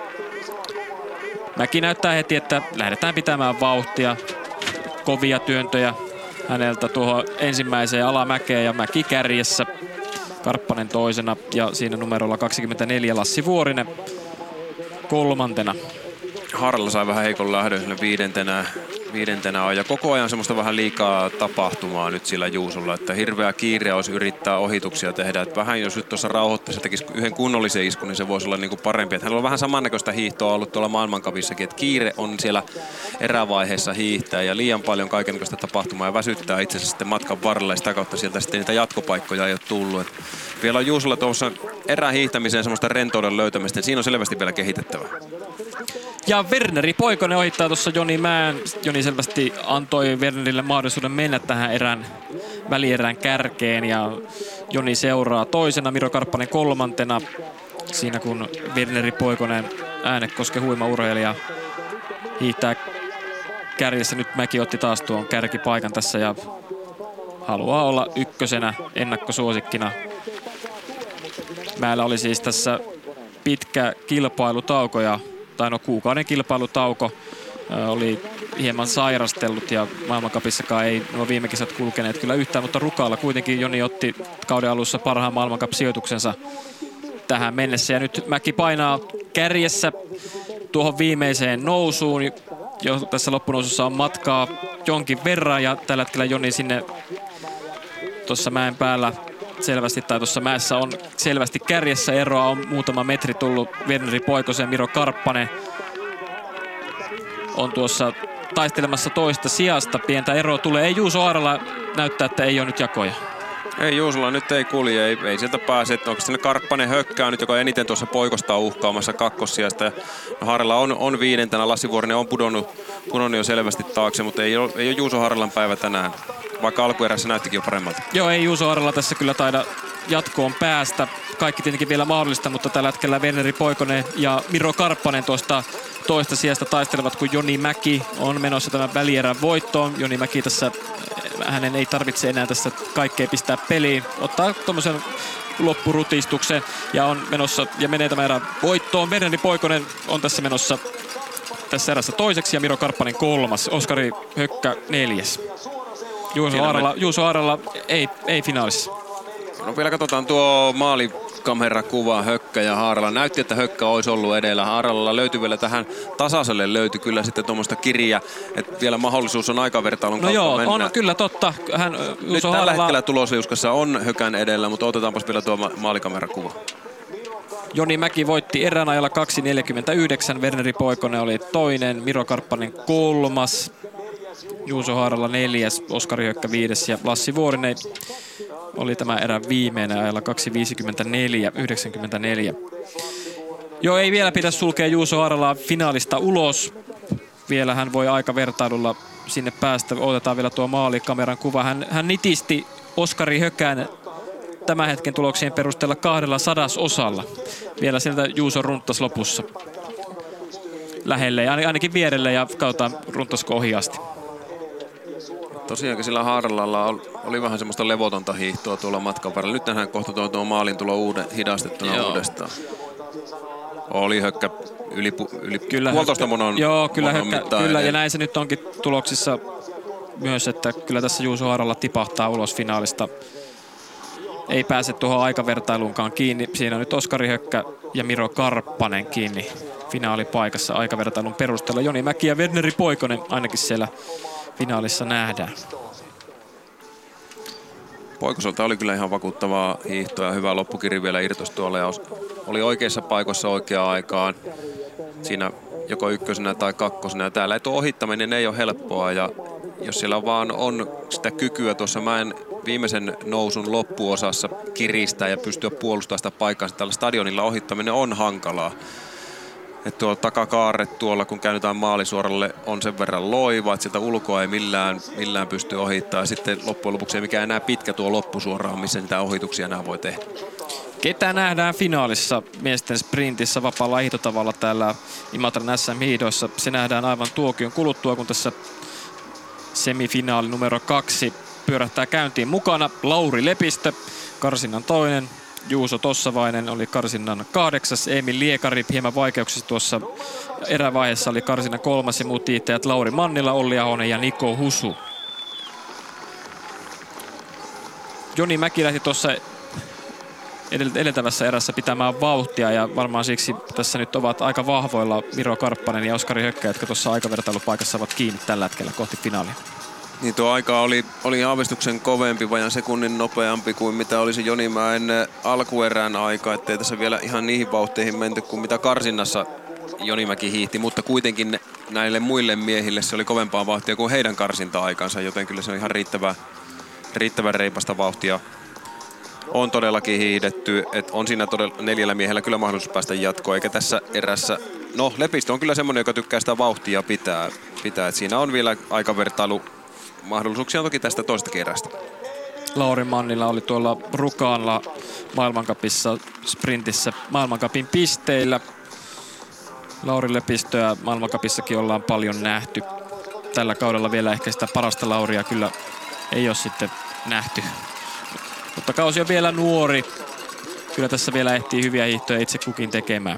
Mäki näyttää heti, että lähdetään pitämään vauhtia, kovia työntöjä häneltä tuohon ensimmäiseen alamäkeen ja Mäki kärjessä. Karppanen toisena ja siinä numerolla kaksikymmentäneljä Lassi Vuorinen kolmantena. Haaralla sai vähän heikon lähdön sille viidentenä, viidentenä on ja koko ajan semmoista vähän liikaa tapahtumaa nyt sillä Juusolla, että hirveä kiire olisi yrittää ohituksia tehdä. Että vähän jos nyt tuossa rauhoittaisi ja tekisi yhden kunnollisen iskun, niin se voisi olla niinku parempi. Että hänellä on vähän samannäköistä hiihtoa ollut tuolla maailmankapissakin, että kiire on siellä erävaiheessa hiihtää ja liian paljon kaikennäköistä tapahtumaa ja väsyttää itsensä sitten matkan varrella ja sitä kautta sieltä sitten niitä jatkopaikkoja ei ole tullut. Et vielä on Juusolla tuossa erähiihtämiseen semmoista rentouden löytämistä, että siinä on selvästi vielä kehitettävää. Ja Werneri Poikonen ohittaa tuossa Joni Mäen. Joni selvästi antoi Wernerille mahdollisuuden mennä tähän erän, välierän kärkeen ja Joni seuraa toisena, Miro Karppanen kolmantena. Siinä kun Werneri Poikonen, Äänekosken huima urheilija, hiihtää kärjessä. Nyt Mäki otti taas tuon kärkipaikan tässä ja haluaa olla ykkösenä ennakkosuosikkina. Mäellä oli siis tässä pitkä kilpailutauko ja tai no kuukauden kilpailutauko, ö, oli hieman sairastellut ja maailmankapissakaan ei nuo viime kesät kulkeneet kyllä yhtään, mutta Rukaalla kuitenkin Joni otti kauden alussa parhaan maailmankap-sijoituksensa tähän mennessä. Ja nyt Mäki painaa kärjessä tuohon viimeiseen nousuun, jo tässä loppunousussa on matkaa jonkin verran ja tällä hetkellä Joni sinne tuossa mäen päällä selvästi, tai tuossa mäessä on selvästi kärjessä. Eroa on muutama metri tullut Werneri Poikosen. Miro Karppanen on tuossa taistelemassa toista sijasta. Pientä eroa tulee. Ei Juuso Haarala näyttää, että ei ole nyt jakoja. Ei Juusolla nyt ei kulje, ei, ei sieltä pääse. Onko sinne Karppanen Hökkää nyt, joka eniten tuossa Poikosta uhkaamassa kakkossijasta. No, Haarala on, on viidentenä, Lassi Vuorinen on pudonnut, pudonnut jo selvästi taakse, mutta ei ole, ei ole Juuso Haaralan päivä tänään. Vaikka alkuerässä näyttikin jo paremmalta. Joo, ei Juuso Haarala tässä kyllä taida jatkoon päästä. Kaikki tietenkin vielä mahdollista, mutta tällä hetkellä Werneri Poikonen ja Miro Karppanen tuosta toista sijasta taistelevat, kun Joni Mäki on menossa tämän välierän voittoon. Joni Mäki tässä, hänen ei tarvitse enää tässä kaikkea pistää peliin. Ottaa tuommoisen loppurutistuksen ja on menossa ja menee tämän erän voittoon. Werneri Poikonen on tässä menossa tässä erässä toiseksi ja Miro Karppanen kolmas. Oskari Hökkä neljäs. Juuso Haarala, Juuso Haarala ei, ei finaalissa. No vielä katsotaan tuo maali, kamerakuva Hökkä ja Haarala. Näytti, että Hökkä olisi ollut edellä. Haaralalla löytyi vielä tähän tasaiselle löytyi kyllä sitten tuommoista kirjaa, että vielä mahdollisuus on aikavertailun No kautta joo, mennä. on kyllä totta. Hän, Nyt Juuso tällä Haarala, hetkellä tulosliuskassa on Hökän edellä, mutta otetaanpas vielä tuo ma- maalikamerakuva. Joni Mäki voitti erän ajalla kaksi neljäkymmentäyhdeksän, Werneri Poikonen oli toinen, Miro Karppanen kolmas, Juuso Haarala neljäs, Oskari Hökkä viides ja Lassi Vuorinen oli tämä erän viimeinen ajalla kaksi viisikymmentäneljä yhdeksänkymmentäneljä. Joo, ei vielä pidä sulkea Juuso Haaralaa finaalista ulos. Vielä hän voi aikavertailulla sinne päästä. Otetaan vielä tuo maalikameran kuva. Hän, hän nitisti Oskari Hökän tämän hetken tuloksien perusteella kahdella sadasosalla. Vielä sieltä Juuso runttasi lopussa lähelle ja ainakin vierelle ja katsotaan runttasko ohi asti. Tosiaankin sillä Haaralalla oli vähän semmoista levotonta hiihtoa tuolla matkan varrella. Nyt nähdään kohta tuo, tuo maalin tulo uuden, hidastettuna Joo. uudestaan. Oli Hökkä yli, yli kyllä puolitoista Hökkä, monon Joo, kyllä, monon Hökkä, kyllä ja näin se nyt onkin tuloksissa myös, että kyllä tässä Juuso Haarala tipahtaa ulos finaalista. Ei pääse tuohon aikavertailuunkaan kiinni. Siinä on nyt Oskari Hökkä ja Miro Karppanen kiinni finaalipaikassa aikavertailun perusteella. Joni Mäki ja Werneri Poikonen ainakin siellä finaalissa nähdään. Poikoselta oli kyllä ihan vakuuttavaa hiihtoa ja hyvä loppukiri vielä irtos tuolla ja oli oikeissa paikoissa oikeaan aikaan. Siinä joko ykkösenä tai kakkosena. Ja täällä tuo ohittaminen ei ole helppoa ja jos siellä vaan on sitä kykyä tuossa mäen viimeisen nousun loppuosassa kiristää ja pystyä puolustamaan sitä paikkaa, tällä stadionilla ohittaminen on hankalaa. Että tuolla takakaarret tuolla, kun käännytään maalisuoralle, on sen verran loiva, että sieltä ulkoa ei millään, millään pysty ohittamaan. Ja sitten loppujen lopuksi ei mikään enää pitkä tuo loppusuoraan, missä niitä ohituksia enää voi tehdä. Ketä nähdään finaalissa miesten sprintissä vapaalla hiihtotavalla täällä Imatran S M-hiihdoissa? Se nähdään aivan tuokion kuluttua, kun tässä semifinaali numero kaksi pyörähtää käyntiin mukana. Lauri Lepistö, karsinnan toinen. Juuso Tossavainen oli karsinnan kahdeksas. Emil Liekari hieman vaikeuksissa tuossa erävaiheessa oli karsinnan kolmas ja muut hiihtäjät Lauri Mannila, Olli Ahonen ja Niko Husu. Joni Mäki lähti tuossa edeltävässä erässä pitämään vauhtia ja varmaan siksi tässä nyt ovat aika vahvoilla Miro Karppanen ja Oskari Hökkä, jotka tuossa aikavertailupaikassa ovat kiinni tällä hetkellä kohti finaalia. Niin tuo aika oli, oli aavistuksen kovempi, vajan sekunnin nopeampi kuin mitä olisi Jonimäen alkuerän aika, ettei tässä vielä ihan niihin vauhteihin menty kuin mitä karsinnassa Jonimäki hiihti, mutta kuitenkin näille muille miehille se oli kovempaa vauhtia kuin heidän karsinta-aikansa, joten kyllä se on ihan riittävä, riittävän reipasta vauhtia. On todellakin hiihdetty, että on siinä todella neljällä miehellä kyllä mahdollisuus päästä jatkoon, eikä tässä erässä. No, Lepistö on kyllä semmoinen, joka tykkää sitä vauhtia pitää, pitää. että siinä on vielä aikavertailu. Mahdollisuuksia on toki tästä toista kerästä. Lauri Mannila oli tuolla Rukaanla maailmancupissa sprintissä maailmancupin pisteillä. Lauri Lepistöä maailmancupissakin ollaan paljon nähty. Tällä kaudella vielä ehkä sitä parasta Lauria kyllä ei ole sitten nähty. Mutta kausi on vielä nuori. Kyllä tässä vielä ehtii hyviä hiihtoja itse kukin tekemään.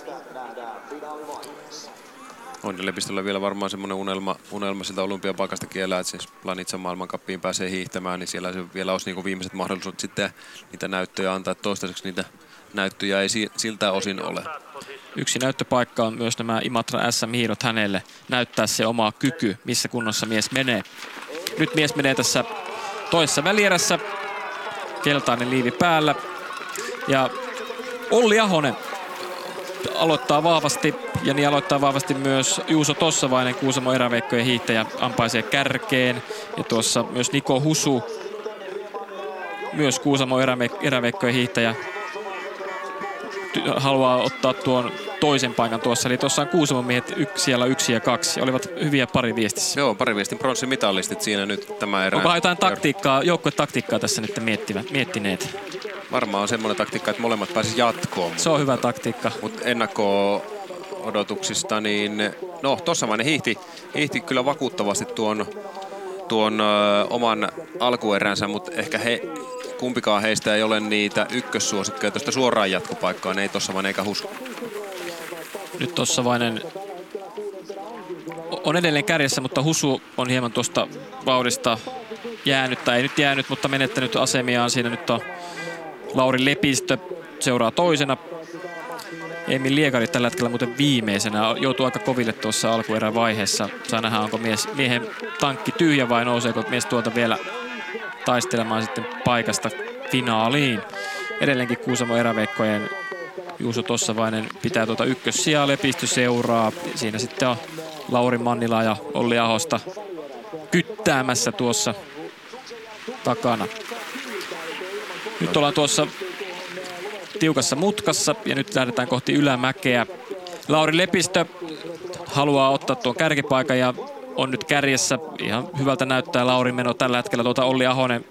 On ja Lepistöllä vielä varmaan semmoinen unelma, unelma siltä olympiapaikasta kielää, että siis Planitsan maailmancuppiin pääsee hiihtämään, niin siellä se vielä olisi niinku viimeiset mahdollisuudet sitten niitä näyttöjä antaa. Toistaiseksi niitä näyttöjä ei siltä osin ole. Yksi näyttöpaikka on myös nämä Imatra S M-hiidot hänelle näyttää se oma kyky, missä kunnossa mies menee. Nyt mies menee tässä toisessa välierässä, keltainen liivi päällä ja Olli Ahonen aloittaa vahvasti ja niin aloittaa vahvasti myös Juuso Tossavainen, Kuusamo eräveikkojen hiihtäjä, ampaisee kärkeen. Ja tuossa myös Niko Husu, myös Kuusamo eräveikkojen hiihtäjä, haluaa ottaa tuon toisen paikan tuossa. Eli tuossa on Kuusamon miehet yksi, siellä yksi ja kaksi. Olivat hyviä pariviestissä. Joo, pariviestin pronssimitalistit siinä nyt tämä erä. Onko jotain taktiikkaa, joukkuetaktiikkaa tässä nyt miettivät, miettineet? Varmaan on semmoinen taktiikka, että molemmat pääsisivät jatkoon. Se on hyvä taktiikka. Mutta ennakko-odotuksista, niin no Tossavainen hiihti, hiihti kyllä vakuuttavasti tuon, tuon ö, oman alkueränsä, mutta ehkä he, kumpikaan heistä ei ole niitä ykkössuosikkeja tuosta suoraan jatkopaikkaan, ei Tossavainen eikä Husu. Nyt Tossavainen on edelleen kärjessä, mutta Husu on hieman tuosta vauhdista jäänyt, tai ei nyt jäänyt, mutta menettänyt asemiaan. Siinä nyt on Lauri Lepistö seuraa toisena. Emil Liekari tällä hetkellä muuten viimeisenä. Joutuu aika koville tuossa alkuerän vaiheessa. Saa nähdä, onko mies, miehen tankki tyhjä vai nouseeko mies tuolta vielä taistelemaan sitten paikasta finaaliin. Edelleenkin Kuusamo eräveikkojen Juuso Tossavainen pitää tuota ykkössijaa, Lepistö seuraa. Siinä sitten on Lauri Mannila ja Olli Ahosta kyttäämässä tuossa takana. Nyt ollaan tuossa tiukassa mutkassa ja nyt lähdetään kohti ylämäkeä. Lauri Lepistö haluaa ottaa tuon kärkipaikan ja on nyt kärjessä. Ihan hyvältä näyttää Laurin meno tällä hetkellä. Tuota Olli Ahonen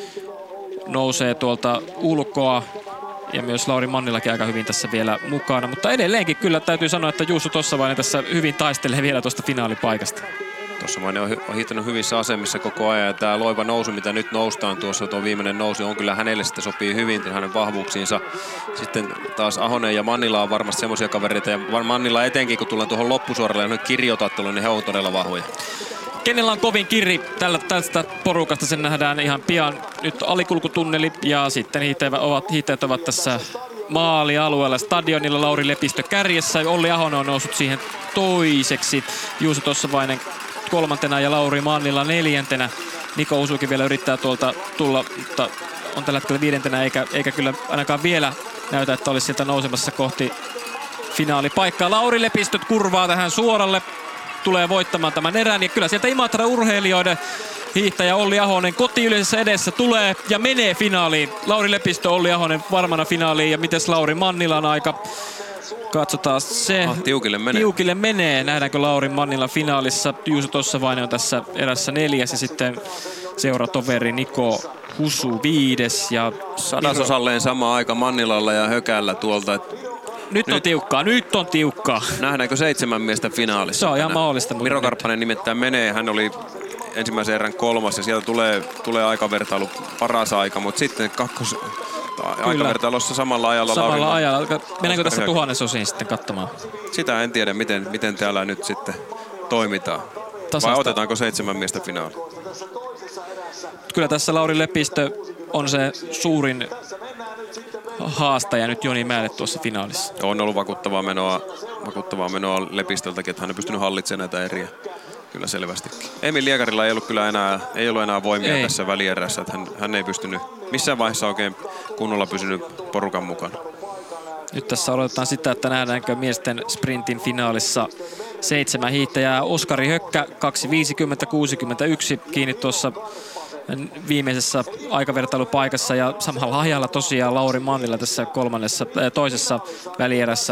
nousee tuolta ulkoa ja myös Lauri Mannilakin aika hyvin tässä vielä mukana. Mutta edelleenkin kyllä täytyy sanoa, että Juuso Tossavainen tässä hyvin taistelee vielä tuosta finaalipaikasta. Tossavainen on, on hiihtänyt hyvissä asemissa koko ajan ja tämä loiva nousu, mitä nyt noustaan tuossa, tuo viimeinen nousu on kyllä hänelle sitten sopii hyvin hänen vahvuuksiinsa. Sitten taas Ahonen ja Mannila on varmasti semmoisia kavereita ja Mannila etenkin kun tullaan tuohon loppusuoralle ja kirjoitatteluun, niin he on todella vahvoja. Kenellä on kovin kirri tällä, tästä porukasta, sen nähdään ihan pian. Nyt alikulkutunneli ja sitten hiihtäjät ovat, hiihtäjät ovat tässä maalialueella stadionilla. Lauri Lepistö kärjessä, Olli Ahonen on noussut siihen toiseksi. Juuso Tossavainen kolmantena ja Lauri Mannila neljäntenä. Niko Usukin vielä yrittää tuolta tulla, mutta on tällä hetkellä viidentenä eikä, eikä kyllä ainakaan vielä näytä, että olisi sieltä nousemassa kohti finaalipaikkaa. Lauri Lepistö kurvaa tähän suoralle. Tulee voittamaan tämän erän ja kyllä sieltä Imatra-urheilijoiden hiihtäjä Olli Ahonen kotiyleisessä edessä tulee ja menee finaaliin. Lauri Lepistö, Olli Ahonen varmana finaaliin ja mites Lauri Mannilan aika? Katsotaan se. Ah, tiukille menee. Tiukille menee. Nähdäänkö Lauri Mannila finaalissa? Juuso Tossavainen on tässä erässä neljäs ja sitten seuratoveri Niko Husu viides. Ja sadasosalleen sama aika Mannilalla ja Hökällä tuolta. Nyt, nyt on tiukkaa, nyt on tiukkaa. Nähdäänkö seitsemän miestä finaalissa? Se on ihan mahdollista. Miro Karppanen nimittäin menee, hän oli ensimmäisen erän kolmas ja sieltä tulee, tulee aikavertailu paras aika, mutta sitten kakkos... aikavertailussa samalla ajalla. Samalla Lauri ajalla. Mennäänkö tässä tuhannesosiin sitten katsomaan? Sitä en tiedä, miten, miten täällä nyt sitten toimitaan. Tasasta. Vai otetaanko seitsemän miestä finaali? Kyllä tässä Lauri Lepistö on se suurin haastaja nyt Joni Mäelle tuossa finaalissa. On ollut vakuuttavaa menoa, vakuuttavaa menoa Lepistöltäkin, että hän on pystynyt hallitsemaan näitä eriä. Kyllä selvästikin. Emil Liekarilla ei ollut kyllä enää, ei ollut enää voimia ei. tässä välierässä, että hän, hän ei pystynyt missään vaiheessa oikein kunnolla pysynyt porukan mukana. Nyt tässä odotetaan sitä, että nähdäänkö miesten sprintin finaalissa seitsemän hiihtäjää. Oskari Hökkä kaksi viisikymmentä kuusikymmentäyksi kiinni tuossa viimeisessä aikavertailupaikassa ja samalla ajalla tosiaan Lauri Mannila tässä kolmannessa, äh, toisessa välierässä.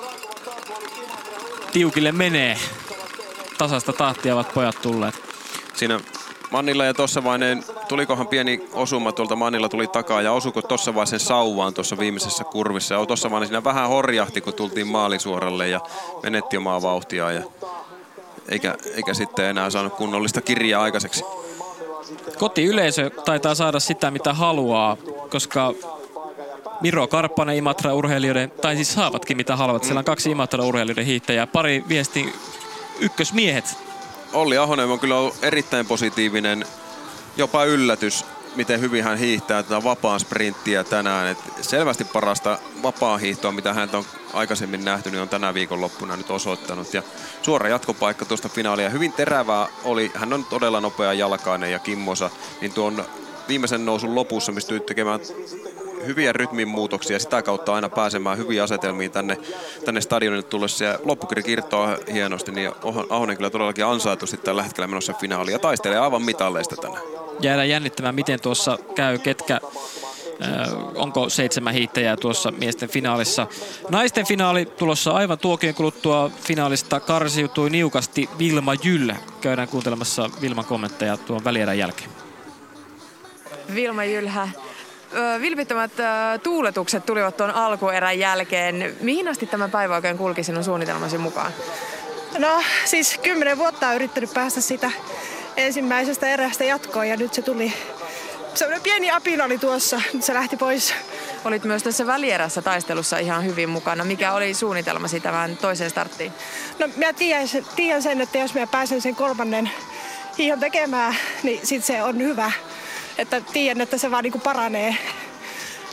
Tiukille menee. Tasasta tahtia ovat pojat tulleet. Siinä Mannila ja Tossavainen, tulikohan pieni osuma tuolta, Mannila tuli takaa ja osuiko Tossavaisen sauvaan tuossa viimeisessä kurvissa. Ja Tossavainen siinä vähän horjahti, kun tultiin maalisuoralle ja menetti omaa vauhtiaan. Ja eikä, eikä sitten enää saanut kunnollista kirjaa aikaiseksi. Kotiyleisö taitaa saada sitä, mitä haluaa, koska Miro Karppanen Imatra-urheilijoiden, tai siis saavatkin mitä haluavat. Siellä on kaksi Imatra-urheilijoiden hiihtäjää, pari viesti ykkösmiehet. Olli Ahonen on kyllä ollut erittäin positiivinen, jopa yllätys, miten hyvin hän hiihtää tätä vapaan sprinttiä tänään. Et selvästi parasta vapaa hiihtoa, mitä häntä on aikaisemmin nähty, niin on tänä viikonloppuna nyt osoittanut. Ja suora jatkopaikka tuosta finaalia. Hyvin terävää oli, hän on todella nopea jalkainen ja kimmosa, niin tuon viimeisen nousun lopussa pystyy tekemään hyviä rytminmuutoksia ja sitä kautta aina pääsemään hyviin asetelmiin tänne, tänne stadionille tullessa. Ja loppukiri kirjoittaa hienosti, niin Ahonen kyllä todellakin ansaitusti tällä hetkellä menossa finaaliin ja taistelee aivan mitalleista tänään. Jäädään jännittämään, miten tuossa käy, ketkä, äh, onko seitsemän hiihtäjää tuossa miesten finaalissa. Naisten finaali tulossa aivan tuokien kuluttua finaalista karsiutui niukasti Vilma Jyllä. Käydään kuuntelemassa Vilman kommentteja tuon välierän jälkeen. Vilma Jylhä. Vilpittömät tuuletukset tulivat tuon alkuerän jälkeen. Mihin asti tämä päivä oikein kulki sinun suunnitelmasi mukaan? No siis kymmenen vuotta olen yrittänyt päästä sitä ensimmäisestä erästä jatkoon ja nyt se tuli. Sellainen pieni apina oli tuossa, nyt se lähti pois. Olit myös tässä välierässä taistelussa ihan hyvin mukana. Mikä oli suunnitelmasi tämän toiseen starttiin? No mä tiedän, tiedän sen, että jos mä pääsen sen kolmannen hiihon tekemään, niin sit se on hyvä. Että tiedän, että se vaan niinku paranee.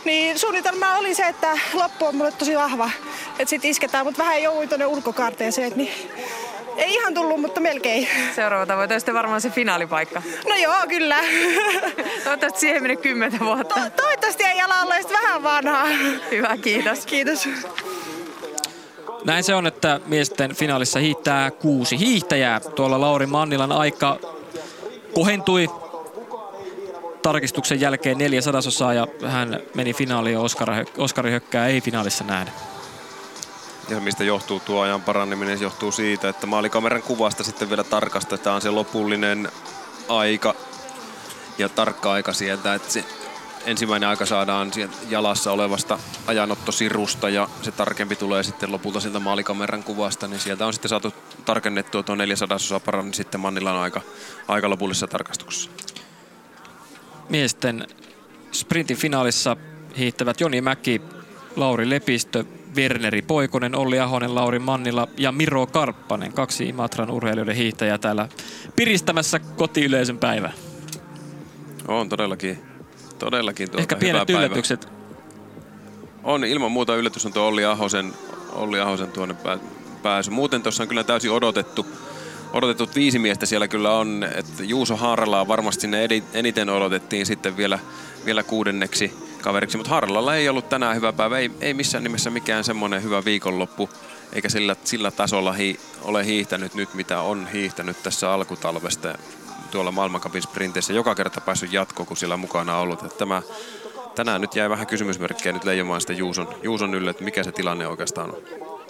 Niin suunnitelma oli se, että loppu on mulle tosi vahva. Että sit isketään, mutta vähän jouduin tuonne ulkokaarteeseen, niin ei ihan tullut, mutta melkein. Seuraava tavoite on sitten varmaan se finaalipaikka. No joo, kyllä. Toivottavasti siihen menee kymmentä vuotta. To- toivottavasti ei ala olla vähän vanhaa. Hyvä, kiitos. Kiitos. Näin se on, että miesten finaalissa hiihtää kuusi hiihtäjää. Tuolla Lauri Mannilan aika kohentui tarkistuksen jälkeen neljä sadasosaa ja hän meni finaaliin ja Oskari, Oskari Hökkää ei finaalissa nähdä. Ja mistä johtuu tuo ajan paranneminen, se johtuu siitä, että maalikameran kuvasta sitten vielä tarkastetaan se lopullinen aika ja tarkka aika sieltä, että se ensimmäinen aika saadaan sieltä jalassa olevasta ajanottosirusta ja se tarkempi tulee sitten lopulta sieltä maalikameran kuvasta, niin sieltä on sitten saatu tarkennettua tuo neljä sadasosaa parani sitten Mannilan aika, aika lopullisessa tarkastuksessa. Miesten sprintin finaalissa hiihtävät Joni Mäki, Lauri Lepistö, Werneri Poikonen, Olli Ahonen, Lauri Mannila ja Miro Karppanen. Kaksi Imatran urheilijoiden hiihtäjää täällä piristämässä kotiyleisön päivää. On todellakin. Todellakin tuota ehkä pienet hyvä yllätykset. Päivä. On ilman muuta yllätys on tuo Olli Ahosen, Olli Ahosen tuonne pääsy. Muuten tuossa on kyllä täysin odotettu. Odotetut viisi miestä siellä kyllä on, että Juuso Haaralaa varmasti sinne eniten odotettiin sitten vielä, vielä kuudenneksi kaveriksi. Mutta Haaralalla ei ollut tänään hyvä päivä, ei, ei missään nimessä mikään semmoinen hyvä viikonloppu, eikä sillä, sillä tasolla hi, ole hiihtänyt nyt, mitä on hiihtänyt tässä alkutalvesta tuolla maailmancupin sprinteissä. Joka kerta päässyt jatkoon, kun siellä mukana ollut. Että tämä, tänään nyt jäi vähän kysymysmerkkejä nyt leijomaan sitä Juuson, Juuson ylle, että mikä se tilanne oikeastaan on.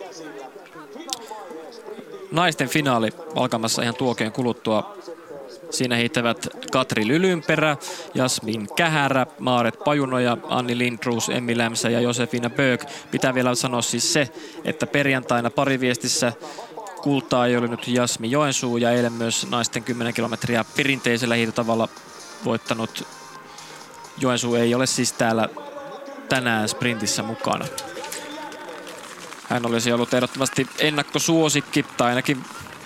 Naisten finaali alkamassa ihan tuokeen kuluttua. Siinä hiihtävät Katri Lylynperä, Jasmin Kähärä, Maaret Pajunoja, Anni Lindroos, Emmi Lämsä ja Josefina Böök. Pitää vielä sanoa siis se, että perjantaina pariviestissä kultaa ei ollut nyt Jasmi Joensuu ja eilen myös naisten kymmenen kilometriä perinteisellä hiihtotavalla voittanut Joensuu ei ole siis täällä tänään sprintissä mukana. Hän olisi ollut ehdottomasti ennakkosuosikki, tai ainakin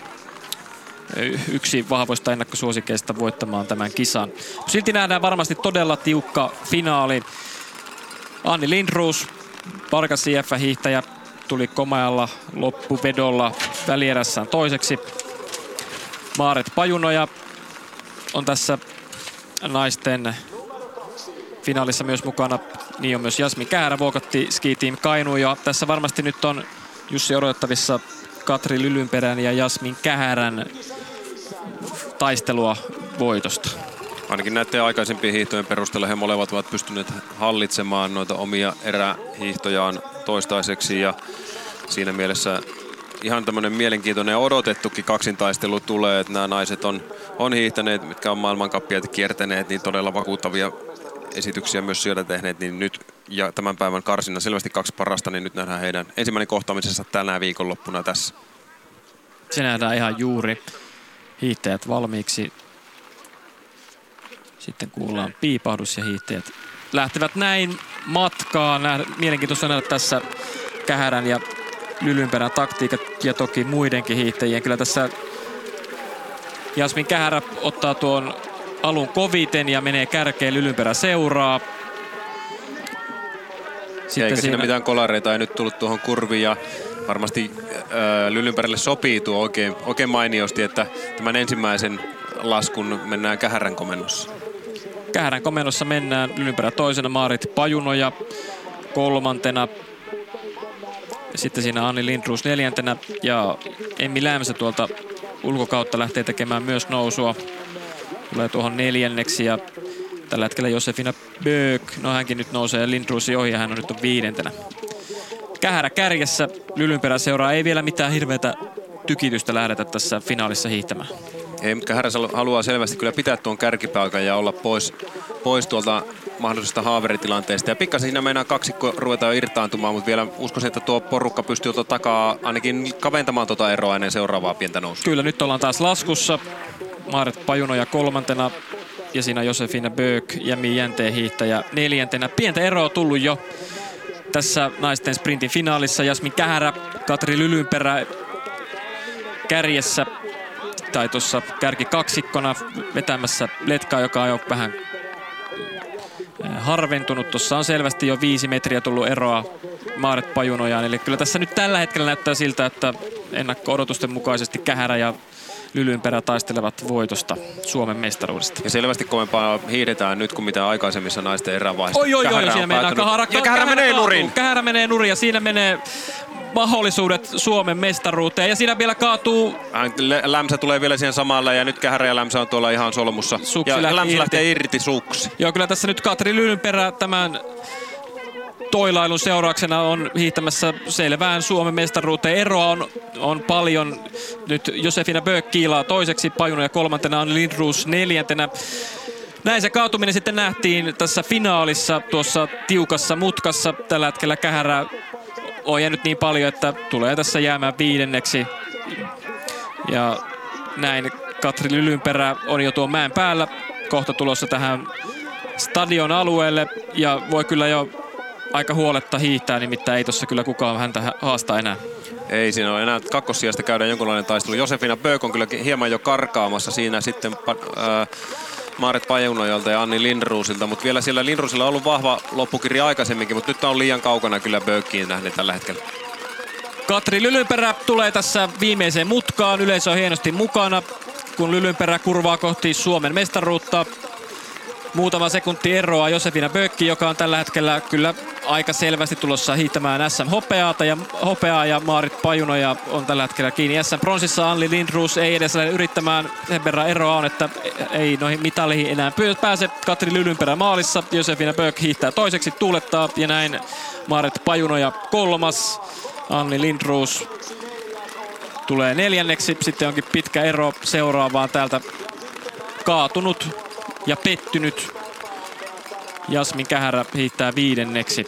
yksi vahvoista ennakkosuosikeista voittamaan tämän kisan. Silti nähdään varmasti todella tiukka finaali. Anni Lindroos, Vargas I F-hiihtäjä, tuli komealla loppuvedolla välierässään toiseksi. Maaret Pajunoja on tässä naisten finaalissa myös mukana. Niin on myös Jasmin Kähärä, Vuokatti Ski Team Kainuu. Ja tässä varmasti nyt on Jussi odotettavissa Katri Lylynperän ja Jasmin Kähärän taistelua voitosta. Ainakin näiden aikaisempien hiihtojen perusteella he molemmat ovat pystyneet hallitsemaan noita omia erähiihtojaan toistaiseksi. Ja siinä mielessä ihan tämmöinen mielenkiintoinen ja odotettukin kaksintaistelu tulee, että nämä naiset on, on hiihtäneet, mitkä on maailmancupia kiertäneet, niin todella vakuuttavia esityksiä myös sieltä tehneet, niin nyt ja tämän päivän karsinnan selvästi kaksi parasta, niin nyt nähdään heidän ensimmäinen kohtaamisensa tänä viikonloppuna tässä. Se nähdään ihan juuri. Hiihtäjät valmiiksi. Sitten kuullaan piipahdus ja hiihtäjät lähtevät näin matkaan. Mielenkiintoista nähdä tässä Kähärän ja Lylynperän taktiikat ja toki muidenkin hiihtäjien. Kyllä tässä Jasmin Kähärä ottaa tuon alun koviten ja menee kärkeen, Lylynperä seuraa. Sitten eikä siinä, siinä mitään kolareita ei nyt tullut tuohon kurviin ja varmasti äh, Lylynperälle sopii tuo oikein, oikein mainiosti, että tämän ensimmäisen laskun mennään Kähärän komennossa. Kähärän komennossa mennään, Lylynperä toisena, Maarit Pajunoja kolmantena. Sitten siinä Anni Lindroos neljäntenä ja Emmi Lämsä tuolta ulkokautta lähtee tekemään myös nousua. Tulee tuohon neljänneksi ja tällä hetkellä Josefina Böök, no hänkin nyt nousee ja Lindroosin ohi ja hän on nyt on viidentenä. Kähärä kärjessä, Lylynperä seuraa, ei vielä mitään hirveätä tykitystä lähdetä tässä finaalissa hiihtämään. Ei, mutta Kähärä haluaa selvästi kyllä pitää tuon kärkipaikan ja olla pois, pois tuolta mahdollisesta haaveritilanteesta. Ja pikkasen siinä meinaa kaksikko ruveta jo irtaantumaan, mutta vielä uskoisin, että tuo porukka pystyy tuota takaa ainakin kaventamaan tuota eroa ennen seuraavaa pientä nousua. Kyllä, nyt ollaan taas laskussa. Maaret Pajunoja kolmantena ja siinä Josefina Böök ja Mi Jänteen hiihtäjä neljäntenä. Pientä eroa tullut jo tässä naisten sprintin finaalissa. Jasmin Kähärä, Katri Lylynperä kärjessä tai tuossa kärki kaksikkona vetämässä letkaa, joka on jo vähän harventunut. Tuossa on selvästi jo viisi metriä tullut eroa Maaret Pajunojaan. Eli kyllä tässä nyt tällä hetkellä näyttää siltä, että ennakko-odotusten mukaisesti Kähärä ja Lylynperä taistelevat voitosta Suomen mestaruudesta. Ja selvästi kovempaa hiidetään nyt kuin mitä aikaisemmissa naisten erävaiheissa. Oi, oi, oi, siinä mennään Kahara. Ja Kähärä, Kähärä menee nurin. Kähärä menee nurin ja siinä menee mahdollisuudet Suomen mestaruuteen. Ja siinä vielä kaatuu... Lämsä tulee vielä siihen samalle ja nyt Kähärä ja Lämsä on tuolla ihan solmussa. Suksi ja lähti Lämsä irti. lähtee irti suksi. Joo, kyllä tässä nyt Katri Lylynperä tämän toilailun seurauksena on hiihtämässä selvään Suomen mestaruuteen. Eroa on, on paljon. Nyt Josefina Böök kiilaa toiseksi, Pajunoja kolmantena, on Lindroos neljäntenä. Näin se kaatuminen sitten nähtiin tässä finaalissa tuossa tiukassa mutkassa. Tällä hetkellä Kähärä on jäänyt niin paljon, että tulee tässä jäämään viidenneksi. Ja näin Katri Lylynperä on jo tuon mäen päällä kohta tulossa tähän stadion alueelle ja voi kyllä jo aika huoletta hiihtää, nimittäin ei tuossa kyllä kukaan häntä haasta enää. Ei siinä ole enää kakkossijasta käydään jonkunlainen taistelu. Josefina Böök on kyllä hieman jo karkaamassa siinä sitten äh, Maaret Pajunojalta ja Anni Lindroosilta, mutta vielä siellä Lindroosilla on ollut vahva loppukirja aikaisemminkin, mutta nyt on liian kaukana kyllä Böökkiin nähden tällä hetkellä. Katri Lylynperä tulee tässä viimeiseen mutkaan, yleisö on hienosti mukana, kun Lylynperä kurvaa kohti Suomen mestaruutta. Muutama sekunti eroa Josefina Böökki, joka on tällä hetkellä kyllä aika selvästi tulossa hiihtämään S M-hopeaa ja, hopeaa ja Maarit Pajunoja on tällä hetkellä kiinni S M-pronssissa. Anni Lindroos ei edes lähde yrittämään, sen verran eroa on, että ei noihin mitalihin enää pääse. Katri Lylynperä maalissa, Josefina Böök hiihtää toiseksi, tuulettaa ja näin Maarit Pajunoja kolmas. Anni Lindroos tulee neljänneksi, sitten onkin pitkä ero seuraavaan täältä kaatunut ja pettynyt Jasmin Kähärä hiihtää viidenneksi.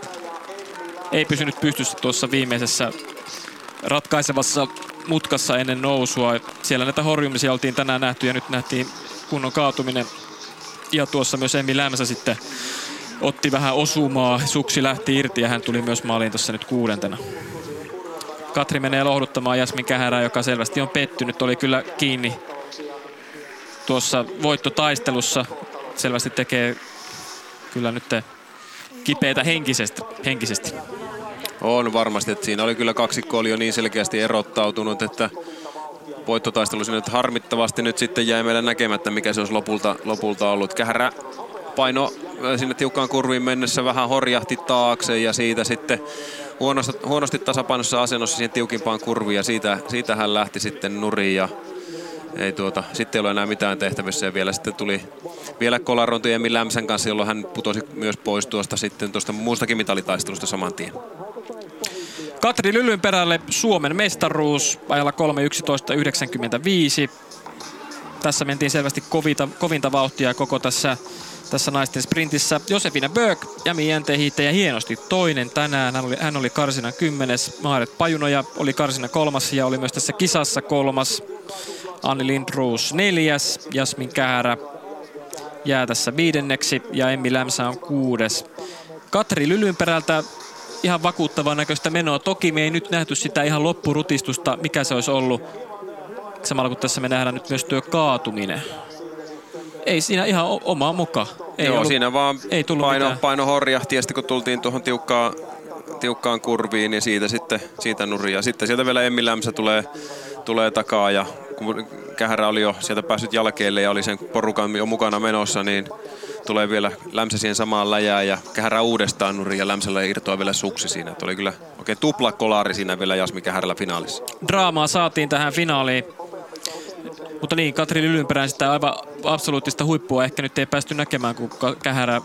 Ei pysynyt pystyssä tuossa viimeisessä ratkaisevassa mutkassa ennen nousua. Siellä näitä horjumisia oltiin tänään nähty ja nyt nähtiin kunnon kaatuminen. Ja tuossa myös Emmi Lämsä sitten otti vähän osumaa. Suksi lähti irti ja hän tuli myös maaliin tuossa nyt kuudentena. Katri menee lohduttamaan Jasmin Kähärää, joka selvästi on pettynyt. Oli kyllä kiinni tuossa voittotaistelussa. Selvästi tekee kyllä nyt kipeätä henkisesti. henkisesti. On varmasti, että siinä oli kyllä kaksikko oli jo niin selkeästi erottautunut, että voittotaistelu sinne nyt harmittavasti nyt sitten jäi meille näkemättä, mikä se olisi lopulta, lopulta ollut. Kähärä paino sinne tiukkaan kurviin mennessä vähän horjahti taakse ja siitä sitten huonosti, huonosti tasapainossa asennossa siihen tiukimpaan kurviin ja siitä, siitä hän lähti sitten nurin ja ei tuota, sitten ei ole enää mitään tehtävissä ja vielä sitten tuli vielä kolarointi Emmi Lämsän kanssa, jolloin hän putosi myös pois tuosta sitten tuosta muustakin mitalitaistelusta saman tien. Katri Lylynperälle Suomen mestaruus ajalla kolme yksitoista yhdeksänkymmentäviisi. Tässä mentiin selvästi kovita, kovinta vauhtia koko tässä, tässä naisten sprintissä. Josefina Böök, Jämi Jänteen hiihtäjä hienosti toinen tänään. Hän oli, hän oli karsinan kymmenes. Maaret Pajunoja oli karsinan kolmas ja oli myös tässä kisassa kolmas. Anni Lindroos neljäs, Jasmin Kähärä jää tässä viidenneksi ja Emmi Lämsä on kuudes. Katri Lylynperältä ihan vakuuttavan näköistä menoa. Toki me ei nyt nähty sitä ihan loppurutistusta, mikä se olisi ollut. Samalla kun tässä me nähdään nyt myös tuo kaatuminen. Ei siinä ihan omaa mukaan. Ei Joo, ollut, siinä vaan ei paino, paino horjahti ja sitten kun tultiin tuohon tiukkaan, tiukkaan kurviin, niin siitä sitten siitä nuria. Sitten sieltä vielä Emmi Lämsä tulee, tulee takaa ja kun Kähärä oli jo sieltä päässyt jälkeelle ja oli sen porukan jo mukana menossa, niin tulee vielä Lämsä siihen samaan läjään ja Kähärä uudestaan nurin ja Lämsällä irtoaa vielä suksi siinä. Että oli kyllä oikein tupla kolari siinä vielä Jasmin Kähärällä finaalissa. Draamaa saatiin tähän finaaliin. Mutta niin, Katri Lylynperän sitä aivan absoluuttista huippua ehkä nyt ei päästy näkemään, kun Kähärä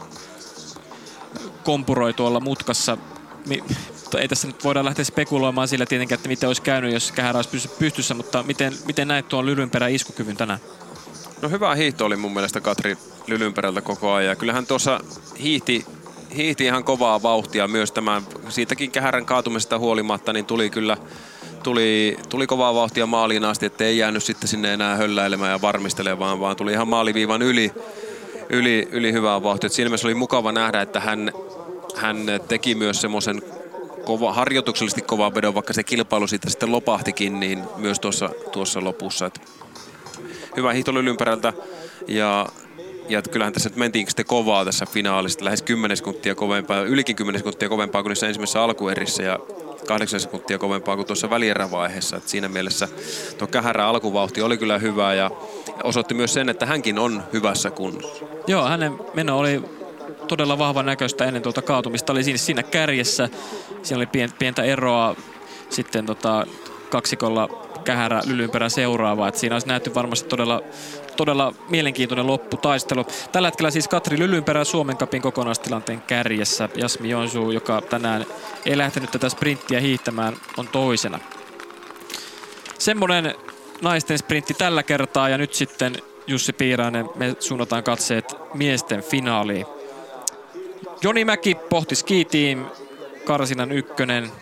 kompuroi tuolla mutkassa. Ei tässä nyt voida lähteä spekuloimaan sillä tietenkään, että miten olisi käynyt, jos Kähärä olisi pystyssä, mutta miten, miten näet tuon Lylynperän iskukyvyn tänään? No hyvä hiihto oli mun mielestä Katri Lylynperältä koko ajan. Kyllähän tuossa hiihti, hiihti ihan kovaa vauhtia myös tämän, siitäkin Kähärän kaatumisesta huolimatta, niin tuli kyllä tuli, tuli kovaa vauhtia maaliin asti, että ei jäänyt sitten sinne enää hölläilemään ja varmistelemaan, vaan tuli ihan maaliviivan yli, yli, yli hyvää vauhtia. Et siinä mielessä oli mukava nähdä, että hän, hän teki myös semmoisen kova, harjoituksellisesti kovaa vedon, vaikka se kilpailu siitä sitten lopahtikin, niin myös tuossa, tuossa lopussa. Et hyvä hiihto Lylynperältä ja ja kyllähän tässä nyt mentiin sitten kovaa tässä finaalista, lähes kymmenen sekuntia kovempaa, ylikin kymmenen sekuntia kovempaa kuin niissä ensimmäisessä alkuerissä ja kahdeksan sekuntia kovempaa kuin tuossa välierävaiheessa. Et siinä mielessä tuo kähärä alkuvauhti oli kyllä hyvä ja osoitti myös sen, että hänkin on hyvässä kunnossa. Joo, hänen meno oli todella vahvan näköistä ennen tuota kaatumista. Oli siinä, siinä kärjessä, siinä oli pientä eroa sitten tota, kaksikolla kähärä Lylynperä seuraava. Et siinä olisi nähty varmasti todella, todella mielenkiintoinen lopputaistelu. Tällä hetkellä siis Katri Lylynperä Suomen Cupin kokonaistilanteen kärjessä. Jasmi Joensuu, joka tänään ei lähtenyt tätä sprinttiä hiihtämään, on toisena. Semmoinen naisten sprintti tällä kertaa ja nyt sitten Jussi Piirainen, me suunnataan katseet miesten finaaliin. Joni Mäki pohti Ski Team, karsinan ykkönen.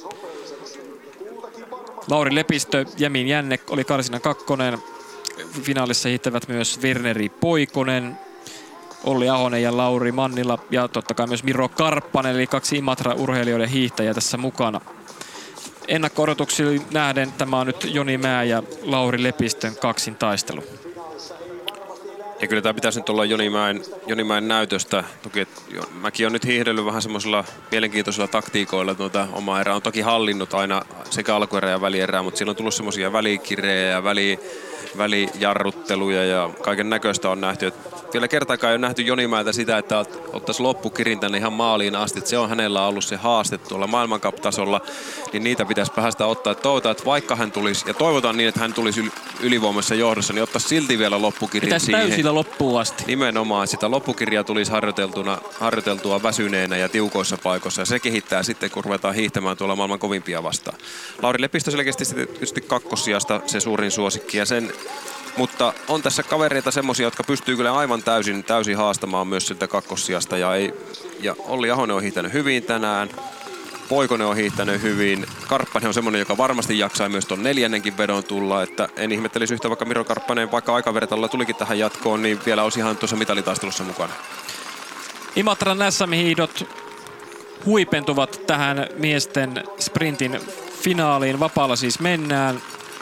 Lauri Lepistö, Jämin Jännek oli karsinan kakkonen. Finaalissa hiihtävät myös Verneri Poikonen, Olli Ahonen ja Lauri Mannila ja totta kai myös Miro Karppanen, eli kaksi Imatra-urheilijoiden hiihtäjää tässä mukana. Ennakko-odotuksiin nähden tämä on nyt Joni Mää ja Lauri Lepistön kaksintaistelu. Ja kyllä tämä pitäisi nyt olla Jonimäen, Jonimäen näytöstä. Toki et, jo, mäkin on nyt hiihdellyt vähän semmoisilla mielenkiintoisilla taktiikoilla. Tuota, oma erä on toki hallinnut aina sekä alkuerää ja välierää, mutta siellä on tullut semmoisia välikirejä ja väli, välijarrutteluja ja kaiken näköistä on nähty. Et vielä kertaakaan ei ole nähty Jonimäeltä sitä, että ottaisi loppukirin tänne ihan maaliin asti. Et se on hänellä ollut se haaste tuolla maailmancup-tasolla, niin niitä pitäisi päästä ottaa. Et toivotaan, että vaikka hän tulisi, ja toivotaan niin, että hän tulisi yl- ylivoimassa johdossa, niin ottaisi silti vielä loppukirin pitäisi siihen. Täysillä loppuun asti. Nimenomaan, sitä loppukirjaa tulisi harjoiteltuna, harjoiteltua väsyneenä ja tiukoissa paikoissa. Ja se kehittää sitten, kun ruvetaan hiihtämään tuolla maailman kovimpia vastaan. Lauri Lepistö selkeästi tietysti kakkossijasta se suurin suosikki. Ja sen, mutta on tässä kavereita semmosia, jotka pystyy kyllä aivan täysin, täysin haastamaan myös siltä kakkossijasta. Ja, ei, ja Olli Ahonen on hiihtänyt hyvin tänään. Poikonen on hiihtänyt hyvin. Karppanen on semmoinen, joka varmasti jaksaa myös tuon neljännenkin vedon tulla. Että en ihmettelisi yhtä, vaikka Miro Karppanen, vaikka aikavertalla tulikin tähän jatkoon, niin vielä olisi ihan tuossa mitalitaistelussa mukana. Imatran S M-hiidot huipentuvat tähän miesten sprintin finaaliin. Vapaalla siis mennään.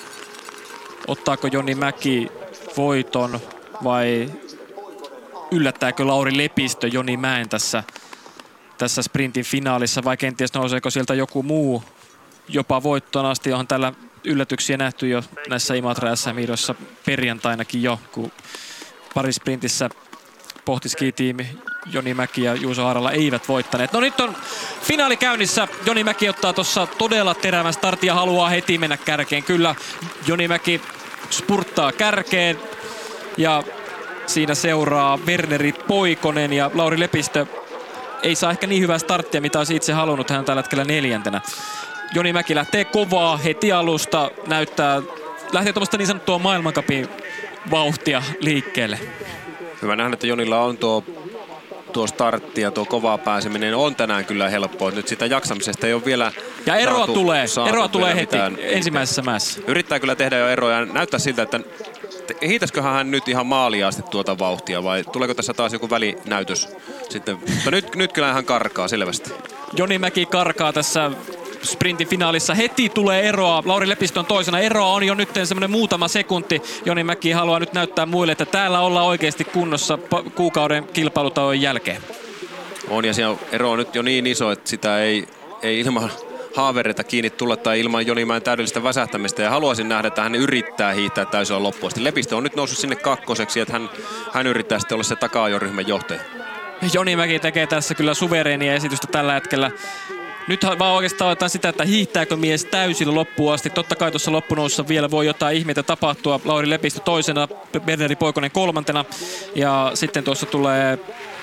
Ottaako Joni Mäki voiton vai yllättääkö Lauri Lepistö Joni Mäen tässä, tässä sprintin finaalissa vai kenties nouseeko sieltä joku muu jopa voittoon asti, johon tällä yllätyksiä nähty jo näissä Imatra S M-hiidoissa perjantainakin jo, kun parisprintissä pohti Ski-tiimi Joni Mäki ja Juuso Haarala eivät voittaneet. No nyt on finaali käynnissä. Joni Mäki ottaa tuossa todella terävän startin ja haluaa heti mennä kärkeen. Kyllä Joni Mäki spurttaa kärkeen ja siinä seuraa Verneri Poikonen ja Lauri Lepistö ei saa ehkä niin hyvää starttia, mitä olisi itse halunnut. Hän on tällä hetkellä neljäntenä. Joni Mäki lähtee kovaa heti alusta. Näyttää, lähtee tuommoista niin sanottua maailmancupin vauhtia liikkeelle. Hyvä nähdä, että Jonilla on tuo, tuo startti ja tuo kovaa pääseminen on tänään kyllä helppoa. Nyt sitä jaksamisesta ei ole vielä Ja eroa saatu, tulee, saatu eroa tulee heti mitään. ensimmäisessä mäessä. Yrittää kyllä tehdä jo eroja ja näyttää siltä, että hiitäisiköhän hän nyt ihan maaliin asti tuota vauhtia vai tuleeko tässä taas joku välinäytös sitten? Mutta nyt, nyt kyllä hän karkaa selvästi. Joni Mäki karkaa tässä sprintin finaalissa. Heti tulee eroa. Lauri Lepistö on toisena. Eroa on jo nyt semmoinen muutama sekunti. Joni Mäki haluaa nyt näyttää muille, että täällä ollaan oikeasti kunnossa kuukauden kilpailutauon jälkeen. On ja siellä ero on nyt jo niin iso, että sitä ei, ei ilman haavereita kiinni tulla tai ilman Jonimäen täydellistä väsähtämistä. Ja haluaisin nähdä, että hän yrittää hiihtää täysillä loppuun asti. Lepistö on nyt noussut sinne kakkoseksi, että hän, hän yrittää sitten olla se taka-ajoryhmän johtaja. Joni Mäki tekee tässä kyllä suvereenia esitystä tällä hetkellä. Nyt vaan oikeastaan otetaan sitä, että hiihtääkö mies täysillä loppuun asti. Totta kai tuossa loppunousussa vielä voi jotain ihmeitä tapahtua. Lauri Lepistö toisena, Verneri Poikonen kolmantena. Ja sitten tuossa tulee,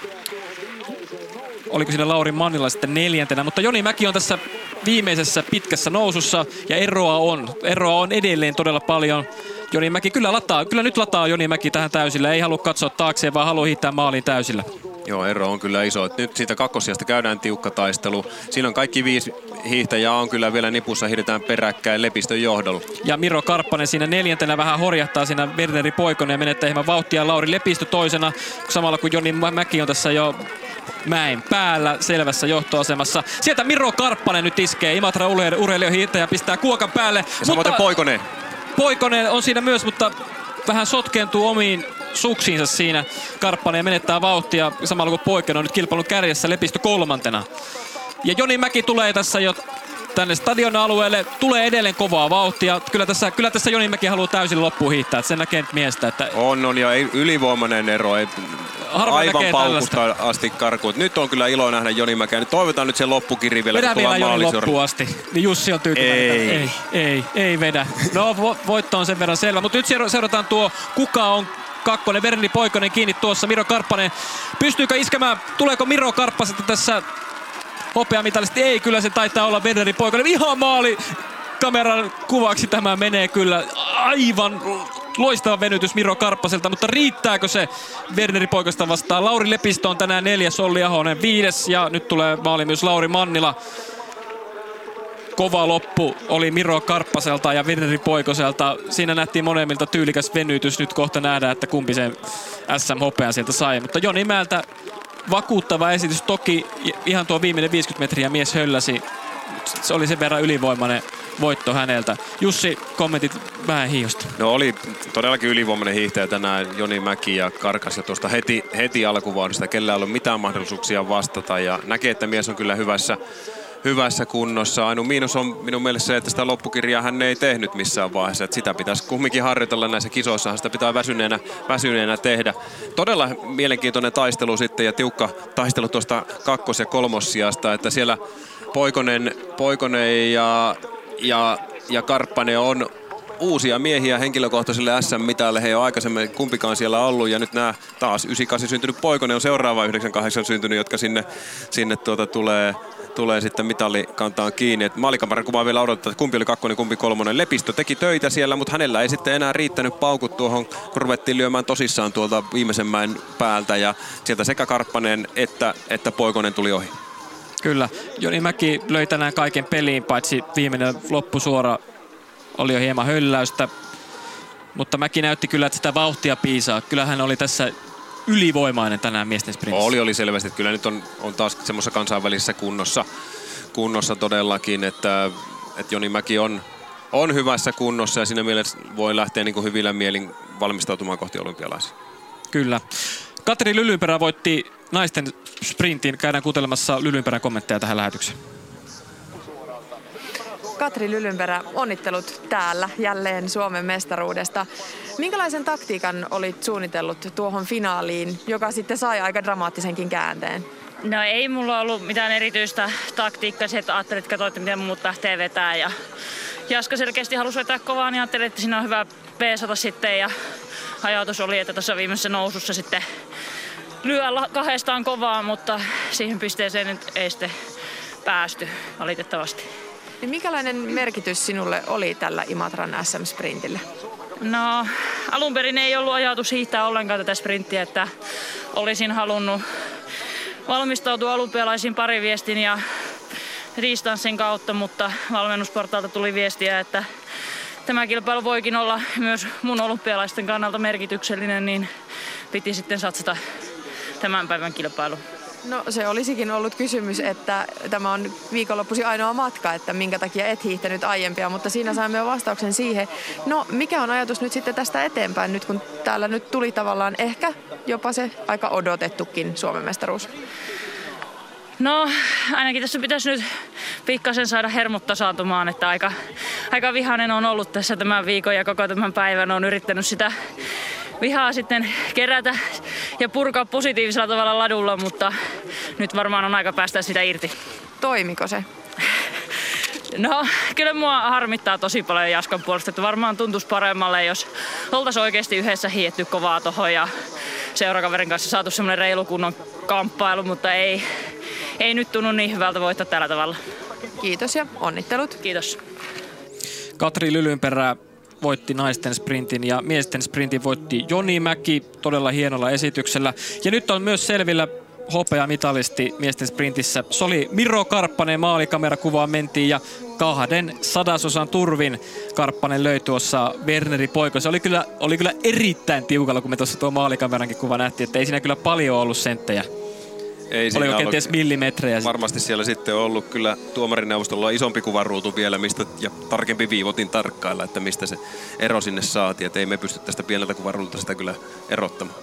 oliko siinä Lauri Mannila sitten neljäntenä. Mutta Joni Mäki on tässä viimeisessä pitkässä nousussa ja eroa on. Eroa on edelleen todella paljon. Joni Mäki kyllä lataa, kyllä nyt lataa Joni Mäki tähän täysillä. Ei halua katsoa taakseen, vaan haluaa hiihtää maaliin täysillä. Joo, ero on kyllä iso. Nyt siitä kakkosijasta käydään tiukka taistelu. Siinä on kaikki viisi hiihtäjää on kyllä vielä nipussa, hiihdetään peräkkäin Lepistön johdolla. Ja Miro Karppanen siinä neljäntenä vähän horjahtaa siinä Verneri Poikonen ja menettää hieman vauhtia. Lauri Lepistö toisena, samalla kun Joni Mäki on tässä jo mäen päällä selvässä johtoasemassa. Sieltä Miro Karppanen nyt iskee. Imatra urheilijahiihtäjä pistää kuokan päälle. Ja samoin Poikonen. Poikonen on siinä myös, mutta vähän sotkeentuu omiin suksiinsa siinä. Karppanen menettää vauhtia samalla kun Poikinen on nyt kilpailun kärjessä, Lepistö kolmantena. Ja Joni Mäki tulee tässä jo tänne stadion alueelle, tulee edelleen kovaa vauhtia. Kyllä tässä, kyllä tässä Joni Mäki haluaa täysin loppuun hiihtää, että sen näkee nyt miestä. Että on, on ja ylivoimainen ero. Ei, aivan paukusta asti karkuun. Nyt on kyllä ilo nähdä Joni Mäkeä. Nyt toivotaan nyt se loppukiri vielä. Vedä vielä Joni loppuun asti. Niin Jussi on tyytyväinen. Ei. ei, ei, ei vedä. No vo, voitto on sen verran selvä. Mutta nyt seurataan tuo, kuka on kakkonen. Verneri Poikonen kiinni tuossa. Miro Karppanen. Pystyykö iskemään? Tuleeko Miro Karppaselta tässä hopeamitalisesti? Ei, kyllä se taitaa olla Verneri Poikonen. Ihan maali! Kameran kuvaksi tämä menee kyllä. Aivan loistava venytys Miro Karppaselta, mutta riittääkö se Verneri Poikasta vastaan? Lauri Lepistö on tänään neljäs, Olli Ahonen viides ja nyt tulee maali myös Lauri Mannila. Kova loppu oli Miro Karppaselta ja Verneri Poikoselta. Siinä nähtiin molemmilta tyylikäs venytys. Nyt kohta nähdään, että kumpi sen S M-hopean sieltä sai. Mutta Joni Mäeltä vakuuttava esitys. Toki ihan tuo viimeinen viisikymmentä metriä mies hölläsi. Se oli sen verran ylivoimainen voitto häneltä. Jussi, kommentit vähän hiihosta. No oli todellakin ylivoimainen hiihtäjä tänään Joni Mäki ja karkas ja tuosta heti, heti alkuvauhdista. Kellään ei ollut mitään mahdollisuuksia vastata ja näkee, että mies on kyllä hyvässä, hyvässä kunnossa. Ainoa miinus on minun mielestä se, että sitä loppukirjaa hän ei tehnyt missään vaiheessa. Että sitä pitäisi kumminkin harjoitella näissä kisoissa. Sitä pitää väsyneenä, väsyneenä tehdä. Todella mielenkiintoinen taistelu sitten ja tiukka taistelu tuosta kakkos- ja kolmossijasta, että siellä Poikonen, Poikonen ja, ja, ja Karppanen on uusia miehiä henkilökohtaiselle S M-mitalle. He ei ole aikaisemmin kumpikaan siellä ollut ja nyt nämä taas yhdeksänkymmentäkahdeksan syntynyt Poikonen on seuraava yhdeksänkymmentäkahdeksan syntynyt, jotka sinne, sinne tuota tulee, tulee sitten mitalikantaan kiinni. Et maalikameran kuvaa vielä odottaa, että kumpi oli kakkonen, kumpi kolmonen. Lepistö teki töitä siellä, mutta hänellä ei sitten enää riittänyt paukut tuohon, kun ruvettiin lyömään tosissaan tuolta viimeisen mäen päältä ja sieltä sekä Karppanen että, että Poikonen tuli ohi. Kyllä. Joni Mäki löi tänään kaiken peliin, paitsi viimeinen loppusuora oli jo hieman hölläystä. Mutta Mäki näytti kyllä, että sitä vauhtia piisaa. Kyllä hän oli tässä ylivoimainen tänään miesten sprintissä. Oli, oli selvästi. Että kyllä nyt on, on taas semmoisessa kansainvälisessä kunnossa, kunnossa todellakin, että, että Joni Mäki on, on hyvässä kunnossa ja siinä mielessä voi lähteä niin kuin hyvillä mielin valmistautumaan kohti olympialaisia. Kyllä. Katri Lylynperä voitti naisten sprintin. Käydään kuuntelemassa Lylynperän kommentteja tähän lähetykseen. Katri Lylynperä, onnittelut täällä jälleen Suomen mestaruudesta. Minkälaisen taktiikan olit suunnitellut tuohon finaaliin, joka sitten sai aika dramaattisenkin käänteen? No ei mulla ollut mitään erityistä taktiikkaa, se, että ajattelin, että katsoitte, miten muut lähtee vetää. Ja Jaska selkeästi halusi vetää kovaa, niin ajattelin, että siinä on hyvä peesata sitten. Ja ajatus oli, että tuossa viimeisessä nousussa sitten lyö kahdestaan kovaa, mutta siihen pisteeseen nyt ei sitten päästy valitettavasti. Niin minkälainen merkitys sinulle oli tällä Imatran S M-sprintillä? No alun perin ei ollut ajatus hiihtää ollenkaan tätä sprinttiä, että olisin halunnut valmistautua olympialaisiin pariviestin ja distanssin kautta, mutta valmennusportaalta tuli viestiä, että tämä kilpailu voikin olla myös mun olympialaisten kannalta merkityksellinen, niin piti sitten satsata tämän päivän kilpailu. No se olisikin ollut kysymys, että tämä on viikonloppuisin ainoa matka, että minkä takia et hiihtänyt aiempia, mutta siinä saimme jo vastauksen siihen. No mikä on ajatus nyt sitten tästä eteenpäin, nyt kun täällä nyt tuli tavallaan ehkä jopa se aika odotettukin Suomen mestaruus? No ainakin tässä pitäisi nyt pikkasen saada hermot tasaantumaan, että aika, aika vihainen on ollut tässä tämän viikon ja koko tämän päivän on yrittänyt sitä vihaa sitten kerätä ja purkaa positiivisella tavalla ladulla, mutta nyt varmaan on aika päästä sitä irti. Toimiko se? No, kyllä mua harmittaa tosi paljon Jaskan puolesta, että varmaan tuntuisi paremmalle, jos oltaisiin oikeasti yhdessä hietty kovaa tohon ja seurakaverin kanssa saatu semmoinen reilu kunnon kamppailu, mutta ei, ei nyt tunnu niin hyvältä voittaa tällä tavalla. Kiitos ja onnittelut. Kiitos. Katri Lylynperä voitti naisten sprintin ja miesten sprintin voitti Joni Mäki todella hienolla esityksellä. Ja nyt on myös selvillä hopeamitalisti miesten sprintissä. Se oli Miro Karppanen, maalikamerakuvaan mentiin ja kahden sadasosan turvin Karppanen löi tuossa Verneri Poikosen. Se oli kyllä, oli kyllä erittäin tiukalla, kun me tuossa tuo maalikamerankin kuva nähtiin, että ei siinä kyllä paljon ollut senttejä. Ei siinä Oliko kenties ollut, millimetrejä? varmasti siellä sitten on ollut kyllä tuomarineuvostolla on isompi kuvaruutu vielä mistä, ja tarkempi viivotin tarkkailla, että mistä se ero sinne saatiin. Että ei me pysty tästä pieneltä kuvaruudulta sitä kyllä erottamaan.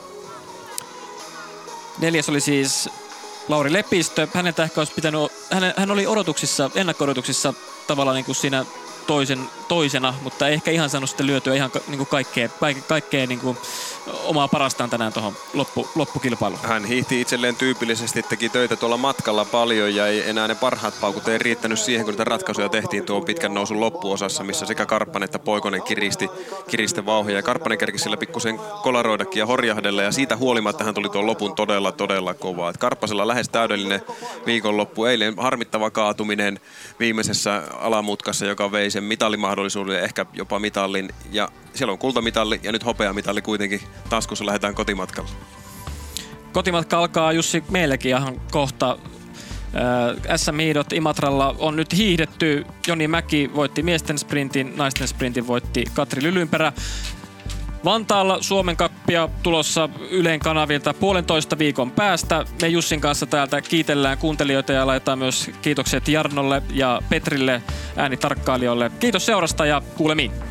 Neljäs oli siis Lauri Lepistö. Häneltä ehkä olisi pitänyt, hän, hän oli odotuksissa, ennakko-odotuksissa tavallaan niin kuin siinä toisen, toisena, mutta ei ehkä ihan saanut sitten lyötyä ihan niin kuin kaikkea, kaikkea niin kuin omaa parastaan tänään tuohon loppu, loppukilpailuun. Hän hiihti itselleen tyypillisesti, teki töitä tuolla matkalla paljon ja ei enää ne parhaat paukut ei riittänyt siihen, kun niitä ratkaisuja tehtiin tuon pitkän nousun loppuosassa, missä sekä Karppanen että Poikonen kiristi, kiristi vauhia. Ja Karppanen kerkisi sillä pikkusen kolaroidakin ja horjahdella ja siitä huolimatta hän tuli tuon lopun todella, todella kovaa. Et Karppasella lähes täydellinen viikonloppu. Eilen harmittava kaatuminen viimeisessä alamutkassa, joka vei sen mitalimahdollisuuden ja ehkä jopa mitallin. Ja siellä on kultamitalli ja nyt hopeamitalli kuitenkin taskussa, lähdetään kotimatkalle. Kotimatka alkaa Jussi meillekin ihan kohta. S M-hiidot Imatralla on nyt hiihdetty. Joni Mäki voitti miesten sprintin, naisten sprintin voitti Katri Lylynperä. Vantaalla Suomen kappia tulossa Ylen kanavilta puolentoista viikon päästä. Me Jussin kanssa täältä kiitellään kuuntelijoita ja laitetaan myös kiitokset Jarnolle ja Petrille äänitarkkailijoille. Kiitos seurasta ja kuulemiin.